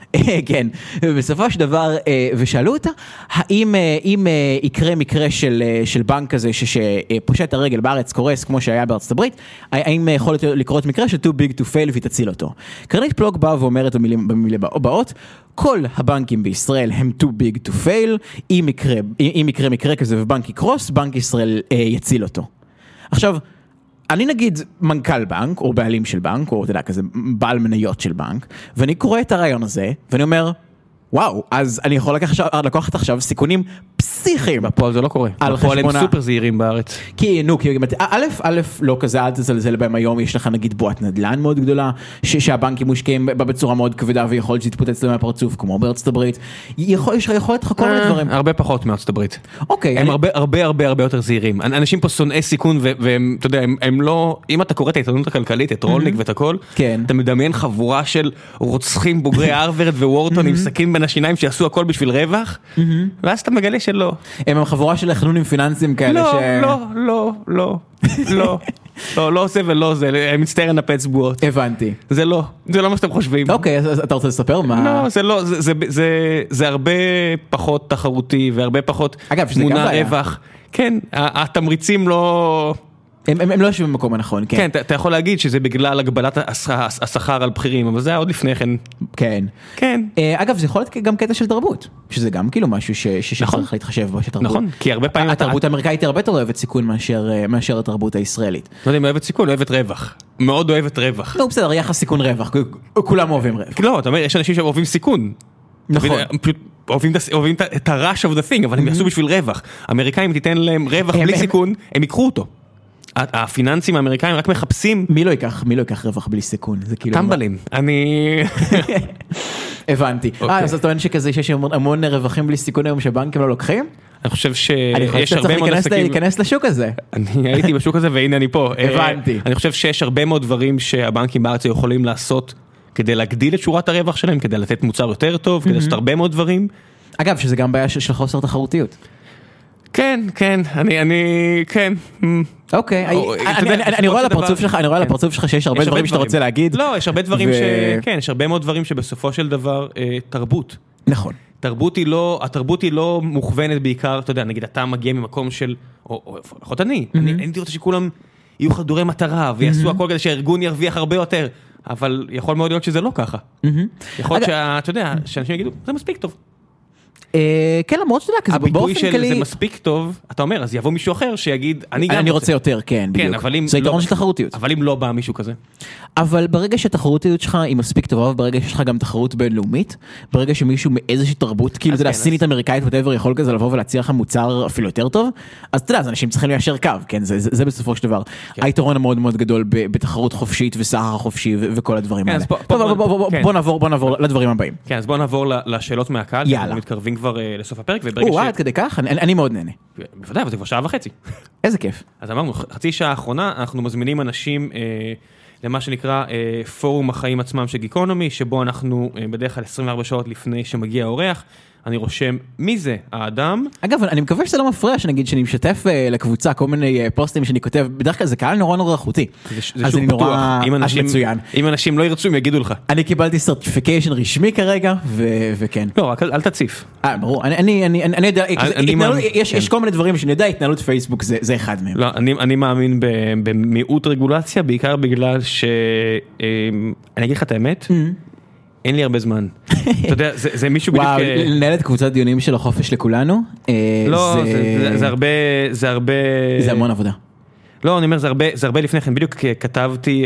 כן, בסופו של דבר, ושאלו אותה, האם אם יקרה מקרה של, של בנק כזה שפושט הרגל בארץ, קורס כמו שהיה בארצות הברית, האם יכול לקרות מקרה של too big to fail והיא תציל אותו? קרנית פלוג באה ואומרת במילים, במילים הבאות, כל הבנקים בישראל הם too big to fail, אם יקרה, אם יקרה מקרה כזה ובנק יקרוס, בנק ישראל יציל אותו. עכשיו, אני נגיד מנכ"ל בנק, או בעלים של בנק, או אתה יודע, כזה בעל מניות של בנק, ואני קורא את הרעיון הזה, ואני אומר, וואו, אז אני יכול לקחת עכשיו סיכונים פסיכיים. בפועל זה לא קורה. בפועל הם סופר זהירים בארץ. כי, נו, כי א', א', לא כזה, אל תזלזל בהם היום, יש לך נגיד בועת נדל"ן מאוד גדולה, שהבנקים מושקעים בה בצורה מאוד כבדה, ויכול להיות שתתפוצץ להם מהפרצוף, כמו בארצות הברית. יש לך יכולת לך כל מיני דברים. הרבה פחות מארצות הברית. אוקיי. הם הרבה, הרבה, הרבה, הרבה יותר זהירים. אנשים פה שונאי סיכון, והם, אתה יודע, הם לא, אם אתה קורא את העיתונות הכלכלית, את רולניק ואת הכל, אתה מדמיין חבורה של רוצחים בוגרי הארווארד ווורטון עם סכין בין השיניים שיעשו הכל בשביל רווח, ואז אתה מגלה שלא. הם החבורה של חנונים פיננסיים כאלה לא, ש... לא, לא, לא, לא, לא, לא זה ולא זה, הם מצטער לנפץ בועות. הבנתי. זה לא, זה לא מה שאתם חושבים. אוקיי, אז אתה רוצה לספר מה? לא, זה לא, זה, זה, זה, זה הרבה פחות תחרותי, והרבה פחות מונע רווח. כן, התמריצים לא... הם, הם, הם לא יושבים במקום הנכון, כן. כן, אתה, אתה יכול להגיד שזה בגלל הגבלת השכר על בכירים, אבל זה היה עוד לפני כן. כן. כן. אגב, זה יכול להיות גם קטע של תרבות, שזה גם כאילו משהו ש, שצריך להתחשב בו, שתרבות. נכון, כי הרבה פעמים... התרבות האמריקאית היא הרבה יותר אוהבת סיכון מאשר, מאשר התרבות הישראלית. לא יודע אם אוהבת סיכון, אוהבת רווח. מאוד אוהבת רווח. לא, בסדר, יחס סיכון רווח, כולם אוהבים רווח. לא, אתה אומר, יש אנשים שאוהבים סיכון. נכון. אוהבים את ה-rush of the thing, אבל הם יעשו בשביל רווח. אמריקאים תיתן להם רווח בלי סיכון, הם ייקחו אותו. הפיננסים האמריקאים רק מחפשים... מי לא ייקח, מי לא ייקח רווח בלי סיכון? זה כאילו... טמבלים. אני... הבנתי. אה, אז אתה אומר שכזה שיש המון רווחים בלי סיכון היום שבנקים לא לוקחים? אני חושב שיש הרבה מאוד עסקים... אני להיכנס לשוק הזה. אני הייתי בשוק הזה והנה אני פה. הבנתי. אני חושב שיש הרבה מאוד דברים שהבנקים בארץ יכולים לעשות כדי להגדיל את שורת הרווח שלהם, כדי לתת מוצר יותר טוב, כדי לעשות הרבה מאוד דברים. אגב, שזה גם בעיה של חוסר תחרותיות. כן, כן, אני, אני, כן. אוקיי, אני רואה על הפרצוף שלך, אני רואה על הפרצוף שלך שיש הרבה דברים שאתה רוצה להגיד. לא, יש הרבה דברים ש... כן, יש הרבה מאוד דברים שבסופו של דבר, תרבות. נכון. תרבות היא לא, התרבות היא לא מוכוונת בעיקר, אתה יודע, נגיד אתה מגיע ממקום של, או לפחות אני, אני הייתי רוצה שכולם יהיו חדורי מטרה, ויעשו הכל כדי שהארגון ירוויח הרבה יותר, אבל יכול מאוד להיות שזה לא ככה. יכול להיות שאתה יודע, שאנשים יגידו, זה מספיק טוב. כן, למרות שאתה יודע, כזה באופן כללי... הביטוי של זה מספיק טוב, אתה אומר, אז יבוא מישהו אחר שיגיד, אני גם אני רוצה יותר, כן, בדיוק. זה יתרון של תחרותיות. אבל אם לא בא מישהו כזה. אבל ברגע שהתחרותיות שלך היא מספיק טובה, ברגע שיש לך גם תחרות בינלאומית, ברגע שמישהו מאיזושהי תרבות, כאילו, אתה יודע, סינית אמריקאית, whatever, יכול כזה לבוא ולהציע לך מוצר אפילו יותר טוב, אז אתה יודע, אז אנשים צריכים ליישר קו, כן, זה בסופו של דבר. היתרון המאוד מאוד גדול בתחרות חופשית וסחר חופשי וכל הדברים האלה. בוא נעבור לדברים הבאים. כן, אז בוא נעבור לשאלות מהקהל. אנחנו מתקרבים כבר לסוף הפרק, וברגע ש... עד כדי כך, אני מאוד נהנה. בוודאי, אבל זה כבר שעה וחצי. איזה כיף. אז אמרנו, חצי שעה האחרונה, אנחנו מזמינים אנשים למה שנקרא פורום החיים עצמם של גיקונומי, שבו אנחנו בדרך כלל עשרים וארבע שעות לפני שמגיע האורח, אני רושם מי זה האדם. אגב, אני מקווה שזה לא מפריע שנגיד שאני משתף לקבוצה כל מיני פוסטים שאני כותב, בדרך כלל זה קהל נורא נורא איכותי. זה שוק פתוח, אם אנשים לא ירצו הם יגידו לך. אני קיבלתי סרטיפיקיישן רשמי כרגע, וכן. לא, רק אל תציף. אה, ברור, אני יודע, יש כל מיני דברים שאני יודע, התנהלות פייסבוק זה אחד מהם. לא, אני מאמין במיעוט רגולציה, בעיקר בגלל ש... אני אגיד לך את האמת, אין לי הרבה זמן. אתה יודע, זה מישהו בדיוק... וואו, לנהל את קבוצת דיונים של החופש לכולנו? לא, זה הרבה... זה הרבה... זה המון עבודה. לא, אני אומר, זה הרבה לפני כן. בדיוק כתבתי...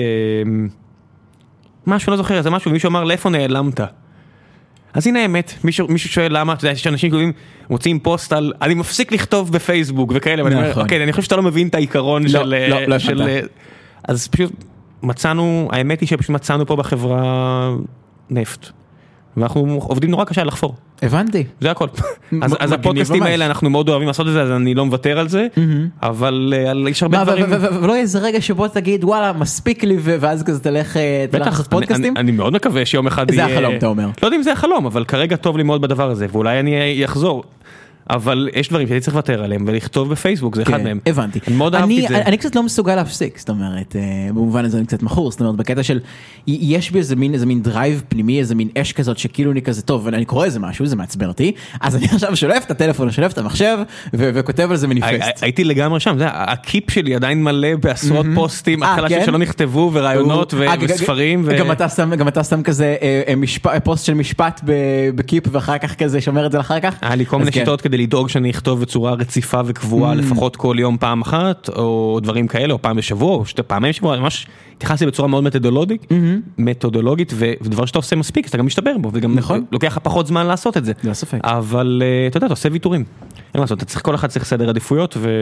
משהו, לא זוכר, זה משהו, מישהו אמר, לאיפה נעלמת? אז הנה האמת, מישהו שואל למה, אתה יודע, שאנשים קוראים, מוצאים פוסט על, אני מפסיק לכתוב בפייסבוק וכאלה, ואני אומר, אוקיי, אני חושב שאתה לא מבין את העיקרון של... לא, לא, לא. אז פשוט מצאנו, האמת היא שפשוט מצאנו פה בחברה... נפט. ואנחנו עובדים נורא קשה לחפור. הבנתי. זה הכל. אז הפודקאסטים האלה אנחנו מאוד אוהבים לעשות את זה, אז אני לא מוותר על זה, אבל יש הרבה דברים... ולא יהיה איזה רגע שבו תגיד, וואלה, מספיק לי, ואז כזה תלך לעשות פודקאסטים? אני מאוד מקווה שיום אחד יהיה... זה החלום, אתה אומר. לא יודע אם זה החלום, אבל כרגע טוב לי מאוד בדבר הזה, ואולי אני אחזור. אבל יש דברים שהייתי צריך לוותר עליהם, ולכתוב בפייסבוק, זה אחד מהם. הבנתי. אני קצת לא מסוגל להפסיק, זאת אומרת, במובן הזה אני קצת מחור, זאת אומרת, בקטע של, יש בי איזה מין, איזה מין דרייב פנימי, איזה מין אש כזאת, שכאילו אני כזה טוב, ואני קורא איזה משהו, זה מעצבן אותי, אז אני עכשיו שולף את הטלפון, שולף את המחשב, וכותב על זה מניפסט. הייתי לגמרי שם, זה, הקיפ שלי עדיין מלא בעשרות פוסטים, התחלה שלא נכתבו, ורעיונות וספרים. גם אתה שם כזה פוסט של משפט בקיפ, ואחר כך כזה שומר את זה לאחר כך. היה לי כל מיני שיטות כדי לדאוג שאני אכתוב בצורה רציפה וקבועה לפחות כל יום פעם אחת, או דברים כאלה, או פעם בשבוע, או שתי פעמים בשבוע, ממש התייחסתי בצורה מאוד מתודולוגית, מתודולוגית, ודבר שאתה עושה מספיק, אתה גם משתבר בו, וגם לוקח לך פחות זמן לעשות את זה. אבל אתה יודע, אתה עושה ויתורים. אין לעשות, אתה צריך, כל אחד צריך סדר עדיפויות, ו...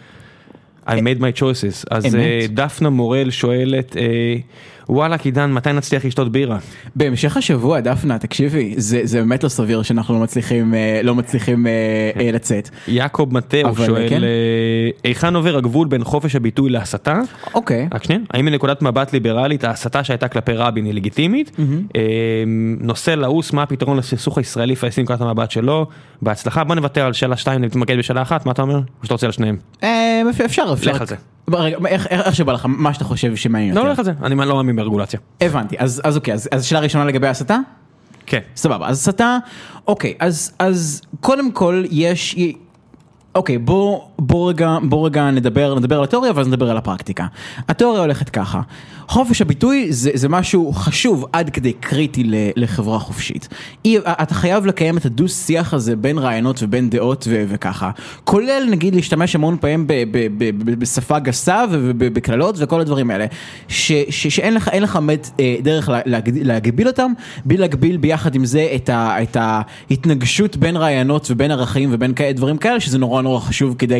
I made my choices. אז דפנה מורל שואלת, וואלה, עידן, מתי נצליח לשתות בירה? בהמשך השבוע, דפנה, תקשיבי, זה באמת לא סביר שאנחנו לא מצליחים, לא מצליחים לצאת. יעקב מטאו שואל, היכן עובר הגבול בין חופש הביטוי להסתה? אוקיי. רק שנייה, האם מנקודת מבט ליברלית, ההסתה שהייתה כלפי רבין היא לגיטימית? נושא לעוס, מה הפתרון לסכסוך הישראלי פלסטיני מנקודת המבט שלו? בהצלחה, בוא נוותר על שאלה שתיים, נתמקד בשאלה אחת, מה אתה אומר? או שאתה רוצה על שניהם? אפשר, אפשר. לך על זה. איך שבא לך, מה שאתה חושב שמעניין יותר? לא לך על זה, אני לא מאמין ברגולציה. הבנתי, אז אוקיי, אז שאלה ראשונה לגבי הסתה? כן. סבבה, אז הסתה, אוקיי, אז קודם כל יש... אוקיי, בוא, בוא רגע, בוא רגע נדבר, נדבר על התיאוריה, ואז נדבר על הפרקטיקה. התיאוריה הולכת ככה. חופש הביטוי זה, זה משהו חשוב עד כדי קריטי לחברה חופשית. אתה חייב לקיים את הדו שיח הזה בין רעיונות ובין דעות ו- וככה. כולל, נגיד, להשתמש המון פעמים ב- ב- ב- ב- בשפה גסה ובכללות וכל הדברים האלה. ש- ש- שאין לך, אין לך מת, דרך להגביל, להגביל אותם, בלי להגביל ביחד עם זה את, ה- את ההתנגשות בין רעיונות ובין ערכים ובין כאלה דברים כאלה, שזה נורא נורא חשוב כדי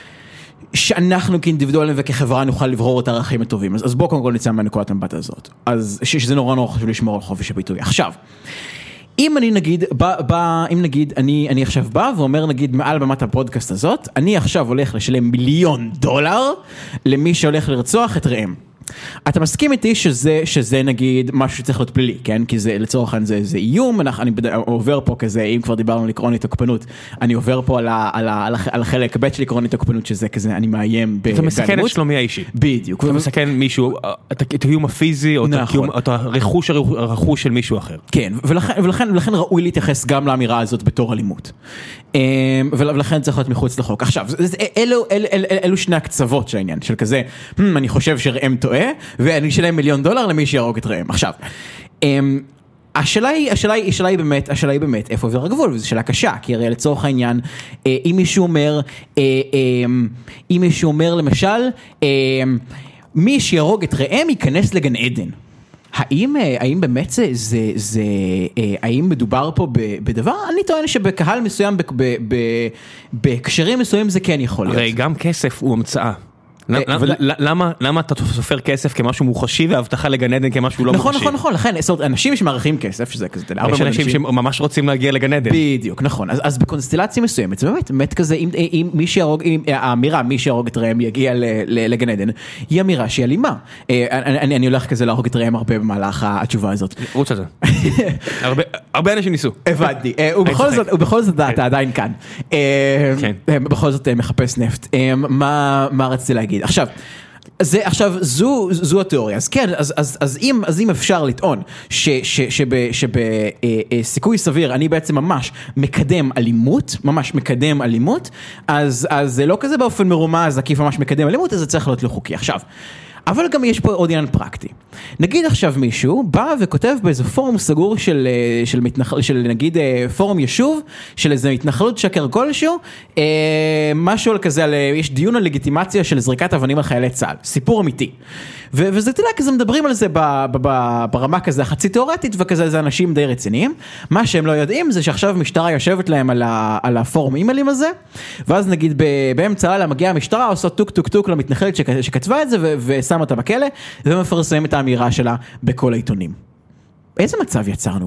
שאנחנו כאינדיבידואלים וכחברה נוכל לברור את הערכים הטובים. אז, אז בוא קודם כל נצא מהנקודת המבט הזאת. אז שזה נורא נורא חשוב לשמור על חופש הביטוי. עכשיו, אם אני נגיד, בא, בא, אם נגיד, אני, אני עכשיו בא ואומר נגיד מעל במת הפודקאסט הזאת, אני עכשיו הולך לשלם מיליון דולר למי שהולך לרצוח את רעם. אתה מסכים איתי שזה, שזה נגיד משהו שצריך להיות פלילי, כן? כי זה לצורך העניין זה, זה איום, אני עובר פה כזה, אם כבר דיברנו על עקרון תוקפנות, אני עובר פה על, ה, על, ה, על החלק ב' של עקרון תוקפנות, שזה כזה, אני מאיים באלימות. אתה מסכן את שלומי האישי. בדיוק. אתה מסכן מישהו, את הקיום הפיזי, או את הרכוש, הרכוש של מישהו אחר. כן, ולכן, ולכן, ולכן ראוי להתייחס גם לאמירה הזאת בתור אלימות. ולכן צריך להיות מחוץ לחוק. עכשיו, אלו, אלו, אלו, אלו שני הקצוות של העניין, של כזה, אני חושב שראם טועה, ואני אשלם מיליון דולר למי שיהרוג את רעם. עכשיו, השאלה היא, השאלה היא, השאלה היא באמת, השאלה היא באמת, איפה עובר הגבול? וזו שאלה קשה, כי הרי לצורך העניין, אם מישהו אומר, אם מישהו אומר למשל, מי שיהרוג את רעם ייכנס לגן עדן. האם, האם באמת זה, זה, זה, האם מדובר פה בדבר? אני טוען שבקהל מסוים, בקשרים מסוים זה כן יכול להיות. הרי גם כסף הוא המצאה. למה אתה סופר כסף כמשהו מוחשי והבטחה לגן עדן כמשהו לא מוחשי? נכון, נכון, נכון, לכן, אנשים שמעריכים כסף, שזה כזה, יש אנשים שממש רוצים להגיע לגן עדן. בדיוק, נכון, אז בקונסטלציה מסוימת, זה באמת, באמת כזה, אם מי שיהרוג, האמירה, מי שיהרוג את רעם יגיע לגן עדן, היא אמירה שהיא אלימה. אני הולך כזה להרוג את רעם הרבה במהלך התשובה הזאת. רוץ על זה. הרבה אנשים ניסו. הבנתי, ובכל זאת אתה עדיין כאן. בכל זאת מחפש נפט. מה רציתי להגיד? עכשיו, זה, עכשיו, זו, זו התיאוריה. אז כן, אז, אז, אז אם, אז אם אפשר לטעון ש, ש, שב, שבסיכוי סביר אני בעצם ממש מקדם אלימות, ממש מקדם אלימות, אז, אז זה לא כזה באופן מרומז, עקיף ממש מקדם אלימות, אז זה צריך להיות לא חוקי. עכשיו, אבל גם יש פה עוד עניין פרקטי. נגיד עכשיו מישהו בא וכותב באיזה פורום סגור של, של, מתנחל, של נגיד פורום ישוב, של איזה התנחלות שקר כלשהו, משהו על כזה, על, יש דיון על לגיטימציה של זריקת אבנים על חיילי צה"ל, סיפור אמיתי. ו, וזה תדע, כזה מדברים על זה ב, ב, ב, ברמה כזה החצי תיאורטית, וכזה זה אנשים די רציניים. מה שהם לא יודעים זה שעכשיו משטרה יושבת להם על, ה, על הפורום אימיילים הזה, ואז נגיד באמצע הלילה מגיעה המשטרה, עושה טוק טוק טוק למתנחלת שכתבה את זה, ו, ושם אותה בכלא, ומפרסם את האמירה שלה בכל העיתונים. איזה מצב יצרנו כאן?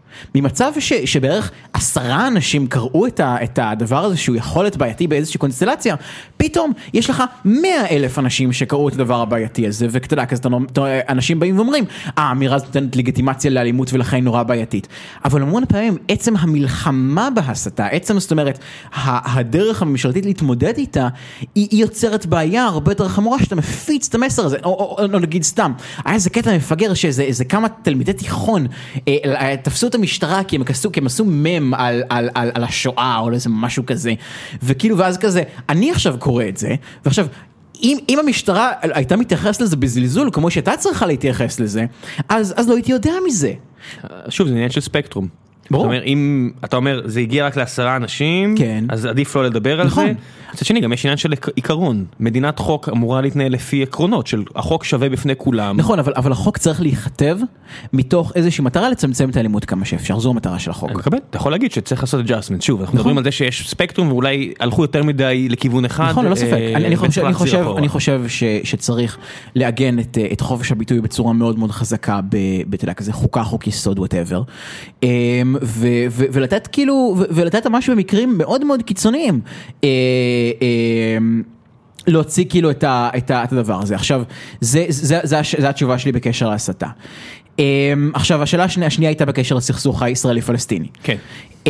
ממצב ש, שבערך עשרה אנשים קראו את, ה, את הדבר הזה שהוא יכול להיות בעייתי באיזושהי קונסטלציה, פתאום יש לך מאה אלף אנשים שקראו את הדבר הבעייתי הזה, ואתה יודע, כזה אנשים באים ואומרים, אה, האמירה הזאת נותנת לגיטימציה לאלימות ולכן נורא בעייתית. אבל המון פעמים, עצם המלחמה בהסתה, עצם, זאת אומרת, הדרך הממשלתית להתמודד איתה, היא, היא יוצרת בעיה הרבה יותר חמורה, שאתה מפיץ את המסר הזה, או, או, או, או נגיד סתם, היה איזה קטע מפגר, שזה איזה כמה תלמידי תיכון, אה, תפסו את המשטרה, כי הם עשו, כי הם עשו מם על, על, על, על השואה, או איזה משהו כזה, וכאילו, ואז כזה, אני עכשיו קורא את זה, ועכשיו, אם, אם המשטרה הייתה מתייחס לזה בזלזול, כמו שהייתה צריכה להתייחס לזה, אז, אז לא הייתי יודע מזה. שוב, זה עניין של ספקטרום. ברור. זאת אומרת, אם אתה אומר, זה הגיע רק לעשרה אנשים, כן. אז עדיף לא לדבר על נכון. זה. מצד שני, גם יש עניין של עיקרון. מדינת חוק אמורה להתנהל לפי עקרונות, של החוק שווה בפני כולם. נכון, אבל, אבל החוק צריך להיכתב מתוך איזושהי מטרה לצמצם את האלימות כמה שאפשר. זו המטרה של החוק. אני מקבל. אתה יכול להגיד שצריך לעשות adjustment. שוב, אנחנו מדברים על זה שיש ספקטרום, ואולי הלכו יותר מדי לכיוון אחד. נכון, לא ספק. אני חושב, אני חושב, אני חושב ש, שצריך לעגן את, את חופש הביטוי בצורה מאוד מאוד חזקה, בתדע כזה חוקה, חוק יסוד, whatever. ו, ו, ולתת כאילו, ו, ולתת משהו במקרים מאוד מאוד קיצוניים. להוציא כאילו את, ה, את, ה, את הדבר הזה. עכשיו, זה, זה, זה, זה התשובה שלי בקשר להסתה. עכשיו, השאלה השנייה, השנייה הייתה בקשר לסכסוך הישראלי-פלסטיני. כן.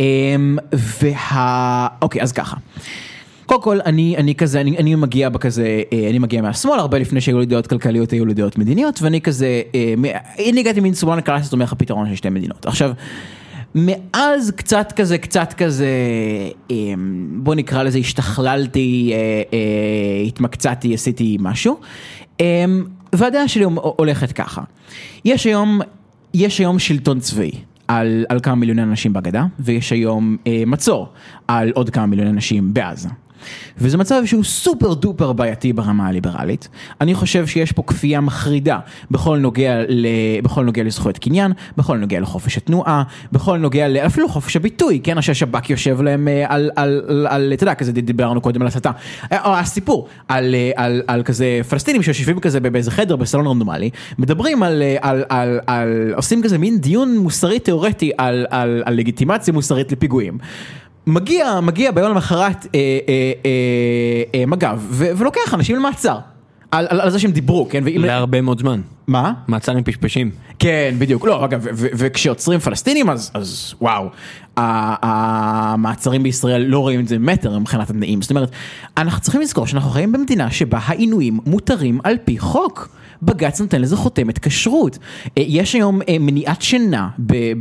וה... אוקיי, אז ככה. קודם כל, אני, אני כזה, אני, אני מגיע בכזה, אני מגיע מהשמאל, הרבה לפני שהיו לי דעות כלכליות, היו לי דעות מדיניות, ואני כזה, אני הגעתי מן סמאל, נקרא שזאת אומרת הפתרון של שתי מדינות. עכשיו, מאז קצת כזה, קצת כזה, בוא נקרא לזה, השתכללתי, התמקצעתי, עשיתי משהו, והדעה שלי הולכת ככה. יש היום, יש היום שלטון צבאי על, על כמה מיליוני אנשים בגדה, ויש היום מצור על עוד כמה מיליוני אנשים בעזה. וזה מצב שהוא סופר דופר בעייתי ברמה הליברלית. אני חושב שיש פה כפייה מחרידה בכל נוגע, ל... בכל נוגע לזכויות קניין, בכל נוגע לחופש התנועה, בכל נוגע אפילו חופש הביטוי, כן, שהשב"כ יושב להם על, על, על, על, אתה יודע, כזה דיברנו קודם על הסתה, הסיפור על, על, על כזה פלסטינים שיושבים כזה באיזה חדר בסלון רנדומלי, מדברים על, על, על, על, עושים כזה מין דיון מוסרי תיאורטי על, על, על לגיטימציה מוסרית לפיגועים. מגיע, מגיע ביום למחרת אה, אה, אה, אה, מג"ב, ו- ולוקח אנשים למעצר, על, על, על זה שהם דיברו, כן? ואם... להרבה מאוד זמן. מה? מעצר עם פשפשים. כן, בדיוק. לא, אגב, ו- ו- וכשעוצרים פלסטינים, אז, אז וואו, המעצרים בישראל לא רואים את זה מטר מבחינת התנאים. זאת אומרת, אנחנו צריכים לזכור שאנחנו חיים במדינה שבה העינויים מותרים על פי חוק. בג"ץ נותן לזה חותמת כשרות. יש היום מניעת שינה,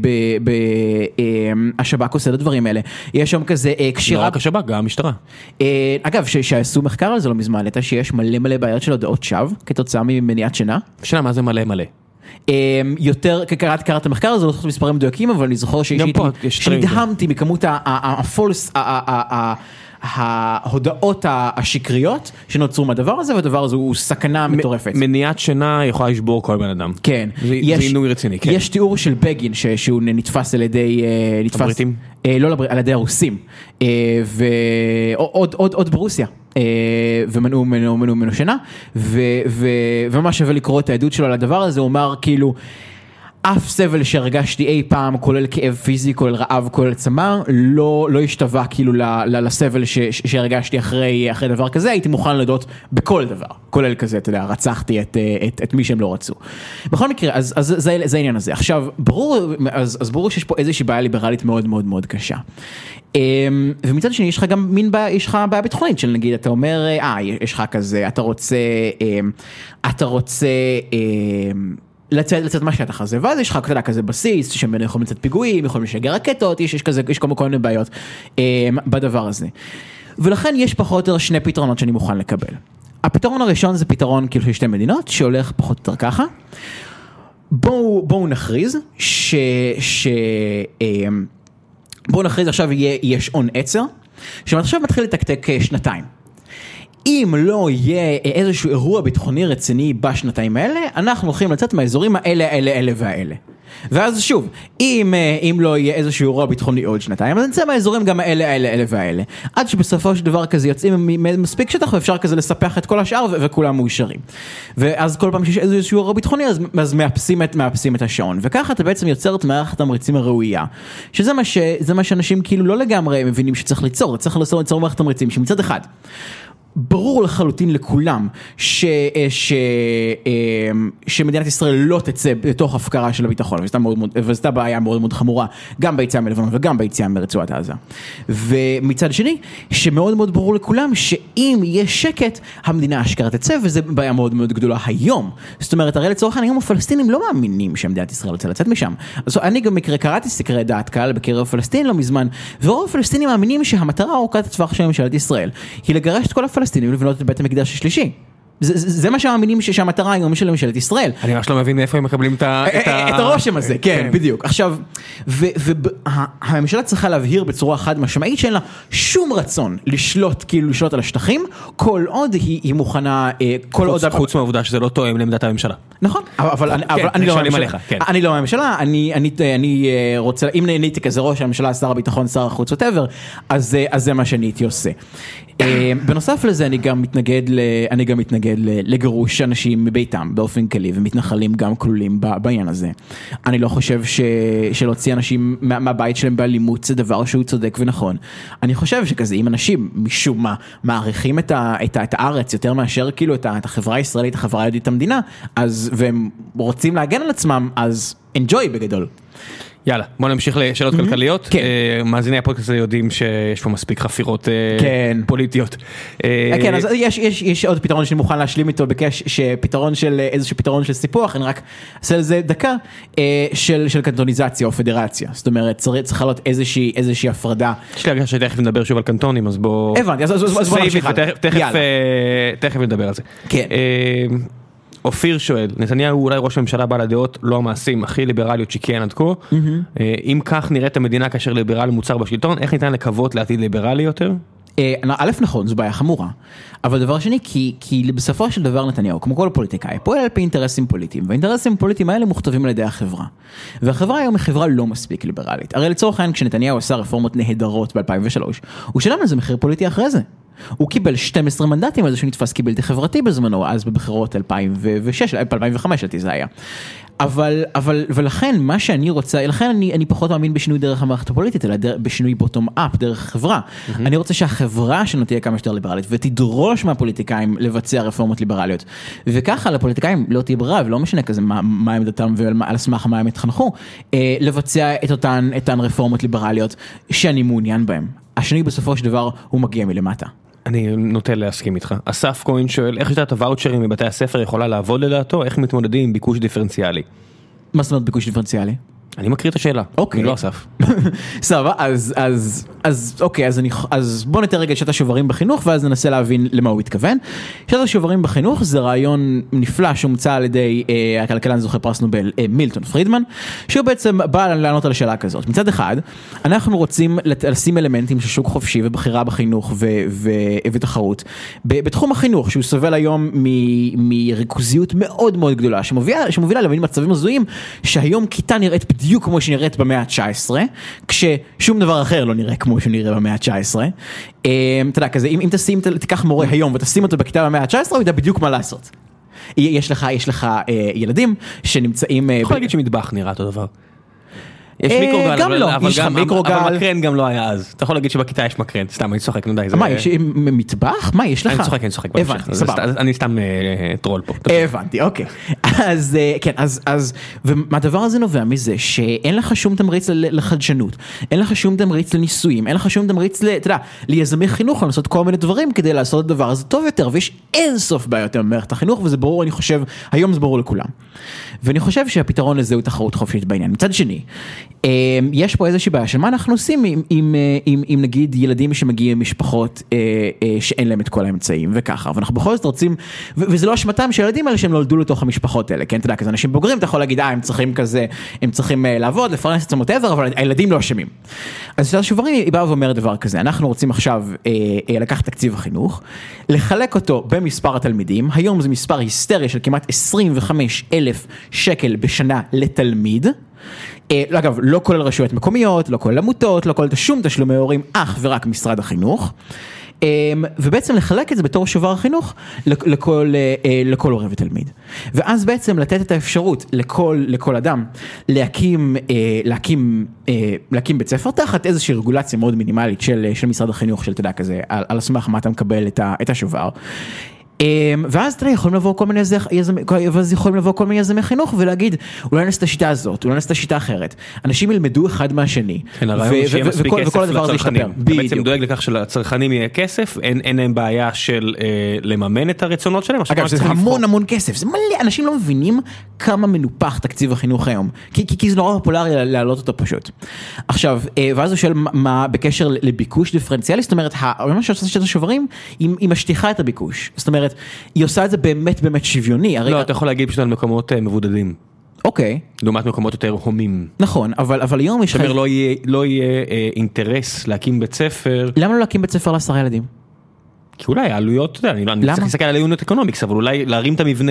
השב"כ עושה את הדברים האלה. יש היום כזה קשירה... לא רק השב"כ, גם המשטרה. אגב, שעשו מחקר על זה לא מזמן, הייתה שיש מלא מלא בעיות של הודעות שווא, כתוצאה ממניעת שינה. שאלה, מה זה מלא מלא? יותר, קראת, קראת המחקר הזה, לא זוכר מספרים מדויקים, אבל אני זוכר שנדהמתי מכמות הפולס, ההודעות השקריות שנוצרו מהדבר הזה, והדבר הזה הוא סכנה מטורפת. מניעת שינה יכולה לשבור כל בן אדם. כן. זה עינוי רציני, כן. יש תיאור של בגין שהוא נתפס על ידי... הבריטים? לא, על ידי הרוסים. ועוד ברוסיה. ומנעו ממנו ממנו שינה, וממש שווה לקרוא את העדות שלו על הדבר הזה, הוא אמר כאילו, אף סבל שהרגשתי אי פעם, כולל כאב פיזי, כולל רעב, כולל צמר, לא, לא השתווה כאילו לסבל שהרגשתי אחרי, אחרי דבר כזה, הייתי מוכן לדעות בכל דבר, כולל כזה, אתה יודע, רצחתי את, את, את מי שהם לא רצו. בכל מקרה, אז, אז זה, זה העניין הזה. עכשיו, ברור, אז, אז ברור שיש פה איזושהי בעיה ליברלית מאוד מאוד מאוד קשה. ומצד שני, יש לך גם מין בעיה, יש לך בעיה ביטחונית של נגיד, אתה אומר, אה, יש לך כזה, אתה רוצה, אתה רוצה, לצאת, לצאת מהשטח הזה, ואז יש לך כזה, כזה בסיס, שהם יכולים לצאת פיגועים, יכולים לשגר רקטות, יש, יש כזה, יש כל מיני בעיות בדבר הזה. ולכן יש פחות או יותר שני פתרונות שאני מוכן לקבל. הפתרון הראשון זה פתרון כאילו של שתי מדינות, שהולך פחות או יותר ככה. בואו, בואו נכריז ש... ש בואו נכריז עכשיו יהיה שעון עצר, שעכשיו מתחיל לתקתק שנתיים. אם לא יהיה איזשהו אירוע ביטחוני רציני בשנתיים האלה, אנחנו הולכים לצאת מהאזורים האלה, האלה, האלה והאלה. ואז שוב, אם, אם לא יהיה איזשהו אירוע ביטחוני עוד שנתיים, אז נצא מהאזורים גם האלה, האלה, האלה והאלה. עד שבסופו של דבר כזה יוצאים מספיק שטח, ואפשר כזה לספח את כל השאר, ו- וכולם מאושרים. ואז כל פעם שיש איזשהו אירוע ביטחוני, אז, אז מאפסים את, מאפסים את השעון. וככה אתה בעצם יוצר את מערכת המריצים הראויה. שזה מה ש, זה מה שאנשים כאילו לא לגמרי מבינים שצריך ליצור. צריך ליצור, ליצור מערכת המריצים, שמצד אחד, ברור לחלוטין לכולם ש, ש, שמדינת ישראל לא תצא בתוך הפקרה של הביטחון, וזאת בעיה מאוד מאוד חמורה, גם ביציאה מלבנון וגם ביציאה מרצועת עזה. ומצד שני, שמאוד מאוד ברור לכולם שאם יש שקט, המדינה אשכרה תצא, וזה בעיה מאוד מאוד גדולה היום. זאת אומרת, הרי לצורך היום הפלסטינים לא מאמינים שמדינת ישראל רוצה לצאת משם. אז אני גם מקרה, קראתי סקרי דעת קהל בקרב הפלסטינים לא מזמן, ורוב הפלסטינים מאמינים שהמטרה ארוכת הטווח של ממשלת ישראל היא לגרש את כל הפלסטינים לבנות את בית המקדש השלישי. זה, זה, זה מה שהמאמינים שהמטרה היום של ממשלת ישראל. אני ממש לא מבין מאיפה הם מקבלים את ה... את הרושם הזה, כן, בדיוק. עכשיו, והממשלה צריכה להבהיר בצורה חד משמעית שאין לה שום רצון לשלוט, כאילו לשלוט על השטחים, כל עוד היא מוכנה, כל עוד... חוץ מהעובדה שזה לא תואם לעמדת הממשלה. נכון, אבל אני לא מהממשלה, אני רוצה, אם נהניתי כזה ראש הממשלה, שר הביטחון, שר החוץ וטבר, אז זה מה שאני הייתי עושה. בנוסף לזה אני גם מתנגד, אני גם מתנגד לגירוש אנשים מביתם באופן כללי, ומתנחלים גם כלולים בעניין הזה. אני לא חושב שלהוציא אנשים מהבית שלהם באלימות זה דבר שהוא צודק ונכון. אני חושב שכזה, אם אנשים משום מה מעריכים את הארץ יותר מאשר כאילו את החברה הישראלית, החברה היהודית המדינה, אז, והם רוצים להגן על עצמם, אז enjoy בגדול. יאללה, בוא נמשיך לשאלות כלכליות. מאזיני הפודקאסט יודעים שיש פה מספיק חפירות פוליטיות. כן, אז יש עוד פתרון שאני מוכן להשלים איתו, בקש שפתרון של, איזשהו פתרון של סיפוח, אני רק אעשה לזה דקה, של קנטוניזציה או פדרציה. זאת אומרת, צריכה להיות איזושהי הפרדה. יש לי הרגשה שתכף נדבר שוב על קנטונים, אז בוא... הבנתי, אז בוא נמשיך. תכף נדבר על זה. כן. אופיר שואל, נתניהו הוא אולי ראש הממשלה בעל הדעות לא המעשים, הכי ליברליות שכיהן עד כה. אם כך נראית המדינה כאשר ליברל מוצר בשלטון, איך ניתן לקוות לעתיד ליברלי יותר? א' נכון, זו בעיה חמורה. אבל דבר שני, כי, כי בסופו של דבר נתניהו, כמו כל פוליטיקאי, פועל על פי אינטרסים פוליטיים, והאינטרסים הפוליטיים האלה מוכתבים על ידי החברה. והחברה היום היא חברה לא מספיק ליברלית. הרי לצורך העניין, כשנתניהו עשה רפורמות נהדרות ב-אלפיים ושלוש, הוא שלם לזה מחיר פוליטי אחרי זה. הוא קיבל שנים עשר מנדטים על זה שהוא נתפס כבלתי חברתי בזמנו, אז בבחירות אלפיים ושש, אלפיים וחמש זה היה. אבל, אבל, ולכן מה שאני רוצה, לכן אני, אני פחות מאמין בשינוי דרך המערכת הפוליטית, אלא דר, בשינוי בוטום אפ, דרך חברה. Mm-hmm. אני רוצה שהחברה שלנו תהיה כמה שיותר ליברלית, ותדרוש מהפוליטיקאים לבצע רפורמות ליברליות. וככה לפוליטיקאים לא תהיה ברירה, ולא משנה כזה מה, מה עמדתם ועל סמך מה הם התחנכו, אה, לבצע את אותן, אותן רפורמות ליברליות שאני מעוניין בהם. השני בסופו של דבר הוא מגיע מלמטה. אני נוטה להסכים איתך. אסף כהן שואל, איך שיטת הוואוצ'רים מבתי הספר יכולה לעבוד לדעתו? איך מתמודדים עם ביקוש דיפרנציאלי? מה זאת אומרת ביקוש דיפרנציאלי? אני מכיר את השאלה. אוקיי. אני לא אסף. סבבה, אז, אז, אז, אוקיי, אז אני, אז בוא נתן רגע שעת השוברים בחינוך, ואז ננסה להבין למה הוא מתכוון. שעת השוברים בחינוך זה רעיון נפלא שהומצא על ידי אה, הכלכלן זוכה פרס נובל, אה, מילטון פרידמן, שהוא בעצם בא לענות על השאלה כזאת. מצד אחד, אנחנו רוצים לשים אלמנטים של שוק חופשי ובחירה בחינוך ו, ו, ותחרות. בתחום החינוך, שהוא סובל היום מריכוזיות מאוד מאוד גדולה, שמובילה, שמובילה למין מצבים הזויים, שהיום כיתה נראית בדיוק בדיוק כמו שנראית במאה ה-תשע עשרה, כששום דבר אחר לא נראה כמו שנראה במאה ה-תשע עשרה. אתה יודע, כזה, אם, אם תשים, תיקח מורה היום ותשים אותו בכיתה במאה ה-תשע עשרה, הוא יודע בדיוק מה לעשות. יש לך, יש לך ילדים שנמצאים... יכול להגיד שמטבח נראה אותו דבר. יש מיקרוגל, גם לא, יש לך מיקרוגל. אבל מקרן גם לא היה אז. אתה יכול להגיד שבכיתה יש מקרן, סתם, אני צוחק, נו די. מה, יש מטבח? מה, יש לך? אני צוחק, אני צוחק. הבנתי, סבבה. אני סתם טרול פה. הבנתי, אוקיי. אז, כן, אז, ומהדבר הזה נובע מזה שאין לך שום תמריץ לחדשנות, אין לך שום תמריץ לניסויים, אין לך שום תמריץ, אתה יודע, ליזמי חינוך, לעשות כל מיני דברים כדי לעשות את הדבר הזה טוב יותר, ויש אין סוף בעיות במערכת החינוך, וזה ברור, אני חושב, היום זה ברור לכולם. ואני חושב שהפתרון לזה הוא תחרות חופשית בעניין. מצד שני, יש פה איזושהי בעיה של מה אנחנו עושים עם, עם, עם, עם נגיד ילדים שמגיעים ממשפחות שאין להם את כל האמצעים וככה, ואנחנו בכל זאת רוצים, וזה לא אשמתם של ילדים האלה שהם נולדו לתוך המשפחות האלה, כן, אתה יודע, כזה אנשים בוגרים, אתה יכול להגיד, אה, הם צריכים כזה, הם צריכים לעבוד, לפרנס את עצמות עבר, אבל הילדים לא אשמים. אז שאלה שוברים היא באה ואומרת דבר כזה, אנחנו רוצים עכשיו לקחת תקציב החינוך, לחלק אותו במספר התלמידים, היום זה מספר היסטרי של כמעט עשרים וחמישה אלף שקל בשנה לתלמיד, אגב, לא כולל רשויות מקומיות, לא כולל עמותות, לא כולל שום תשלומי הורים, אך ורק משרד החינוך. ובעצם לחלק את זה בתור שובר החינוך לכל, לכל הורה ותלמיד. ואז בעצם לתת את האפשרות לכל, לכל אדם להקים, להקים, להקים בית ספר תחת איזושהי רגולציה מאוד מינימלית של, של משרד החינוך, של תדע כזה, על, על הסמך מה אתה מקבל את, ה, את השובר. ואז אתה יודע, יכולים לבוא כל מיני יזמי, ואז יכולים לבוא כל מיני יזמי חינוך ולהגיד, אולי נעשה את השיטה הזאת, אולי נעשה את השיטה אחרת. אנשים ילמדו אחד מהשני. כן, הרעיון שיהיה מספיק כסף לצרכנים. אתה בעצם דואג לכך שלצרכנים יהיה כסף, אין להם בעיה של לממן את הרצונות שלהם. אגב, זה המון המון כסף, זה מלא, אנשים לא מבינים כמה מנופח תקציב החינוך היום, כי זה נורא פופולרי להעלות אותו פשוט. עכשיו, ואז הוא שואל מה בקשר לביקוש דיפרנציאלי, זאת אומרת, מה שעושה שיטת השוברים, היא משטיחה את הביקוש. זאת אומרת, היא עושה את זה באמת באמת שוויוני. לא, אתה יכול להגיד פשוט על מקומות מבודדים. אוקיי. לעומת מקומות יותר הומים. נכון, אבל, אבל היום יש... זאת אומרת, לא יהיה, לא יהיה אה, אינטרס להקים בית ספר. למה לא להקים בית ספר לעשרה ילדים? כי אולי העלויות, אתה יודע, אני לא צריך להסתכל על העלויות אקונומיקס, אבל אולי להרים את המבנה,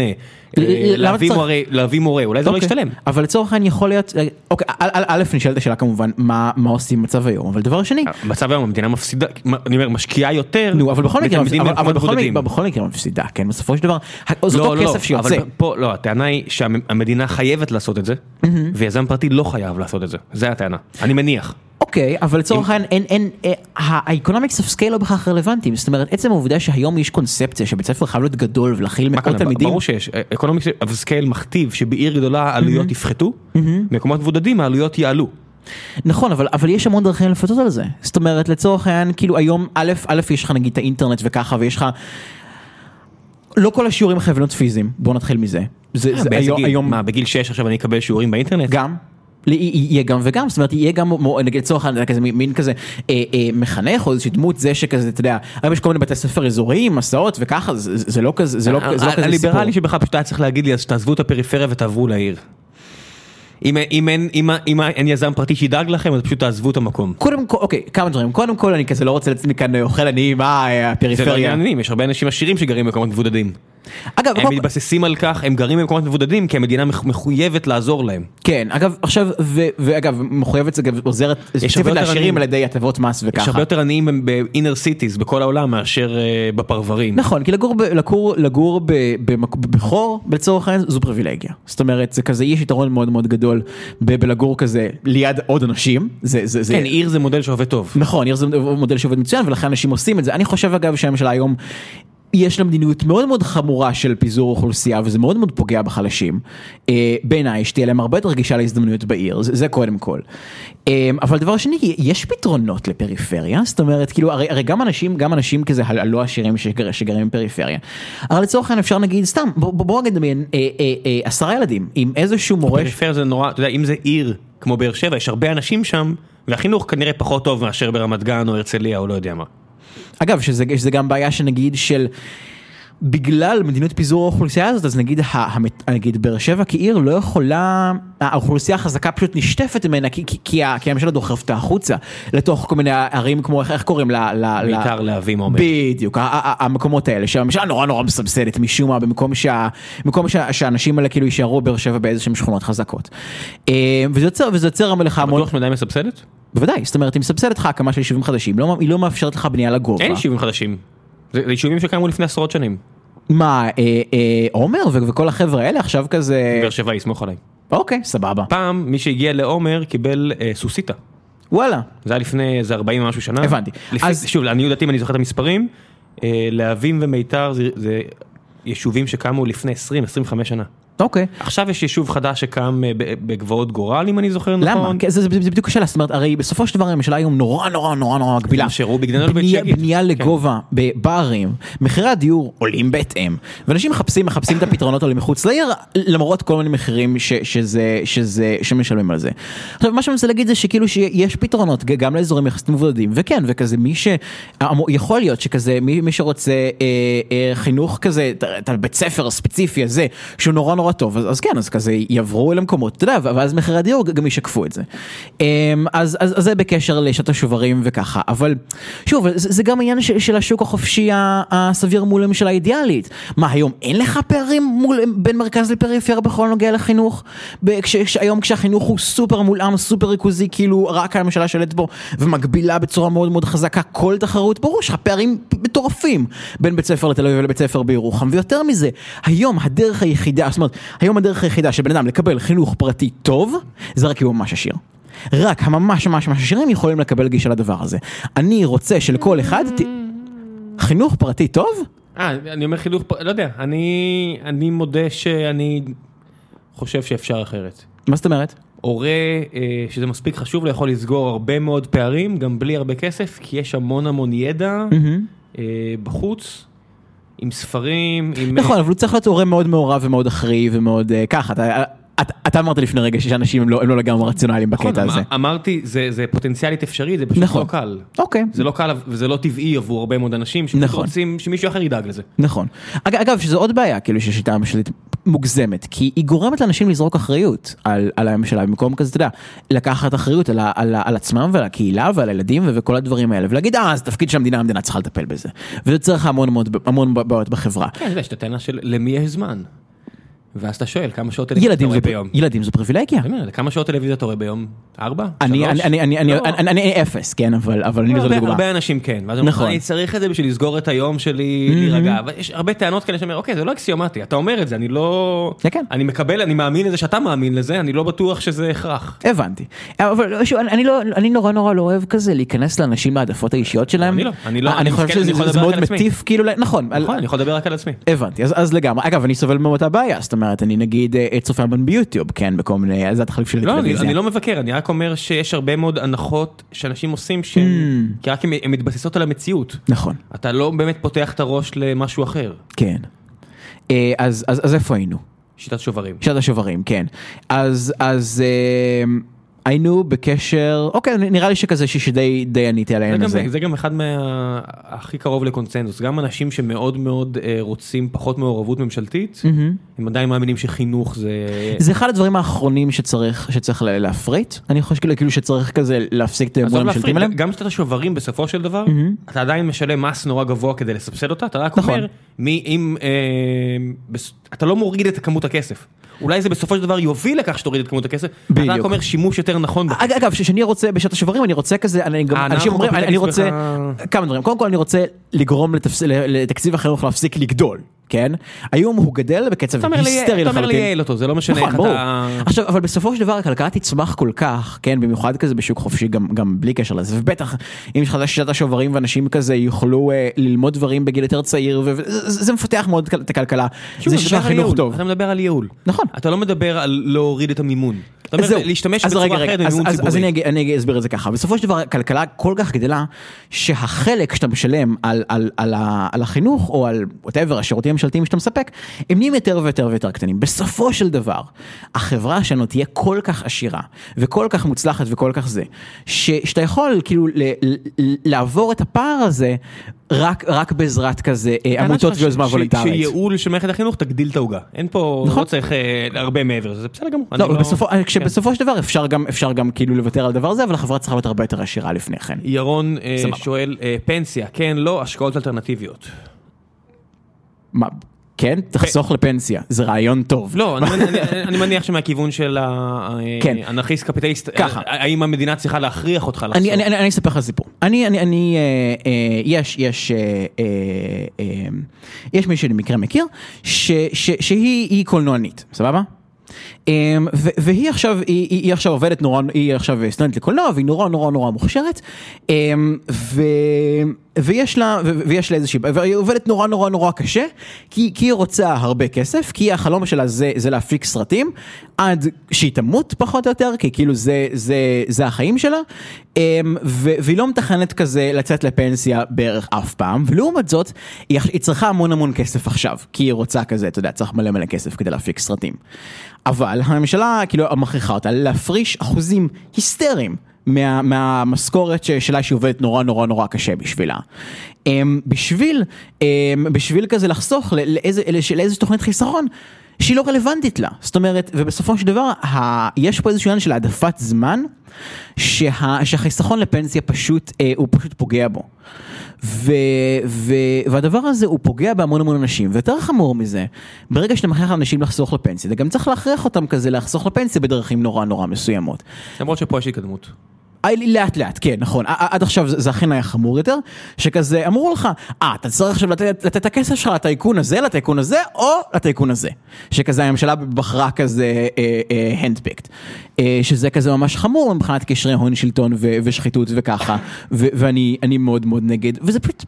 להביא מורה, אולי זה לא ישתלם. אבל לצורך העניין יכול להיות, אוקיי, א' נשאלת השאלה כמובן, מה עושים במצב היום, אבל דבר שני. במצב היום המדינה מפסידה, אני אומר, משקיעה יותר, נו, אבל בכל מקרה, אבל בכל מקרה מפסידה, כן, בסופו של דבר, זה אותו כסף שיוצא. אבל פה, לא, הטענה היא שהמדינה חייבת לעשות את זה, ויזם פרטי לא חייב לעשות את זה, זה הטענה, אני מניח. אוקיי, אבל לצורך העניין, אין, אין, האקונומיקס אוף סקייל לא בכך רלוונטיים, זאת אומרת, עצם העובדה שהיום יש קונספציה שבית ספר חייב להיות גדול ולהכיל מאות תלמידים. ברור שיש, אקונומיקס אוף סקייל מכתיב שבעיר גדולה העלויות יפחתו, במקומות מבודדים העלויות יעלו. נכון, אבל, אבל יש המון דרכים לפתות על זה. זאת אומרת, לצורך העניין, כאילו היום, א', א', יש לך נגיד את האינטרנט וככה, ויש לך, לא כל השיעורים חייבים להיות פיזיים, בוא נתחיל מזה. זה, זה היום, מה, בגיל שש עכשיו אני אקבל שיעורים באינטרנט? גם. יהיה גם וגם, זאת אומרת, יהיה גם, נגיד לצורך, כזה, מין כזה, מחנך או איזושהי דמות זה שכזה, אתה יודע, היום יש כל מיני בתי ספר אזוריים, מסעות וככה, זה לא כזה, זה לא כזה סיפור. הליברלי שבך פשוט היה צריך להגיד לי, אז שתעזבו את הפריפריה ותעברו לעיר. אם אין יזם פרטי שידאג לכם, אז פשוט תעזבו את המקום. קודם כל, אוקיי, כמה דברים. קודם כל, אני כזה לא רוצה לצמי כאן אוכל אני, מה הפריפריה. זה לא עניינים, יש הרבה אנשים עשירים שגרים במקומות מבודדים. אגב, הם מתבססים על כך, הם גרים במקומות מבודדים, כי המדינה מחויבת לעזור להם. כן, אגב, עכשיו, ואגב, מחויבת זה עוזרת ספציפית לעשירים על ידי הטבות מס וככה. יש הרבה יותר עניים באינר סיטיז, בכל העולם, מאשר בפרברים. נכון, כי לגור בחור, בצורך העניין, זו פריבילגיה. זאת אומרת, זה כזה, יש יתרון מאוד מאוד גדול בלגור כזה ליד עוד אנשים. כן, עיר זה מודל שעובד טוב. נכון, עיר זה מודל שעובד מצוין, ולכן אנשים עושים את זה. אני חושב, אגב, שהממשלה היום יש לה מדיניות מאוד מאוד חמורה של פיזור אוכלוסייה, וזה מאוד מאוד פוגע בחלשים. בעיניי, שתהיה להם הרבה יותר רגישה להזדמנויות בעיר, זה, זה קודם כל. אבל דבר שני, יש פתרונות לפריפריה, זאת אומרת, כאילו, הרי, הרי גם אנשים, גם אנשים כזה, הלא עשירים שגר, שגרים בפריפריה. אבל לצורך העניין אפשר נגיד, סתם, בוא, בוא נגיד, אה, אה, אה, עשרה ילדים, עם איזשהו מורה. פריפריה זה נורא, אתה יודע, אם זה עיר כמו באר שבע, יש הרבה אנשים שם, והחינוך כנראה פחות טוב מאשר ברמת גן או הרצליה או לא יודע מה. אגב, שזה, שזה גם בעיה שנגיד של, בגלל מדיניות פיזור האוכלוסייה הזאת, אז נגיד, נגיד באר שבע כעיר לא יכולה, האוכלוסייה החזקה פשוט נשטפת ממנה, כי, כי, כי, כי הממשלה דוחפת החוצה, לתוך כל מיני ערים כמו, איך קוראים לה? בעיקר להבים עומד. בדיוק, המקומות האלה, שהממשלה נורא נורא מסבסדת משום מה, במקום שה, במקום שהאנשים האלה כאילו יישארו באר שבע באיזשהם שכונות חזקות. וזה יוצר, וזה יוצר המלאכה המון. בטוח שמדי מסבסדת? בוודאי, זאת אומרת, היא מסבסדת לך הקמה של יישובים חדשים, לא, היא לא מאפשרת לך בנייה לגובה. אין יישובים חדשים. זה יישובים שקמו לפני עשרות שנים. מה, עומר וכל החבר'ה האלה עכשיו כזה... באר שבע יסמוך עליי. אוקיי, סבבה. פעם מי שהגיע לעומר קיבל סוסיטה. וואלה. זה היה לפני איזה ארבעים ומשהו שנה. הבנתי. שוב, אני יודעת אם אני זוכר את המספרים, להבים ומיתר זה יישובים שקמו לפני עשרים עשרים וחמש שנה. אוקיי. עכשיו יש יישוב חדש שקם בגבעות גורל, אם אני זוכר נכון. למה? זה, זה, זה בדיוק השאלה, זאת אומרת, הרי בסופו של דבר הממשלה היום נורא נורא נורא נורא מגבילה. בנייה, בנייה לגובה, בערים, מחירי הדיור עולים בהתאם, ואנשים מחפשים, מחפשים את הפתרונות האלה מחוץ לעיר, למרות כל מיני מחירים ש, שזה, שזה, שמשלמים על זה. עכשיו, מה שאני רוצה להגיד זה שכאילו שיש פתרונות, גם לאזורים יחסית מבודדים, וכן, וכזה מי ש... יכול להיות שכזה, מי, מי שרוצה אה, אה, חינוך כזה, את הבית ספר הספציפי הזה, שהוא נורא נורא נורא טוב, אז, אז כן, אז כזה יעברו למקומות, אתה יודע, ואז מחירי הדיור גם ישקפו את זה. אז, אז, אז זה בקשר לשעת השוברים וככה, אבל שוב, זה, זה גם העניין של, של השוק החופשי הסביר מול הממשלה האידיאלית. מה, היום אין לך פערים מול, בין מרכז לפריפריה בכל נוגע לחינוך? כש, היום כשהחינוך הוא סופר מולאם, סופר ריכוזי, כאילו רק הממשלה שולטת בו, ומגבילה בצורה מאוד מאוד חזקה כל תחרות, ברור יש לך פערים מטורפים בין בית ספר לתל אביב ולבית ספר בירוחם, ויותר מזה, היום הדרך היחידה, זאת אומרת, היום הדרך היחידה של בן אדם לקבל חינוך פרטי טוב, זה רק הוא ממש עשיר. רק הממש ממש ממש עשירים יכולים לקבל גישה לדבר הזה. אני רוצה שלכל אחד, חינוך פרטי טוב? אה, אני אומר חינוך, לא יודע, אני, אני מודה שאני חושב שאפשר אחרת. מה זאת אומרת? הורה שזה מספיק חשוב, לא יכול לסגור הרבה מאוד פערים, גם בלי הרבה כסף, כי יש המון המון ידע בחוץ, עם ספרים, עם... נכון, אבל הוא צריך להיות הורה מאוד מעורב ומאוד אחראי ומאוד ככה, אתה... אתה אמרת לפני רגע שאנשים הם לא, הם לא לגמרי רציונליים בקטע הזה. אמרתי, זה, זה פוטנציאלית אפשרי, זה פשוט לא קל. אוקיי. זה לא קל וזה לא טבעי עבור הרבה מאוד אנשים שפשוט רוצים שמישהו אחר ידאג לזה. נכון. אגב, שזו עוד בעיה, כאילו שהשיטה המשלית מוגזמת, כי היא גורמת לאנשים לזרוק אחריות על, על הממשלה, במקום כזה, אתה יודע, לקחת אחריות על, על, על עצמם ועל הקהילה ועל הילדים וכל הדברים האלה, ולהגיד, אה, זה תפקיד שהמדינה, המדינה צריכה לטפל בזה. וזה צריך המון, המון בעיות בחברה. כן, זה שאתה טענה של למי יש זמן. ואז אתה שואל, כמה שעות טלוויזיה אתה רואה ביום? ילדים זו פריבילגיה. כמה שעות טלוויזיה אתה רואה ביום? ארבע? שלוש? אני אפס, כן, אבל אני זו לדוגמה. הרבה אנשים כן. ואז אני צריך את זה בשביל לסגור את היום שלי, להירגע. ויש הרבה טענות כאלה שאומר, אוקיי, זה לא אקסיומטי, אתה אומר את זה, אני לא... אני מקבל, אני מאמין לזה שאתה מאמין לזה, אני לא בטוח שזה הכרח. הבנתי. אבל אני נורא נורא לא אוהב כזה להיכנס לאנשים להעדפות האישיות שלהם. אני לא. אני חושב שזה מאוד מטיף, כאילו, נכון. אני יכול לדבר רק על עצמי. הבנתי, אז לגמרי. אגב, אני סובל מאותה בעיה, זאת אומרת, אני נגיד צופה המון ביוטיוב, כן, בכל מיני, זה התחליף של טלוויזיה. אני לא מבקר, אני רק אומר שיש הרבה מאוד הנחות שאנשים עושים, כי רק הן מתבססות על המציאות. נכון. אתה לא באמת פותח את הראש למשהו אחר. כן. אז איפה היינו? שיטת שוברים. שיטת השוברים, כן. אז, אז... היינו בקשר, אוקיי, נראה לי שכזה שדי די עניתי על העניין הזה. זה גם אחד מהכי קרוב לקונצנזוס, גם אנשים שמאוד מאוד רוצים פחות מעורבות ממשלתית, הם עדיין מאמינים שחינוך זה... זה אחד הדברים האחרונים שצריך שצריך להפריט, אני חושב כאילו שצריך כזה להפסיק את האמון הממשלתיים עליהם. גם שאתה שוברים בסופו של דבר, אתה עדיין משלם מס נורא גבוה כדי לסבסד אותה, אתה רק אומר, אם אתה לא מוריד את כמות הכסף. אולי זה בסופו של דבר יוביל לכך שתוריד את כמות הכסף, אתה רק אומר שימוש יותר נכון. אגב, כשאני רוצה, בשעת השוברים, אני רוצה כזה, אנשים אומרים, אני רוצה, כמה דברים, קודם כל אני רוצה לגרום לתקציב החינוך להפסיק לגדול, כן? היום הוא גדל בקצב היסטרי לחלוטין. אתה אומר לייעל אותו, זה לא משנה איך אתה... עכשיו, אבל בסופו של דבר הכלכלה תצמח כל כך, כן? במיוחד כזה בשוק חופשי, גם בלי קשר לזה, ובטח, אם יש לך שיטת השוברים ואנשים כזה יוכלו ללמוד דברים בגיל יותר צעיר, וזה מפתח מאוד את הכלכלה. זה שיש חינוך טוב. אתה מדבר על ייעול. נכון. אתה לא מדבר על להוריד את המימון. אתה אומר להשתמש בצורה אחרת במימון ציבורי. אז אני אסביר את זה ככה. בסופו של דבר, הכלכלה כל כך גדלה, שהחלק שאתה משלם על החינוך, או על whatever, השירותים הממשלתיים שאתה מספק, הם נהיים יותר ויותר ויותר קטנים. בסופו של דבר, החברה שלנו תהיה כל כך עשירה, וכל כך מוצלחת וכל כך זה, שאתה יכול כאילו לעבור את הפער הזה, רק, רק בעזרת כזה עמותות ויוזמה וולונטרית. שייעול של מערכת החינוך תגדיל את העוגה. אין פה, לא צריך הרבה מעבר, זה בסדר גמור. לא, כשבסופו של דבר אפשר גם, אפשר גם כאילו לוותר על דבר הזה, אבל החברה צריכה להיות הרבה יותר עשירה לפני כן. ירון שואל, פנסיה, כן, לא, השקעות אלטרנטיביות. מה? כן, תחסוך לפנסיה, זה רעיון טוב. לא, אני מניח שמהכיוון של האנרכיסט קפיטליסט, האם המדינה צריכה להכריח אותך לחסוך? אני אספר לך סיפור. אני, אני, יש, יש, יש מי שאני מקרה מכיר, שהיא קולנוענית, סבבה? והיא עכשיו, היא עכשיו עובדת נורא, היא עכשיו סטודנטית לקולנוע, והיא נורא נורא נורא מוכשרת, ויש לה, ויש לה איזושהי, והיא עובדת נורא נורא נורא קשה, כי היא רוצה הרבה כסף, כי החלום שלה זה, זה להפיק סרטים, עד שהיא תמות פחות או יותר, כי כאילו זה, זה, זה החיים שלה, והיא לא מתכנת כזה לצאת לפנסיה בערך אף פעם, ולעומת זאת, היא צריכה המון המון כסף עכשיו, כי היא רוצה כזה, אתה יודע, צריך מלא מלא כסף כדי להפיק סרטים. אבל הממשלה כאילו מכריחה אותה להפריש אחוזים היסטריים מה, מהמשכורת שלה שהיא עובדת נורא נורא נורא קשה בשבילה. בשביל, בשביל כזה לחסוך לאיזה, לאיזה תוכנית חיסכון, שהיא לא רלוונטית לה. זאת אומרת, ובסופו של דבר, ה... יש פה איזשהו עניין של העדפת זמן, שה... שהחיסכון לפנסיה פשוט, אה, הוא פשוט פוגע בו. ו... ו... והדבר הזה הוא פוגע בהמון המון אנשים, ויותר חמור מזה, ברגע שאתה מכריח אנשים לחסוך לפנסיה, אתה גם צריך להכריח אותם כזה לחסוך לפנסיה בדרכים נורא נורא מסוימות. למרות שפה יש התקדמות. לאט לאט, כן, נכון. עד עכשיו זה אכן היה חמור יותר, שכזה אמרו לך, אה, אתה צריך עכשיו לתת את הכסף שלך לטייקון הזה, לטייקון הזה, או לטייקון הזה. שכזה הממשלה בחרה כזה הנדפיקט. שזה כזה ממש חמור מבחינת קשרי הון שלטון ושחיתות וככה, ואני מאוד מאוד נגד, וזה פשוט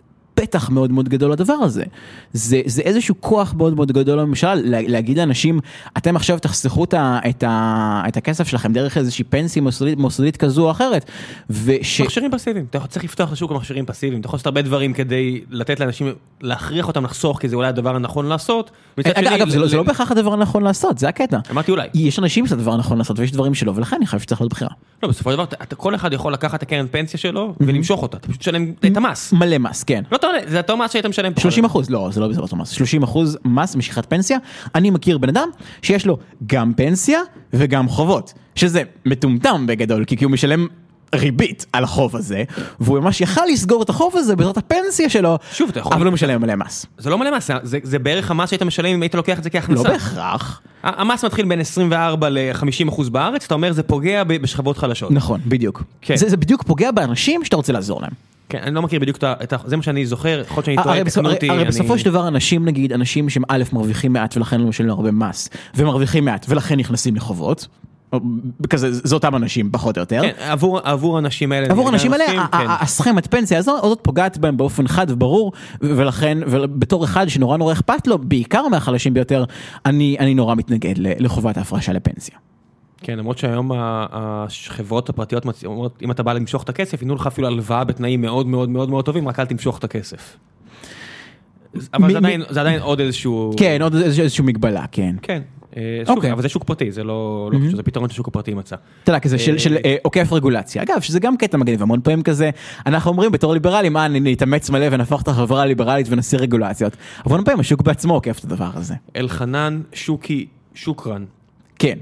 פתח מאוד מאוד גדול לדבר הזה. זה, זה איזשהו כוח מאוד מאוד גדול לממשלה, להגיד לאנשים, אתם עכשיו תחסכו את, ה, את, ה, את הכסף שלכם דרך איזושהי פנסיה מוסדית, מוסדית כזו או אחרת. וש... מכשירים פסיביים, אתה צריך לפתוח לשוק המכשירים פסיביים, אתה יכול לעשות הרבה דברים כדי לתת לאנשים, להכריח אותם לחסוך, כי זה אולי הדבר הנכון לעשות. אגב, אגב, זה לא, זה לא בהכרח הדבר הנכון לעשות, זה הקטע. אמרתי אולי. יש אנשים שזה הדבר הנכון לעשות, ויש דברים שלא, ולכן אני חושב שצריך להיות בחירה. לא, בסופו של דבר, כל אחד יכול לקחת את הקרן פנסיה שלו ולמשוך אותה. אתה פשוט משלם את המס. מלא מס, כן. לא, זה אותו מס שהיית משלם פה. שלושים אחוז, לא, זה לא בסדר אותו מס. שלושים אחוז מס משיכת פנסיה. אני מכיר בן אדם שיש לו גם פנסיה וגם חובות, שזה מטומטם בגדול, כי הוא משלם ריבית על החוב הזה, והוא ממש יכל לסגור את החוב הזה בעזרת הפנסיה שלו, שוב, אתה יכול... אבל הוא משלם מלא מס. זה לא מלא מס, זה, זה בערך המס שהיית משלם אם היית לוקח את זה כהכנסה. לא בהכרח. המס מתחיל בין עשרים וארבע ל-חמישים אחוז בארץ, אתה אומר זה פוגע בשכבות חלשות. נכון, בדיוק. כן. זה, זה בדיוק פוגע באנשים שאתה רוצה לעזור להם. כן, אני לא מכיר בדיוק את זה, מה שאני זוכר, יכול שאני טועה, תקנו אותי. הרי בסופו של דבר אנשים, נגיד, אנשים שהם א' מרוויחים מעט ולכן לא משלמים הרבה מס, ומרוויחים מעט ולכן נכנסים לחובות, כזה, זה אותם אנשים, פחות או יותר. כן, עבור, עבור אנשים האלה. עבור אנשים האלה, הסכמת פנסיה הזאת פוגעת בהם באופן חד וברור, ולכן, ובתור אחד שנורא נורא אכפת לו, בעיקר מהחלשים ביותר, אני, אני נורא מתנגד לחובת ההפרשה לפנסיה. כן, למרות שהיום החברות הפרטיות אומרות, אם אתה בא למשוך את הכסף, ייתנו לך אפילו הלוואה בתנאים מאוד מאוד מאוד מאוד טובים, רק אל תמשוך את הכסף. אבל זה עדיין עוד איזשהו... כן, עוד איזשהו מגבלה, כן. כן. אבל זה שוק פרטי, זה לא חושב, זה פתרון ששוק הפרטי מצא. אתה יודע, כזה של עוקף רגולציה. אגב, שזה גם קטע מגניב, המון פעמים כזה, אנחנו אומרים בתור ליברלים, מה, נתאמץ מלא ונהפוך את החברה הליברלית ונסיר רגולציות. אבל המון פעמים השוק בעצמו עוקף את הדבר הזה. אלחנן שוקי שוקרן. כן.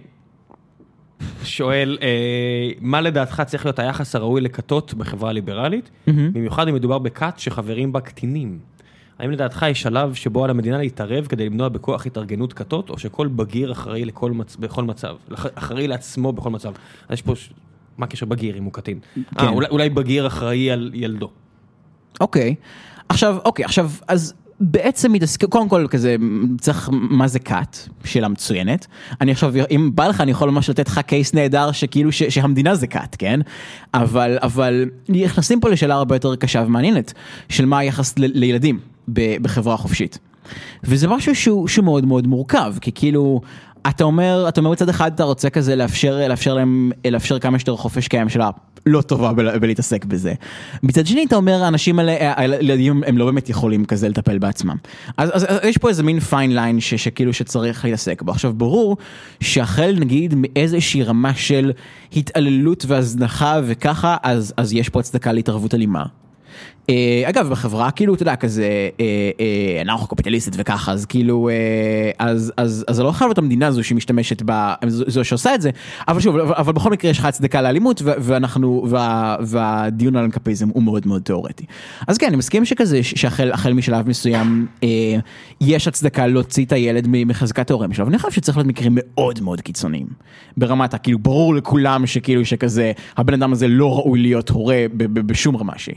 שואל, מה לדעתך צריך להיות היחס הראוי לכתות בחברה הליברלית? במיוחד אם מדובר בכת שחברים בה קטינים. האם לדעתך יש שלב שבו על המדינה להתערב כדי למנוע בכוח התארגנות כתות, או שכל בגיר אחראי לכל מצ... בכל מצב, אחראי לעצמו בכל מצב? אז יש פה, מה קשר בגיר אם הוא קטין? כן. אה, אולי, אולי בגיר אחראי על ילדו. אוקיי. עכשיו, אוקיי, עכשיו, אז בעצם מתעסק, קודם כל כזה, צריך, מה זה קאט? שאלה מצוינת. אני עכשיו, אם בא לך, אני יכול ממש לתת לך קייס נהדר, שכאילו, ש, שהמדינה זה קאט, כן? אבל, אבל, נכנסים פה לשאלה הרבה יותר קשה ומעניינת, של מה היחס ל, לילדים בחברה חופשית. וזה משהו שהוא, שהוא מאוד מאוד מורכב, כי כאילו, אתה אומר, אתה אומר מצד אחד, אתה רוצה כזה לאפשר, לאפשר להם, לאפשר כמה שיותר חופש קיים שלה, לא טובה ב- בלהתעסק בזה. מצד שני, אתה אומר, האנשים האלה, הילדים, הם לא באמת יכולים כזה לטפל בעצמם. אז, אז, אז יש פה איזה מין פיין ליין ש, שכאילו שצריך להתעסק בו. עכשיו, ברור שהחל נגיד מאיזושהי רמה של התעללות והזנחה וככה, אז, אז יש פה הצדקה להתערבות אלימה. אגב, בחברה, כאילו, אתה יודע, כזה, אנרכו-קפיטליסטית וככה, אז כאילו, אז, אז, אז זה לא חייב את המדינה הזו שמשתמשת בה, זו שעושה את זה, אבל שוב, אבל בכל מקרה יש לך הצדקה לאלימות, ואנחנו, וה, והדיון על אנקפיזם הוא מאוד מאוד תיאורטי. אז כן, אני מסכים שכזה, שהחל, החל משלב מסוים, יש הצדקה להוציא את הילד מחזקת ההורים שלו, ואני חושב שצריך להיות מקרים מאוד מאוד קיצוניים, ברמת, כאילו, ברור לכולם שכאילו, שכזה, הבן אדם הזה לא ראוי להיות הורה בשום רמה שהיא.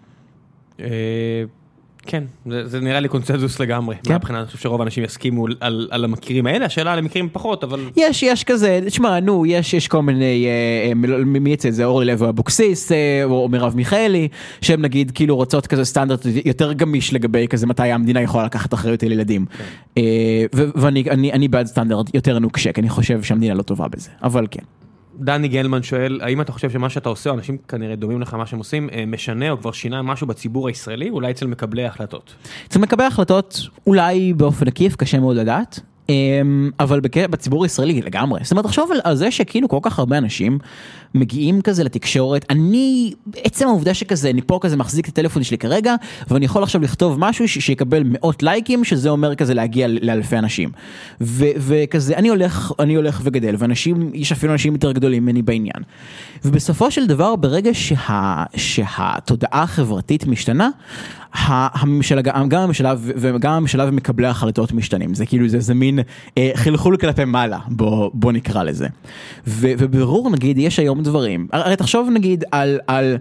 כן, זה נראה לי קונצנזוס לגמרי. מהבחינה, אני חושב שרוב האנשים יסכימו על המקרים האלה, השאלה על המקרים פחות, אבל... יש, יש כזה, תשמע, נו, יש, יש כל מיני, מי יצא את זה, אורלי לוי אבוקסיס, או מירב מיכאלי, שהם נגיד, כאילו רוצות כזה סטנדרט יותר גמיש לגבי כזה מתי המדינה יכולה לקחת אחריות על ילדים. ואני בעד סטנדרט יותר נוקשה, כי אני חושב שהמדינה לא טובה בזה, אבל כן. דני גלמן שואל, האם אתה חושב שמה שאתה עושה, אנשים כנראה דומים לך מה שהם עושים, משנה או כבר שינה משהו בציבור הישראלי, אולי אצל מקבלי ההחלטות? אצל מקבלי ההחלטות, אולי באופן עקיף, קשה מאוד לדעת. אבל בציבור הישראלי לגמרי, זאת אומרת, תחשוב על זה שכאילו כל כך הרבה אנשים מגיעים כזה לתקשורת, אני, עצם העובדה שכזה, אני פה כזה מחזיק את הטלפון שלי כרגע, ואני יכול עכשיו לכתוב משהו שיקבל מאות לייקים, שזה אומר כזה להגיע לאלפי אנשים. וכזה, אני הולך, אני הולך וגדל, ואנשים, יש אפילו אנשים יותר גדולים ממני בעניין. ובסופו של דבר, ברגע שה, שהתודעה החברתית משתנה, הממשלה, גם הממשלה וגם הממשלה ומקבלי ההחלטות משתנים. זה כאילו, זה, זה מין אה, חלחול כלפי מעלה, בוא, בוא נקרא לזה. ו, וברור, נגיד, יש היום דברים, הרי תחשוב נגיד על, על,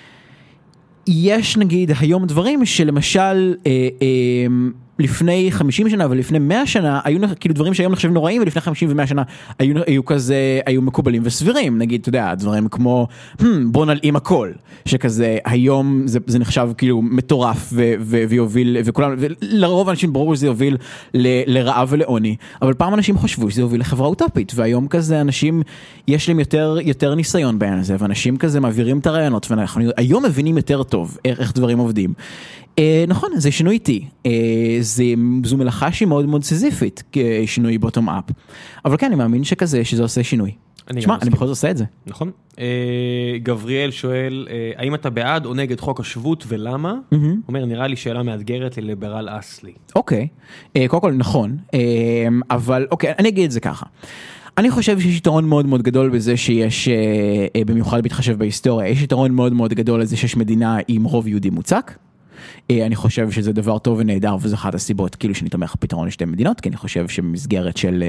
יש נגיד היום דברים שלמשל, אה, אה, לפני חמישים שנה ולפני מאה שנה, היו כאילו דברים שהיום נחשבים נוראים, ולפני חמישים ומאה שנה היו, היו כזה, היו מקובלים וסבירים. נגיד, אתה יודע, דברים כמו, hmm, בוא נלאים הכל, שכזה, היום זה, זה נחשב כאילו מטורף ו, ו, ויוביל, וכולם, ולרוב אנשים ברור שזה יוביל ל, לרעב ולעוני, אבל פעם אנשים חשבו שזה יוביל לחברה אוטופית, והיום כזה אנשים, יש להם יותר, יותר ניסיון בעניין הזה, ואנשים כזה מעבירים את הרעיונות, ואנחנו היום מבינים יותר טוב איך, איך דברים עובדים. אה, נכון, זה שינוי איטי, אה, זה, זו מלאכה שהיא מאוד מאוד סיזיפית, שינוי בוטום אפ, אבל כן, אני מאמין שכזה, שזה עושה שינוי. תשמע, אני בכל זאת עושה את זה. נכון. אה, גבריאל שואל, אה, האם אתה בעד או נגד חוק השבות ולמה? Mm-hmm. אומר, נראה לי שאלה מאתגרת לליברל אסלי. אוקיי, אה, קודם כל נכון, אה, אבל אוקיי, אני אגיד את זה ככה. אני חושב שיש יתרון מאוד מאוד גדול בזה שיש, אה, במיוחד בהתחשב בהיסטוריה, יש יתרון מאוד מאוד גדול לזה שיש מדינה עם רוב יהודי מוצק. אני חושב שזה דבר טוב ונהדר, וזו אחת הסיבות, כאילו שאני תומך פתרון לשתי מדינות, כי אני חושב שמסגרת של,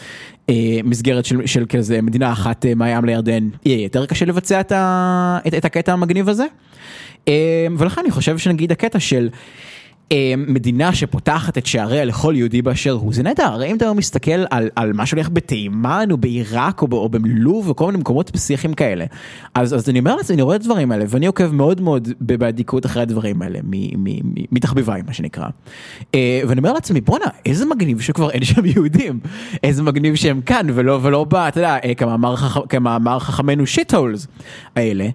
מסגרת של, של כזה מדינה אחת מהים לירדן, יהיה יותר קשה לבצע את, ה, את, את הקטע המגניב הזה. ולכן אני חושב שנגיד הקטע של מדינה שפותחת את שעריה לכל יהודי באשר הוא, זה נהדר. הרי אם אתה מסתכל על, על מה שהולך בתימן או בעיראק או, או בלוב וכל מיני מקומות פסיכיים כאלה, אז, אז אני אומר לזה, אני רואה את הדברים האלה, ואני עוקב מאוד מאוד בעדיקות אחרי הדברים האלה, מתחביביים, מה שנקרא. ואני אומר לעצמי, בוא'נה, איזה מגניב שכבר אין שם יהודים, איזה מגניב שהם כאן, ולא, ולא בא, אתה יודע, כמאמר חכמנו שיט-הולס האלה.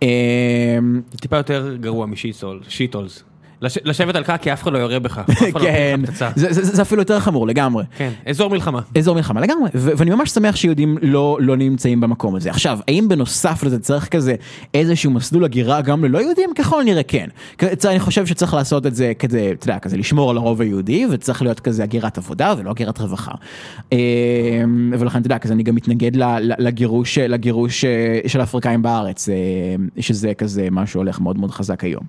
זה טיפה יותר גרוע משיט-הולס. לשבת על כך כי אף אחד לא יורה בך. כן, זה אפילו יותר חמור לגמרי. כן, אזור מלחמה. אזור מלחמה לגמרי, ואני ממש שמח שיהודים לא נמצאים במקום הזה. עכשיו, האם בנוסף לזה צריך כזה איזשהו מסלול הגירה גם ללא יהודים? ככל נראה כן. אני חושב שצריך לעשות את זה כדי, אתה יודע, כזה לשמור על הרוב היהודי, וצריך להיות כזה הגירת עבודה ולא הגירת רווחה. ולכן, אתה יודע, כזה אני גם מתנגד לגירוש של האפריקאים בארץ, שזה כזה משהו הולך מאוד מאוד חזק היום.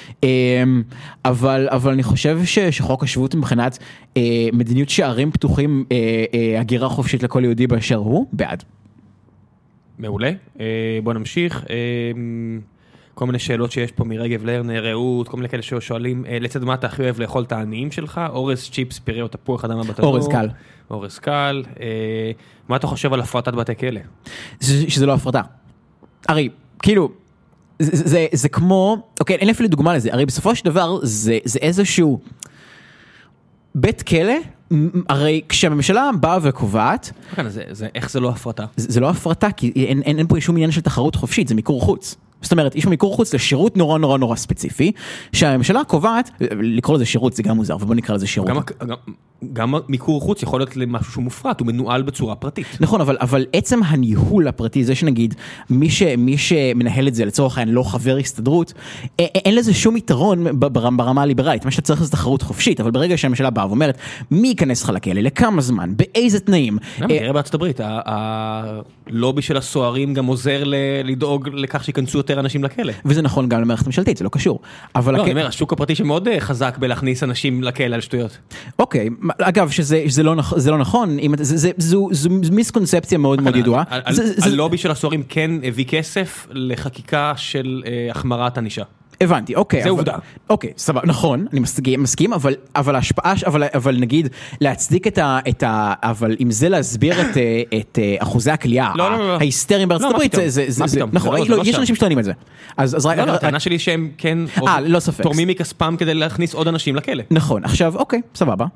אבל, אבל אני חושב ש, שחוק השבות מבחינת אה, מדיניות שערים פתוחים, אה, אה, הגירה חופשית לכל יהודי באשר הוא, בעד. מעולה. אה, בוא נמשיך. אה, כל מיני שאלות שיש פה מרגב לרנר, רעות, כל מיני כאלה ששואלים, אה, לצד מה אתה הכי אוהב לאכול את העניים שלך? אורז, צ'יפס, פירה או תפוח אדמה בתנור? אורז קל. אורז קל. אה, מה אתה חושב על הפרטת בתי כלא? זה, שזה לא הפרטה. הרי, כאילו... זה, זה, זה כמו, אוקיי, אין לי אפילו דוגמה לזה, הרי בסופו של דבר זה, זה איזשהו בית כלא, הרי כשהממשלה באה וקובעת, זה, זה, איך זה לא הפרטה? זה, זה לא הפרטה, כי אין, אין, אין פה שום עניין של תחרות חופשית, זה מיקור חוץ. זאת אומרת, יש מיקור חוץ לשירות נורא נורא נורא ספציפי, שהממשלה קובעת, לקרוא לזה שירות זה גם מוזר, ובוא נקרא לזה שירות. גם, גם, גם מיקור חוץ יכול להיות למשהו שהוא מופרט, הוא מנוהל בצורה פרטית. נכון, אבל, אבל עצם הניהול הפרטי, זה שנגיד, מי, ש, מי שמנהל את זה לצורך העניין לא חבר הסתדרות, אין, אין לזה שום יתרון ברמה הליברלית, מה שאתה צריך זה תחרות חופשית, אבל ברגע שהממשלה באה ואומרת, מי ייכנס לך לכלא, לכמה זמן, באיזה תנאים. תראה בארצות הברית, הלובי של הסוהרים גם עוזר לדאוג לכך שיכנסו יותר אנשים לכלא. וזה נכון גם למערכת ממשלתית, זה לא קשור. לא, אני אומר, השוק הפרטי שמאוד חזק בלהכניס אנשים לכלא על שטויות. אוקיי, אגב, שזה לא נכון, זו מיסקונספציה מאוד מאוד ידועה. הלובי של הסוהרים כן הביא כסף לחקיקה של החמרת ענישה. הבנתי, אוקיי. זה עובדה. אוקיי, סבבה, נכון, אני מסכים, מסכים, אבל, אבל ההשפעה, אבל, אבל נגיד, להצדיק את ה, את ה, אבל אם זה להסביר את, את אחוזי הכלייה, לא, לא, לא. ההיסטריים בארצות הברית, זה, זה, זה, נכון, יש אנשים שטוענים את זה. אז, אז לא, לא, הטענה שלי שהם כן, אה, לא ספק. תורמים מכספם כדי להכניס עוד אנשים לכלא. נכון, עכשיו, אוקיי, סבבה.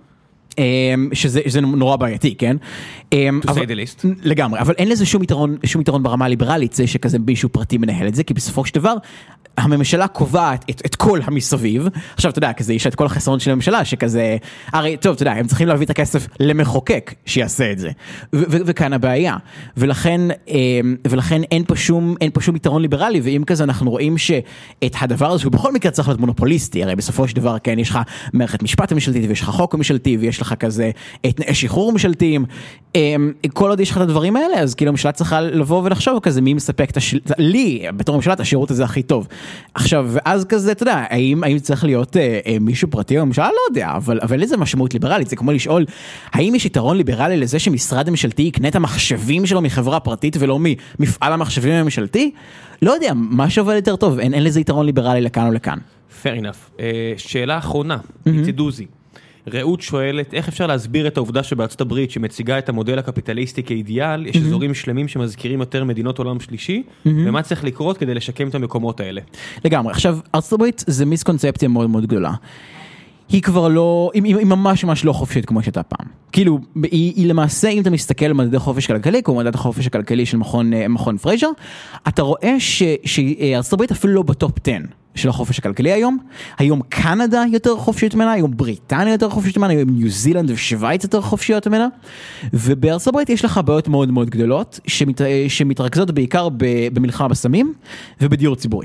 שזה, שזה נורא בעייתי, כן? To say the least. לגמרי, אבל אין לזה שום יתרון, שום יתרון ברמה הליברלית, זה שכזה מישהו פרטי מנהל את זה, כי בסופו של דבר, הממשלה קובעת את, את כל המסביב. עכשיו, אתה יודע, כזה יש את כל החסרון של הממשלה, שכזה, הרי, טוב, אתה יודע, הם צריכים להביא את הכסף למחוקק שיעשה את זה. ו- ו- וכאן הבעיה. ולכן, ולכן אין פה שום, אין פה שום יתרון ליברלי, ואם כזה אנחנו רואים שאת הדבר הזה, שהוא בכל מקרה צריך להיות מונופוליסטי, הרי בסופו של דבר, כן, יש לך מערכת משפט ממשלתית, ויש לך חוק ממשלתי, ויש לך כזה תנאי שחרור ממשלתיים. כל עוד יש לך את הדברים האלה, אז כאילו הממשלה צריכה לבוא ולחשוב כזה, מי מספק את השל... לי, בתור הממשלה, את השירות הזה הכי טוב. עכשיו, ואז כזה, אתה יודע, האם, האם צריך להיות אה, אה, מישהו פרטי או הממשלה? לא יודע, אבל, אבל איזה משמעות ליברלית? זה כמו לשאול, האם יש יתרון ליברלי לזה שמשרד ממשלתי יקנה את המחשבים שלו מחברה פרטית ולא ממפעל המחשבים הממשלתי? לא יודע, מה שעובד יותר טוב, אין, אין לזה יתרון ליברלי לכאן או לכאן. Fair enough. Uh, שאלה אחרונה, מצידוזי. רעות שואלת, איך אפשר להסביר את העובדה שבארצות הברית שמציגה את המודל הקפיטליסטי כאידיאל, יש אזורים שלמים שמזכירים יותר מדינות עולם שלישי, ומה צריך לקרות כדי לשקם את המקומות האלה? לגמרי. עכשיו, ארצות הברית זה מיסקונספציה מאוד מאוד גדולה. היא כבר לא, היא, היא ממש ממש לא חופשית כמו שהייתה פעם. כאילו, היא, היא למעשה, אם אתה מסתכל על מדד החופש הכלכלי, כמו מדד החופש הכלכלי של מכון, מכון פרייזר, אתה רואה ש, שארצות הברית אפילו לא בטופ עשר של החופש הכלכלי היום. היום קנדה יותר חופשית ממנה, היום בריטניה יותר חופשית ממנה, היום ניו זילנד ושוויץ יותר חופשיות ממנה, ובארצות הברית יש לך בעיות מאוד מאוד גדולות, שמת, שמתרכזות בעיקר במלחמה בסמים ובדיור ציבורי.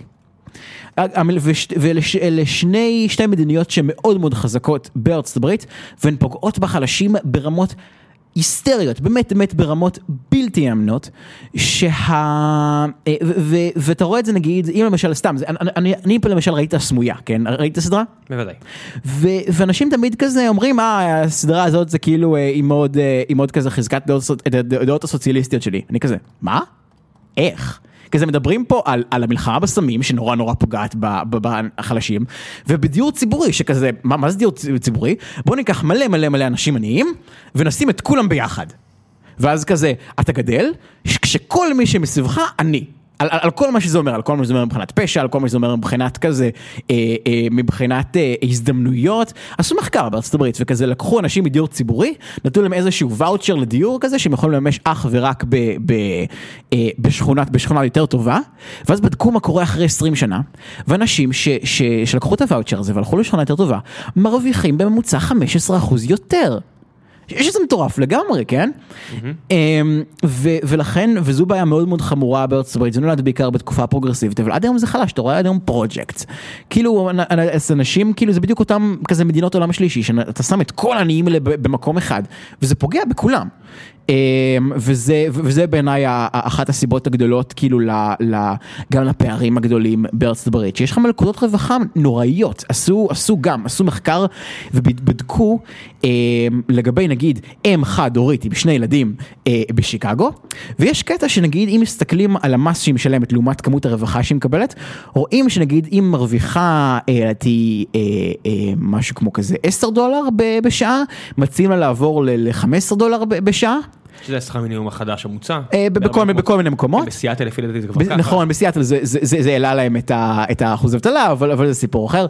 ואלה שני, שתי מדיניות שמאוד מאוד חזקות בארצות הברית, והן פוגעות בחלשים ברמות היסטריות, באמת באמת ברמות בלתי יאמנות, שה... ואתה רואה את זה נגיד, אם למשל סתם, אני פה למשל ראית הסמויה, כן? ראית הסדרה? בוודאי. ואנשים תמיד כזה אומרים, אה, הסדרה הזאת זה כאילו, היא מאוד כזה חזקת דעות הסוציאליסטיות שלי. אני כזה, מה? איך? כזה מדברים פה על, על המלחמה בסמים, שנורא נורא פוגעת בחלשים, ובדיור ציבורי, שכזה, מה, מה זה דיור ציבורי? בוא ניקח מלא מלא מלא אנשים עניים, ונשים את כולם ביחד. ואז כזה, אתה גדל, כשכל מי שמסביבך עני. על, על, על כל מה שזה אומר, על כל מה שזה אומר מבחינת פשע, על כל מה שזה אומר מבחינת כזה, אה, אה, מבחינת אה, הזדמנויות. עשו מחקר בארצות הברית, וכזה לקחו אנשים מדיור ציבורי, נתנו להם איזשהו ואוצ'ר לדיור כזה, שהם יכולים לממש אך ורק ב, ב, אה, בשכונת, בשכונה יותר טובה, ואז בדקו מה קורה אחרי עשרים שנה, ואנשים ש, ש, שלקחו את הוואוצ'ר הזה, והלכו לשכונה יותר טובה, מרוויחים בממוצע חמישה עשר אחוז יותר. יש איזה מטורף לגמרי, כן? ולכן, וזו בעיה מאוד מאוד חמורה בארצות הברית, זה נולד בעיקר בתקופה פרוגרסיבית, אבל עד היום זה חלש, אתה רואה עד היום פרוג'קט. כאילו, אנשים, כאילו, זה בדיוק אותם כזה מדינות עולם שלישי, שאתה שם את כל העניים האלה במקום אחד, וזה פוגע בכולם. וזה, וזה בעיניי אחת הסיבות הגדולות, כאילו, גם לפערים הגדולים בארצות הברית, שיש לך מלכודות רווחה נוראיות, עשו, עשו גם, עשו מחקר, ובדקו לגבי, נגיד, אם חד הורית עם שני ילדים בשיקגו, ויש קטע שנגיד, אם מסתכלים על המס שהיא משלמת לעומת כמות הרווחה שהיא מקבלת, רואים שנגיד, אם מרוויחה לדעתי משהו כמו כזה עשרה דולר בשעה, מציעים לה לעבור ל-חמישה עשר דולר בשעה, שזה השכר מינימום החדש המוצע. בכל מיני מקומות. בסיאטל לפי לדעתי זה כבר ככה. נכון, בסיאטל זה העלה להם את האחוז אבטלה, אבל זה סיפור אחר.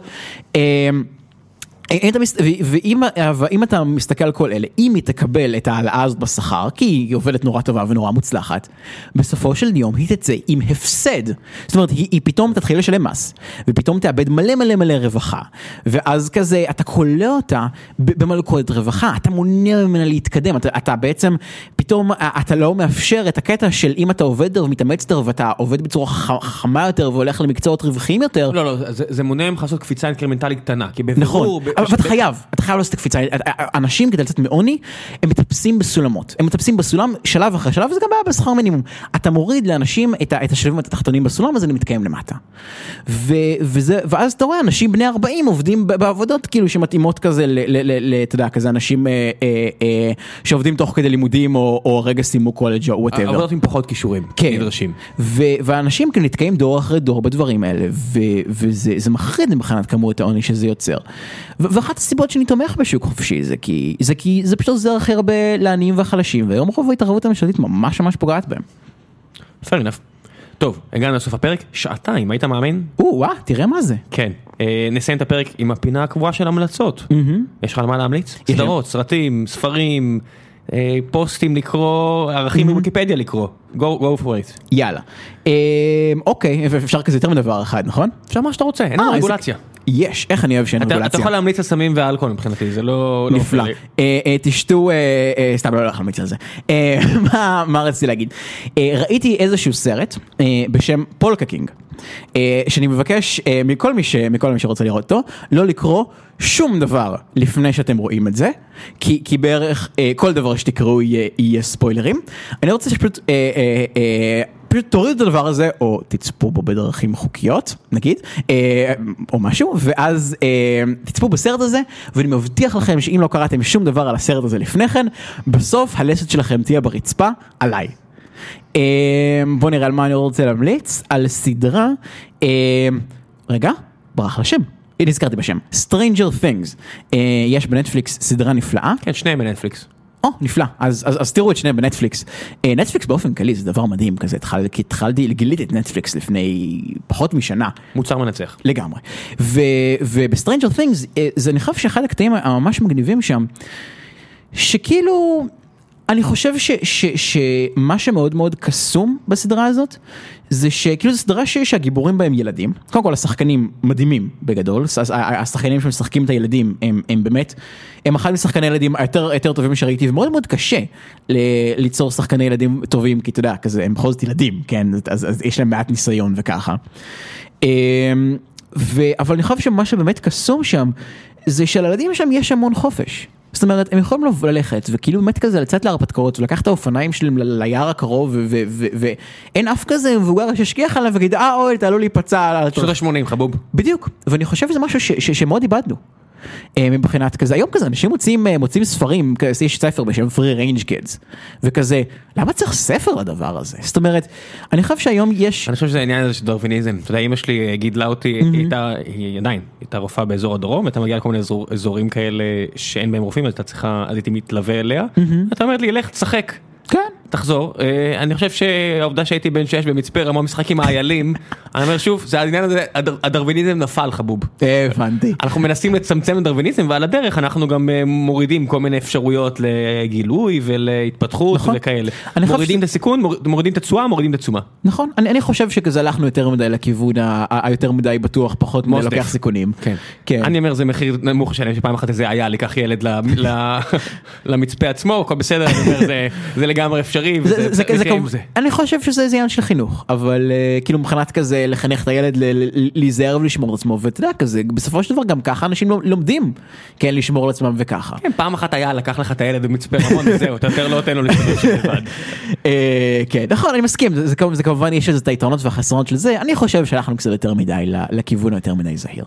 ואם אתה מסתכל על כל אלה, אם היא תקבל את העלאה הזאת בשכר, כי היא עובדת נורא טובה ונורא מוצלחת, בסופו של יום היא תצא עם הפסד. זאת אומרת, היא, היא פתאום תתחיל לשלם מס, ופתאום תאבד מלא מלא מלא רווחה, ואז כזה, אתה קולה אותה במלכודת רווחה, אתה מונע ממנה להתקדם, אתה, אתה בעצם, פתאום אתה לא מאפשר את הקטע של אם אתה עובד ומתאמץ יותר, ואתה עובד בצורה חכמה יותר, והולך למקצועות רווחיים יותר. לא, לא, זה, זה מונע ממך לעשות קפיצה אינקרמנטלית קטנה, כי בבירור... נכון. אבל אתה חייב, אתה חייב לעשות קפיצה. אנשים כדי לצאת מעוני, הם מטפסים בסולמות. הם מטפסים בסולם שלב אחרי שלב, וזה גם בעיה בשכר מינימום. אתה מוריד לאנשים את השלבים התחתונים בסולם, אז אני מתקיים למטה. ואז אתה רואה, אנשים בני ארבעים עובדים בעבודות כאילו שמתאימות כזה, אתה יודע, כזה אנשים שעובדים תוך כדי לימודים, או רגע סיימו קולג' או whatever. עבודות עם פחות כישורים, נדרשים. ואנשים כאילו נתקיים דור אחרי דור בדברים האלה, וזה מחריד מבחינת כמות העוני שזה יוצר. ואחת הסיבות שאני תומך בשוק חופשי זה כי זה כי זה פשוט עוזר הכי הרבה לעניים והחלשים, והיום רוב ההתערבות הממשלתית ממש ממש פוגעת בהם. Fair enough. טוב, הגענו לסוף הפרק, שעתיים, היית מאמין? או, וואה, תראה מה זה. כן, נסיים את הפרק עם הפינה הקבועה של המלצות. יש לך על מה להמליץ? סדרות, סרטים, ספרים, פוסטים לקרוא, ערכים בוויקיפדיה לקרוא. go for it. יאללה. אוקיי, אפשר כזה יותר מדבר אחד, נכון? אפשר מה שאתה רוצה, אין לנו רגולציה. יש, איך אני אוהב שאין רגולציה. אתה יכול להמליץ על סמים ואלכוהול מבחינתי, זה לא... נפלא. תשתו, סתם לא הולך להמליץ על זה. מה רציתי להגיד? ראיתי איזשהו סרט בשם פולקה קינג, שאני מבקש מכל מי שרוצה לראות אותו, לא לקרוא שום דבר לפני שאתם רואים את זה, כי בערך כל דבר שתקראו יהיה ספוילרים. אני רוצה שפשוט... פשוט תוריד את הדבר הזה, או תצפו בו בדרכים חוקיות, נגיד, או משהו, ואז תצפו בסרט הזה, ואני מבטיח לכם שאם לא קראתם שום דבר על הסרט הזה לפני כן, בסוף הלסת שלכם תהיה ברצפה עליי. בואו נראה על מה אני רוצה להמליץ, על סדרה, רגע, ברח לשם. נזכרתי בשם, Stranger Things, יש בנטפליקס סדרה נפלאה. כן, שניהם בנטפליקס. או, נפלא, אז, אז, אז תראו את שניהם בנטפליקס. נטפליקס באופן כללי זה דבר מדהים כזה, התחל, כי התחלתי, גיליתי את נטפליקס לפני פחות משנה. מוצר מנצח. לגמרי. ו, ובסטרנג'ר תינגס, זה נחשב שאחד הקטעים הממש מגניבים שם, שכאילו, אני חושב ש, ש, שמה שמאוד מאוד קסום בסדרה הזאת, זה שכאילו זו סדרה שהגיבורים בהם ילדים. קודם כל, השחקנים מדהימים בגדול, השחקנים שמשחקים את הילדים, הם, הם באמת, הם אחד משחקני ילדים היותר, יותר טובים שראיתי, ומאוד מאוד קשה ליצור שחקני ילדים טובים, כי אתה יודע, כזה, הם בכל זאת ילדים, כן? אז, אז יש להם מעט ניסיון וככה. ו, אבל אני חושב שמה שבאמת קסום שם, זה שלילדים שם יש המון חופש. זאת אומרת, הם יכולים ללכת, וכאילו באמת כזה לצאת להרפתקאות, ולקח את האופניים שלהם ליער הקרוב, ואין אף כזה מבוגר ששכיח עליו, וגיד, אה, אוי, תעלו להיפצע. שנות ה-שמונים, חבוב. בדיוק, ואני חושב שזה משהו שמאוד איבדנו. מבחינת כזה, היום כזה, אנשים מוצאים, מוצאים ספרים, יש ספר בשם Free Range Kids, וכזה, למה צריך ספר לדבר הזה? זאת אומרת, אני חושב שהיום יש... אני חושב שזה העניין הזה של דרוויניזם, אתה יודע, אמא שלי גידלה אותי, היא עדיין, הייתה רופאה באזור הדרום, ואתה מגיע לכל מיני אזורים כאלה שאין בהם רופאים, אז אתה צריכה, אז הייתי מתלווה אליה, אתה אומרת לי, לך, תשחק. כן. תחזור, אני חושב שהעובדה שהייתי בן שש במצפה רמו משחק עם האיילים, אני אומר שוב, זה העניין הזה, הדרוויניזם נפל חבוב. הבנתי. אנחנו מנסים לצמצם את הדרוויניזם, ועל הדרך אנחנו גם מורידים כל מיני אפשרויות לגילוי ולהתפתחות וכאלה. מורידים את הסיכון, מורידים את התשואה, מורידים את התשומה. נכון, אני חושב שכזה הלכנו יותר מדי לכיוון היותר מדי בטוח, פחות מדי לוקח סיכונים. כן. אני אומר, זה מחיר נמוך שלהם, שפעם אחת איזה היה לקח ילד למצפה עצמו, הכל בסדר, זה לגמרי אפשרי. אני חושב שזה עניין של חינוך, אבל כאילו מבחינת כזה לחנך את הילד להיזהר ולשמור על עצמו, ואתה יודע כזה, בסופו של דבר גם ככה אנשים לומדים, כן, לשמור על עצמם וככה. כן, פעם אחת היה לקח לך את הילד במצפה רמון וזהו, אתה יותר לא נותן לו לשמור לבד. כן, נכון, אני מסכים, זה כמובן יש את היתרונות והחסרונות של זה, אני חושב שאנחנו קצת יותר מדי לכיוון יותר מדי זהיר.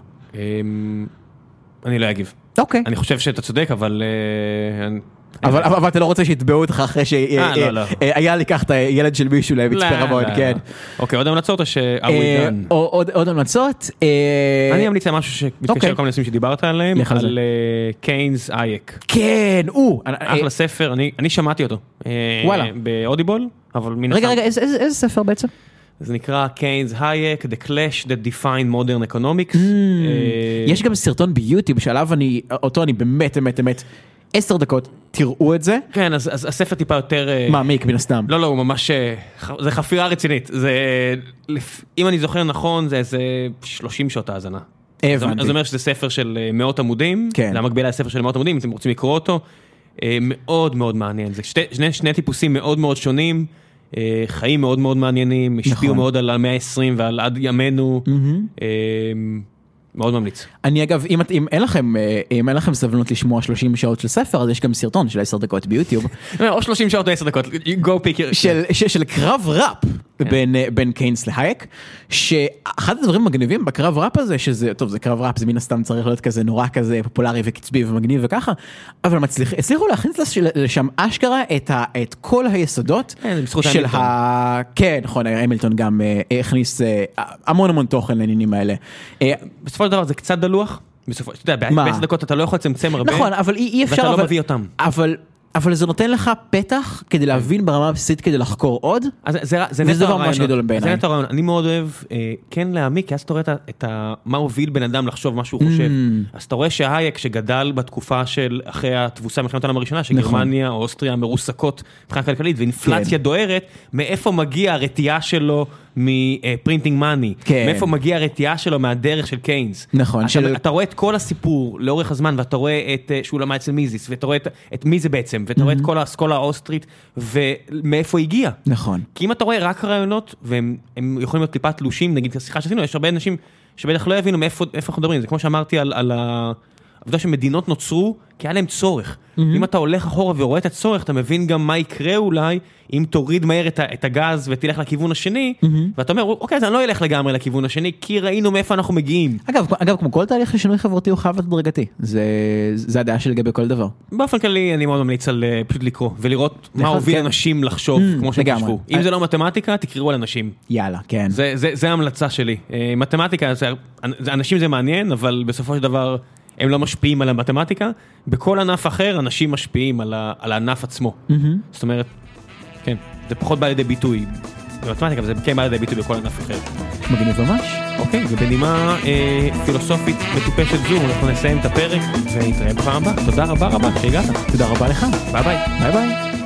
אני לא אגיב. אוקיי. אני חושב שאתה צודק, אבל... אבל, אבל אתה לא רוצה שיתבעו אותך אחרי שהיה לקח את הילד של מישהו למצפה רמון, כן. אוקיי, עוד המלצות או ש-are we done? עוד המלצות. אני אמליץ על משהו שמתקשר לכל מיני נושאים שדיברת עליהם, על קיינס אייק. כן, הוא. אחלה ספר, אני שמעתי אותו. וואלה. באודיבול, אבל מן הסתם. רגע, רגע, איזה ספר בעצם? זה נקרא קיינס הייק, The Clash That Defined Modern Economics. יש גם סרטון ביוטיוב שעליו אני, אותו אני באמת, באמת, באמת, עשר דקות, תראו את זה. כן, אז, אז הספר טיפה יותר... מעמיק, מן הסתם. לא, לא, הוא ממש... זה חפירה רצינית. זה... אם אני זוכר נכון, זה איזה שלושים שעות האזנה. הבנתי. זה אומר שזה ספר של מאות עמודים. כן. זה המקבילה לספר של מאות עמודים, אם אתם רוצים לקרוא אותו. מאוד מאוד מעניין. זה שני, שני, שני טיפוסים מאוד מאוד שונים. חיים מאוד מאוד מעניינים. השפיעו נכון. מאוד על המאה ה-עשרים ועל עד ימינו. Mm-hmm. מאוד ממליץ. אני אגב, אם, אם אין לכם, אם אין לכם סבלנות לשמוע שלושים שעות של ספר, אז יש גם סרטון של עשר דקות ביוטיוב. או שלושים שעות או עשר דקות, go pick your... של, של, של קרב ראפ בין, בין קיינס להייק, שאחד הדברים מגניבים בקרב ראפ הזה, שזה, טוב, זה קרב ראפ, זה מן הסתם צריך להיות כזה נורא כזה פופולרי וקצבי ומגניב וככה, אבל מצליח, הצליחו להכניס לשם אשכרה את, ה, את כל היסודות של ה... כן, נכון, המילטון גם הכניס המון המון תוכן לעניינים האלה. בסופו של דבר זה קצת דלוח, בסופו, אתה יודע, בעשר דקות אתה לא יכול לצמצם הרבה, נכון, אבל אי אפשר, ואתה לא מביא אותם. אבל אבל זה נותן לך פתח כדי להבין ברמה הבסיסית כדי לחקור עוד, אז זה, זה וזה דבר ממש גדול בעיניי. זה נטע הרעיון, אני מאוד אוהב אה, כן להעמיק, כי אז אתה רואה את, את ה, מה הוביל בן אדם לחשוב מה שהוא חושב. Mm. אז אתה רואה שהייק שגדל בתקופה של אחרי התבוסה מלחמת העולם הראשונה, שגרמניה או אוסטריה מרוסקות מבחינה כלכלית, ואינפלציה כן. דוהרת, מאיפה מגיע הרתיעה שלו מפרינטינג מאני, כן. מאיפה מגיע הרתיעה שלו מהדרך של קיינס. נכון. עכשיו, של... אתה רואה את כל הסיפור לאורך הזמן, ואתה רואה את, שהוא למד אצל מיזיס, ואתה רואה את, את מי זה בעצם, ואתה רואה את כל האסכולה האוסטרית, ומאיפה הגיע. נכון. כי אם אתה רואה רק רעיונות, והם יכולים להיות טיפה תלושים, נגיד השיחה שעשינו, יש הרבה אנשים שבטח לא יבינו מאיפה אנחנו מדברים, זה כמו שאמרתי על, על העובדה שמדינות נוצרו, כי היה להם צורך. אם אתה הולך אחורה ורואה את הצורך, אתה מבין גם מה יקרה אולי, אם תוריד מהר את הגז ותלך לכיוון השני, ואתה אומר, אוקיי, אז אני לא אלך לגמרי לכיוון השני, כי ראינו מאיפה אנחנו מגיעים. אגב, אגב, כמו כל תהליך לשינוי חברתי הוא חייב להיות הדרגתי. זה, זה הדעה שלי לגבי כל דבר. באופן כללי, אני מאוד ממליץ על פשוט לקרוא, ולראות מה הוביל אנשים לחשוב, כמו שהם חשבו. אם זה לא מתמטיקה, תקראו על אנשים. יאללה, כן. זה, זה, זה ההמלצה שלי. מתמטיקה, אנשים זה מעניין, אבל בסופו של דבר הם לא משפיעים על המתמטיקה. בכל ענף אחר, אנשים משפיעים על, ה, על הענף עצמו. זאת אומרת, כן, זה פחות בא לידי ביטוי במתמטיקה, אבל זה כן בא לידי ביטוי בכל ענף אחר. מגניב ממש. אוקיי, ובנימה אה, פילוסופית מטופשת זו, אנחנו נסיים את הפרק ונתראה בפעם הבאה. תודה רבה רבה שהגעת. תודה רבה לך. ביי ביי. ביי ביי.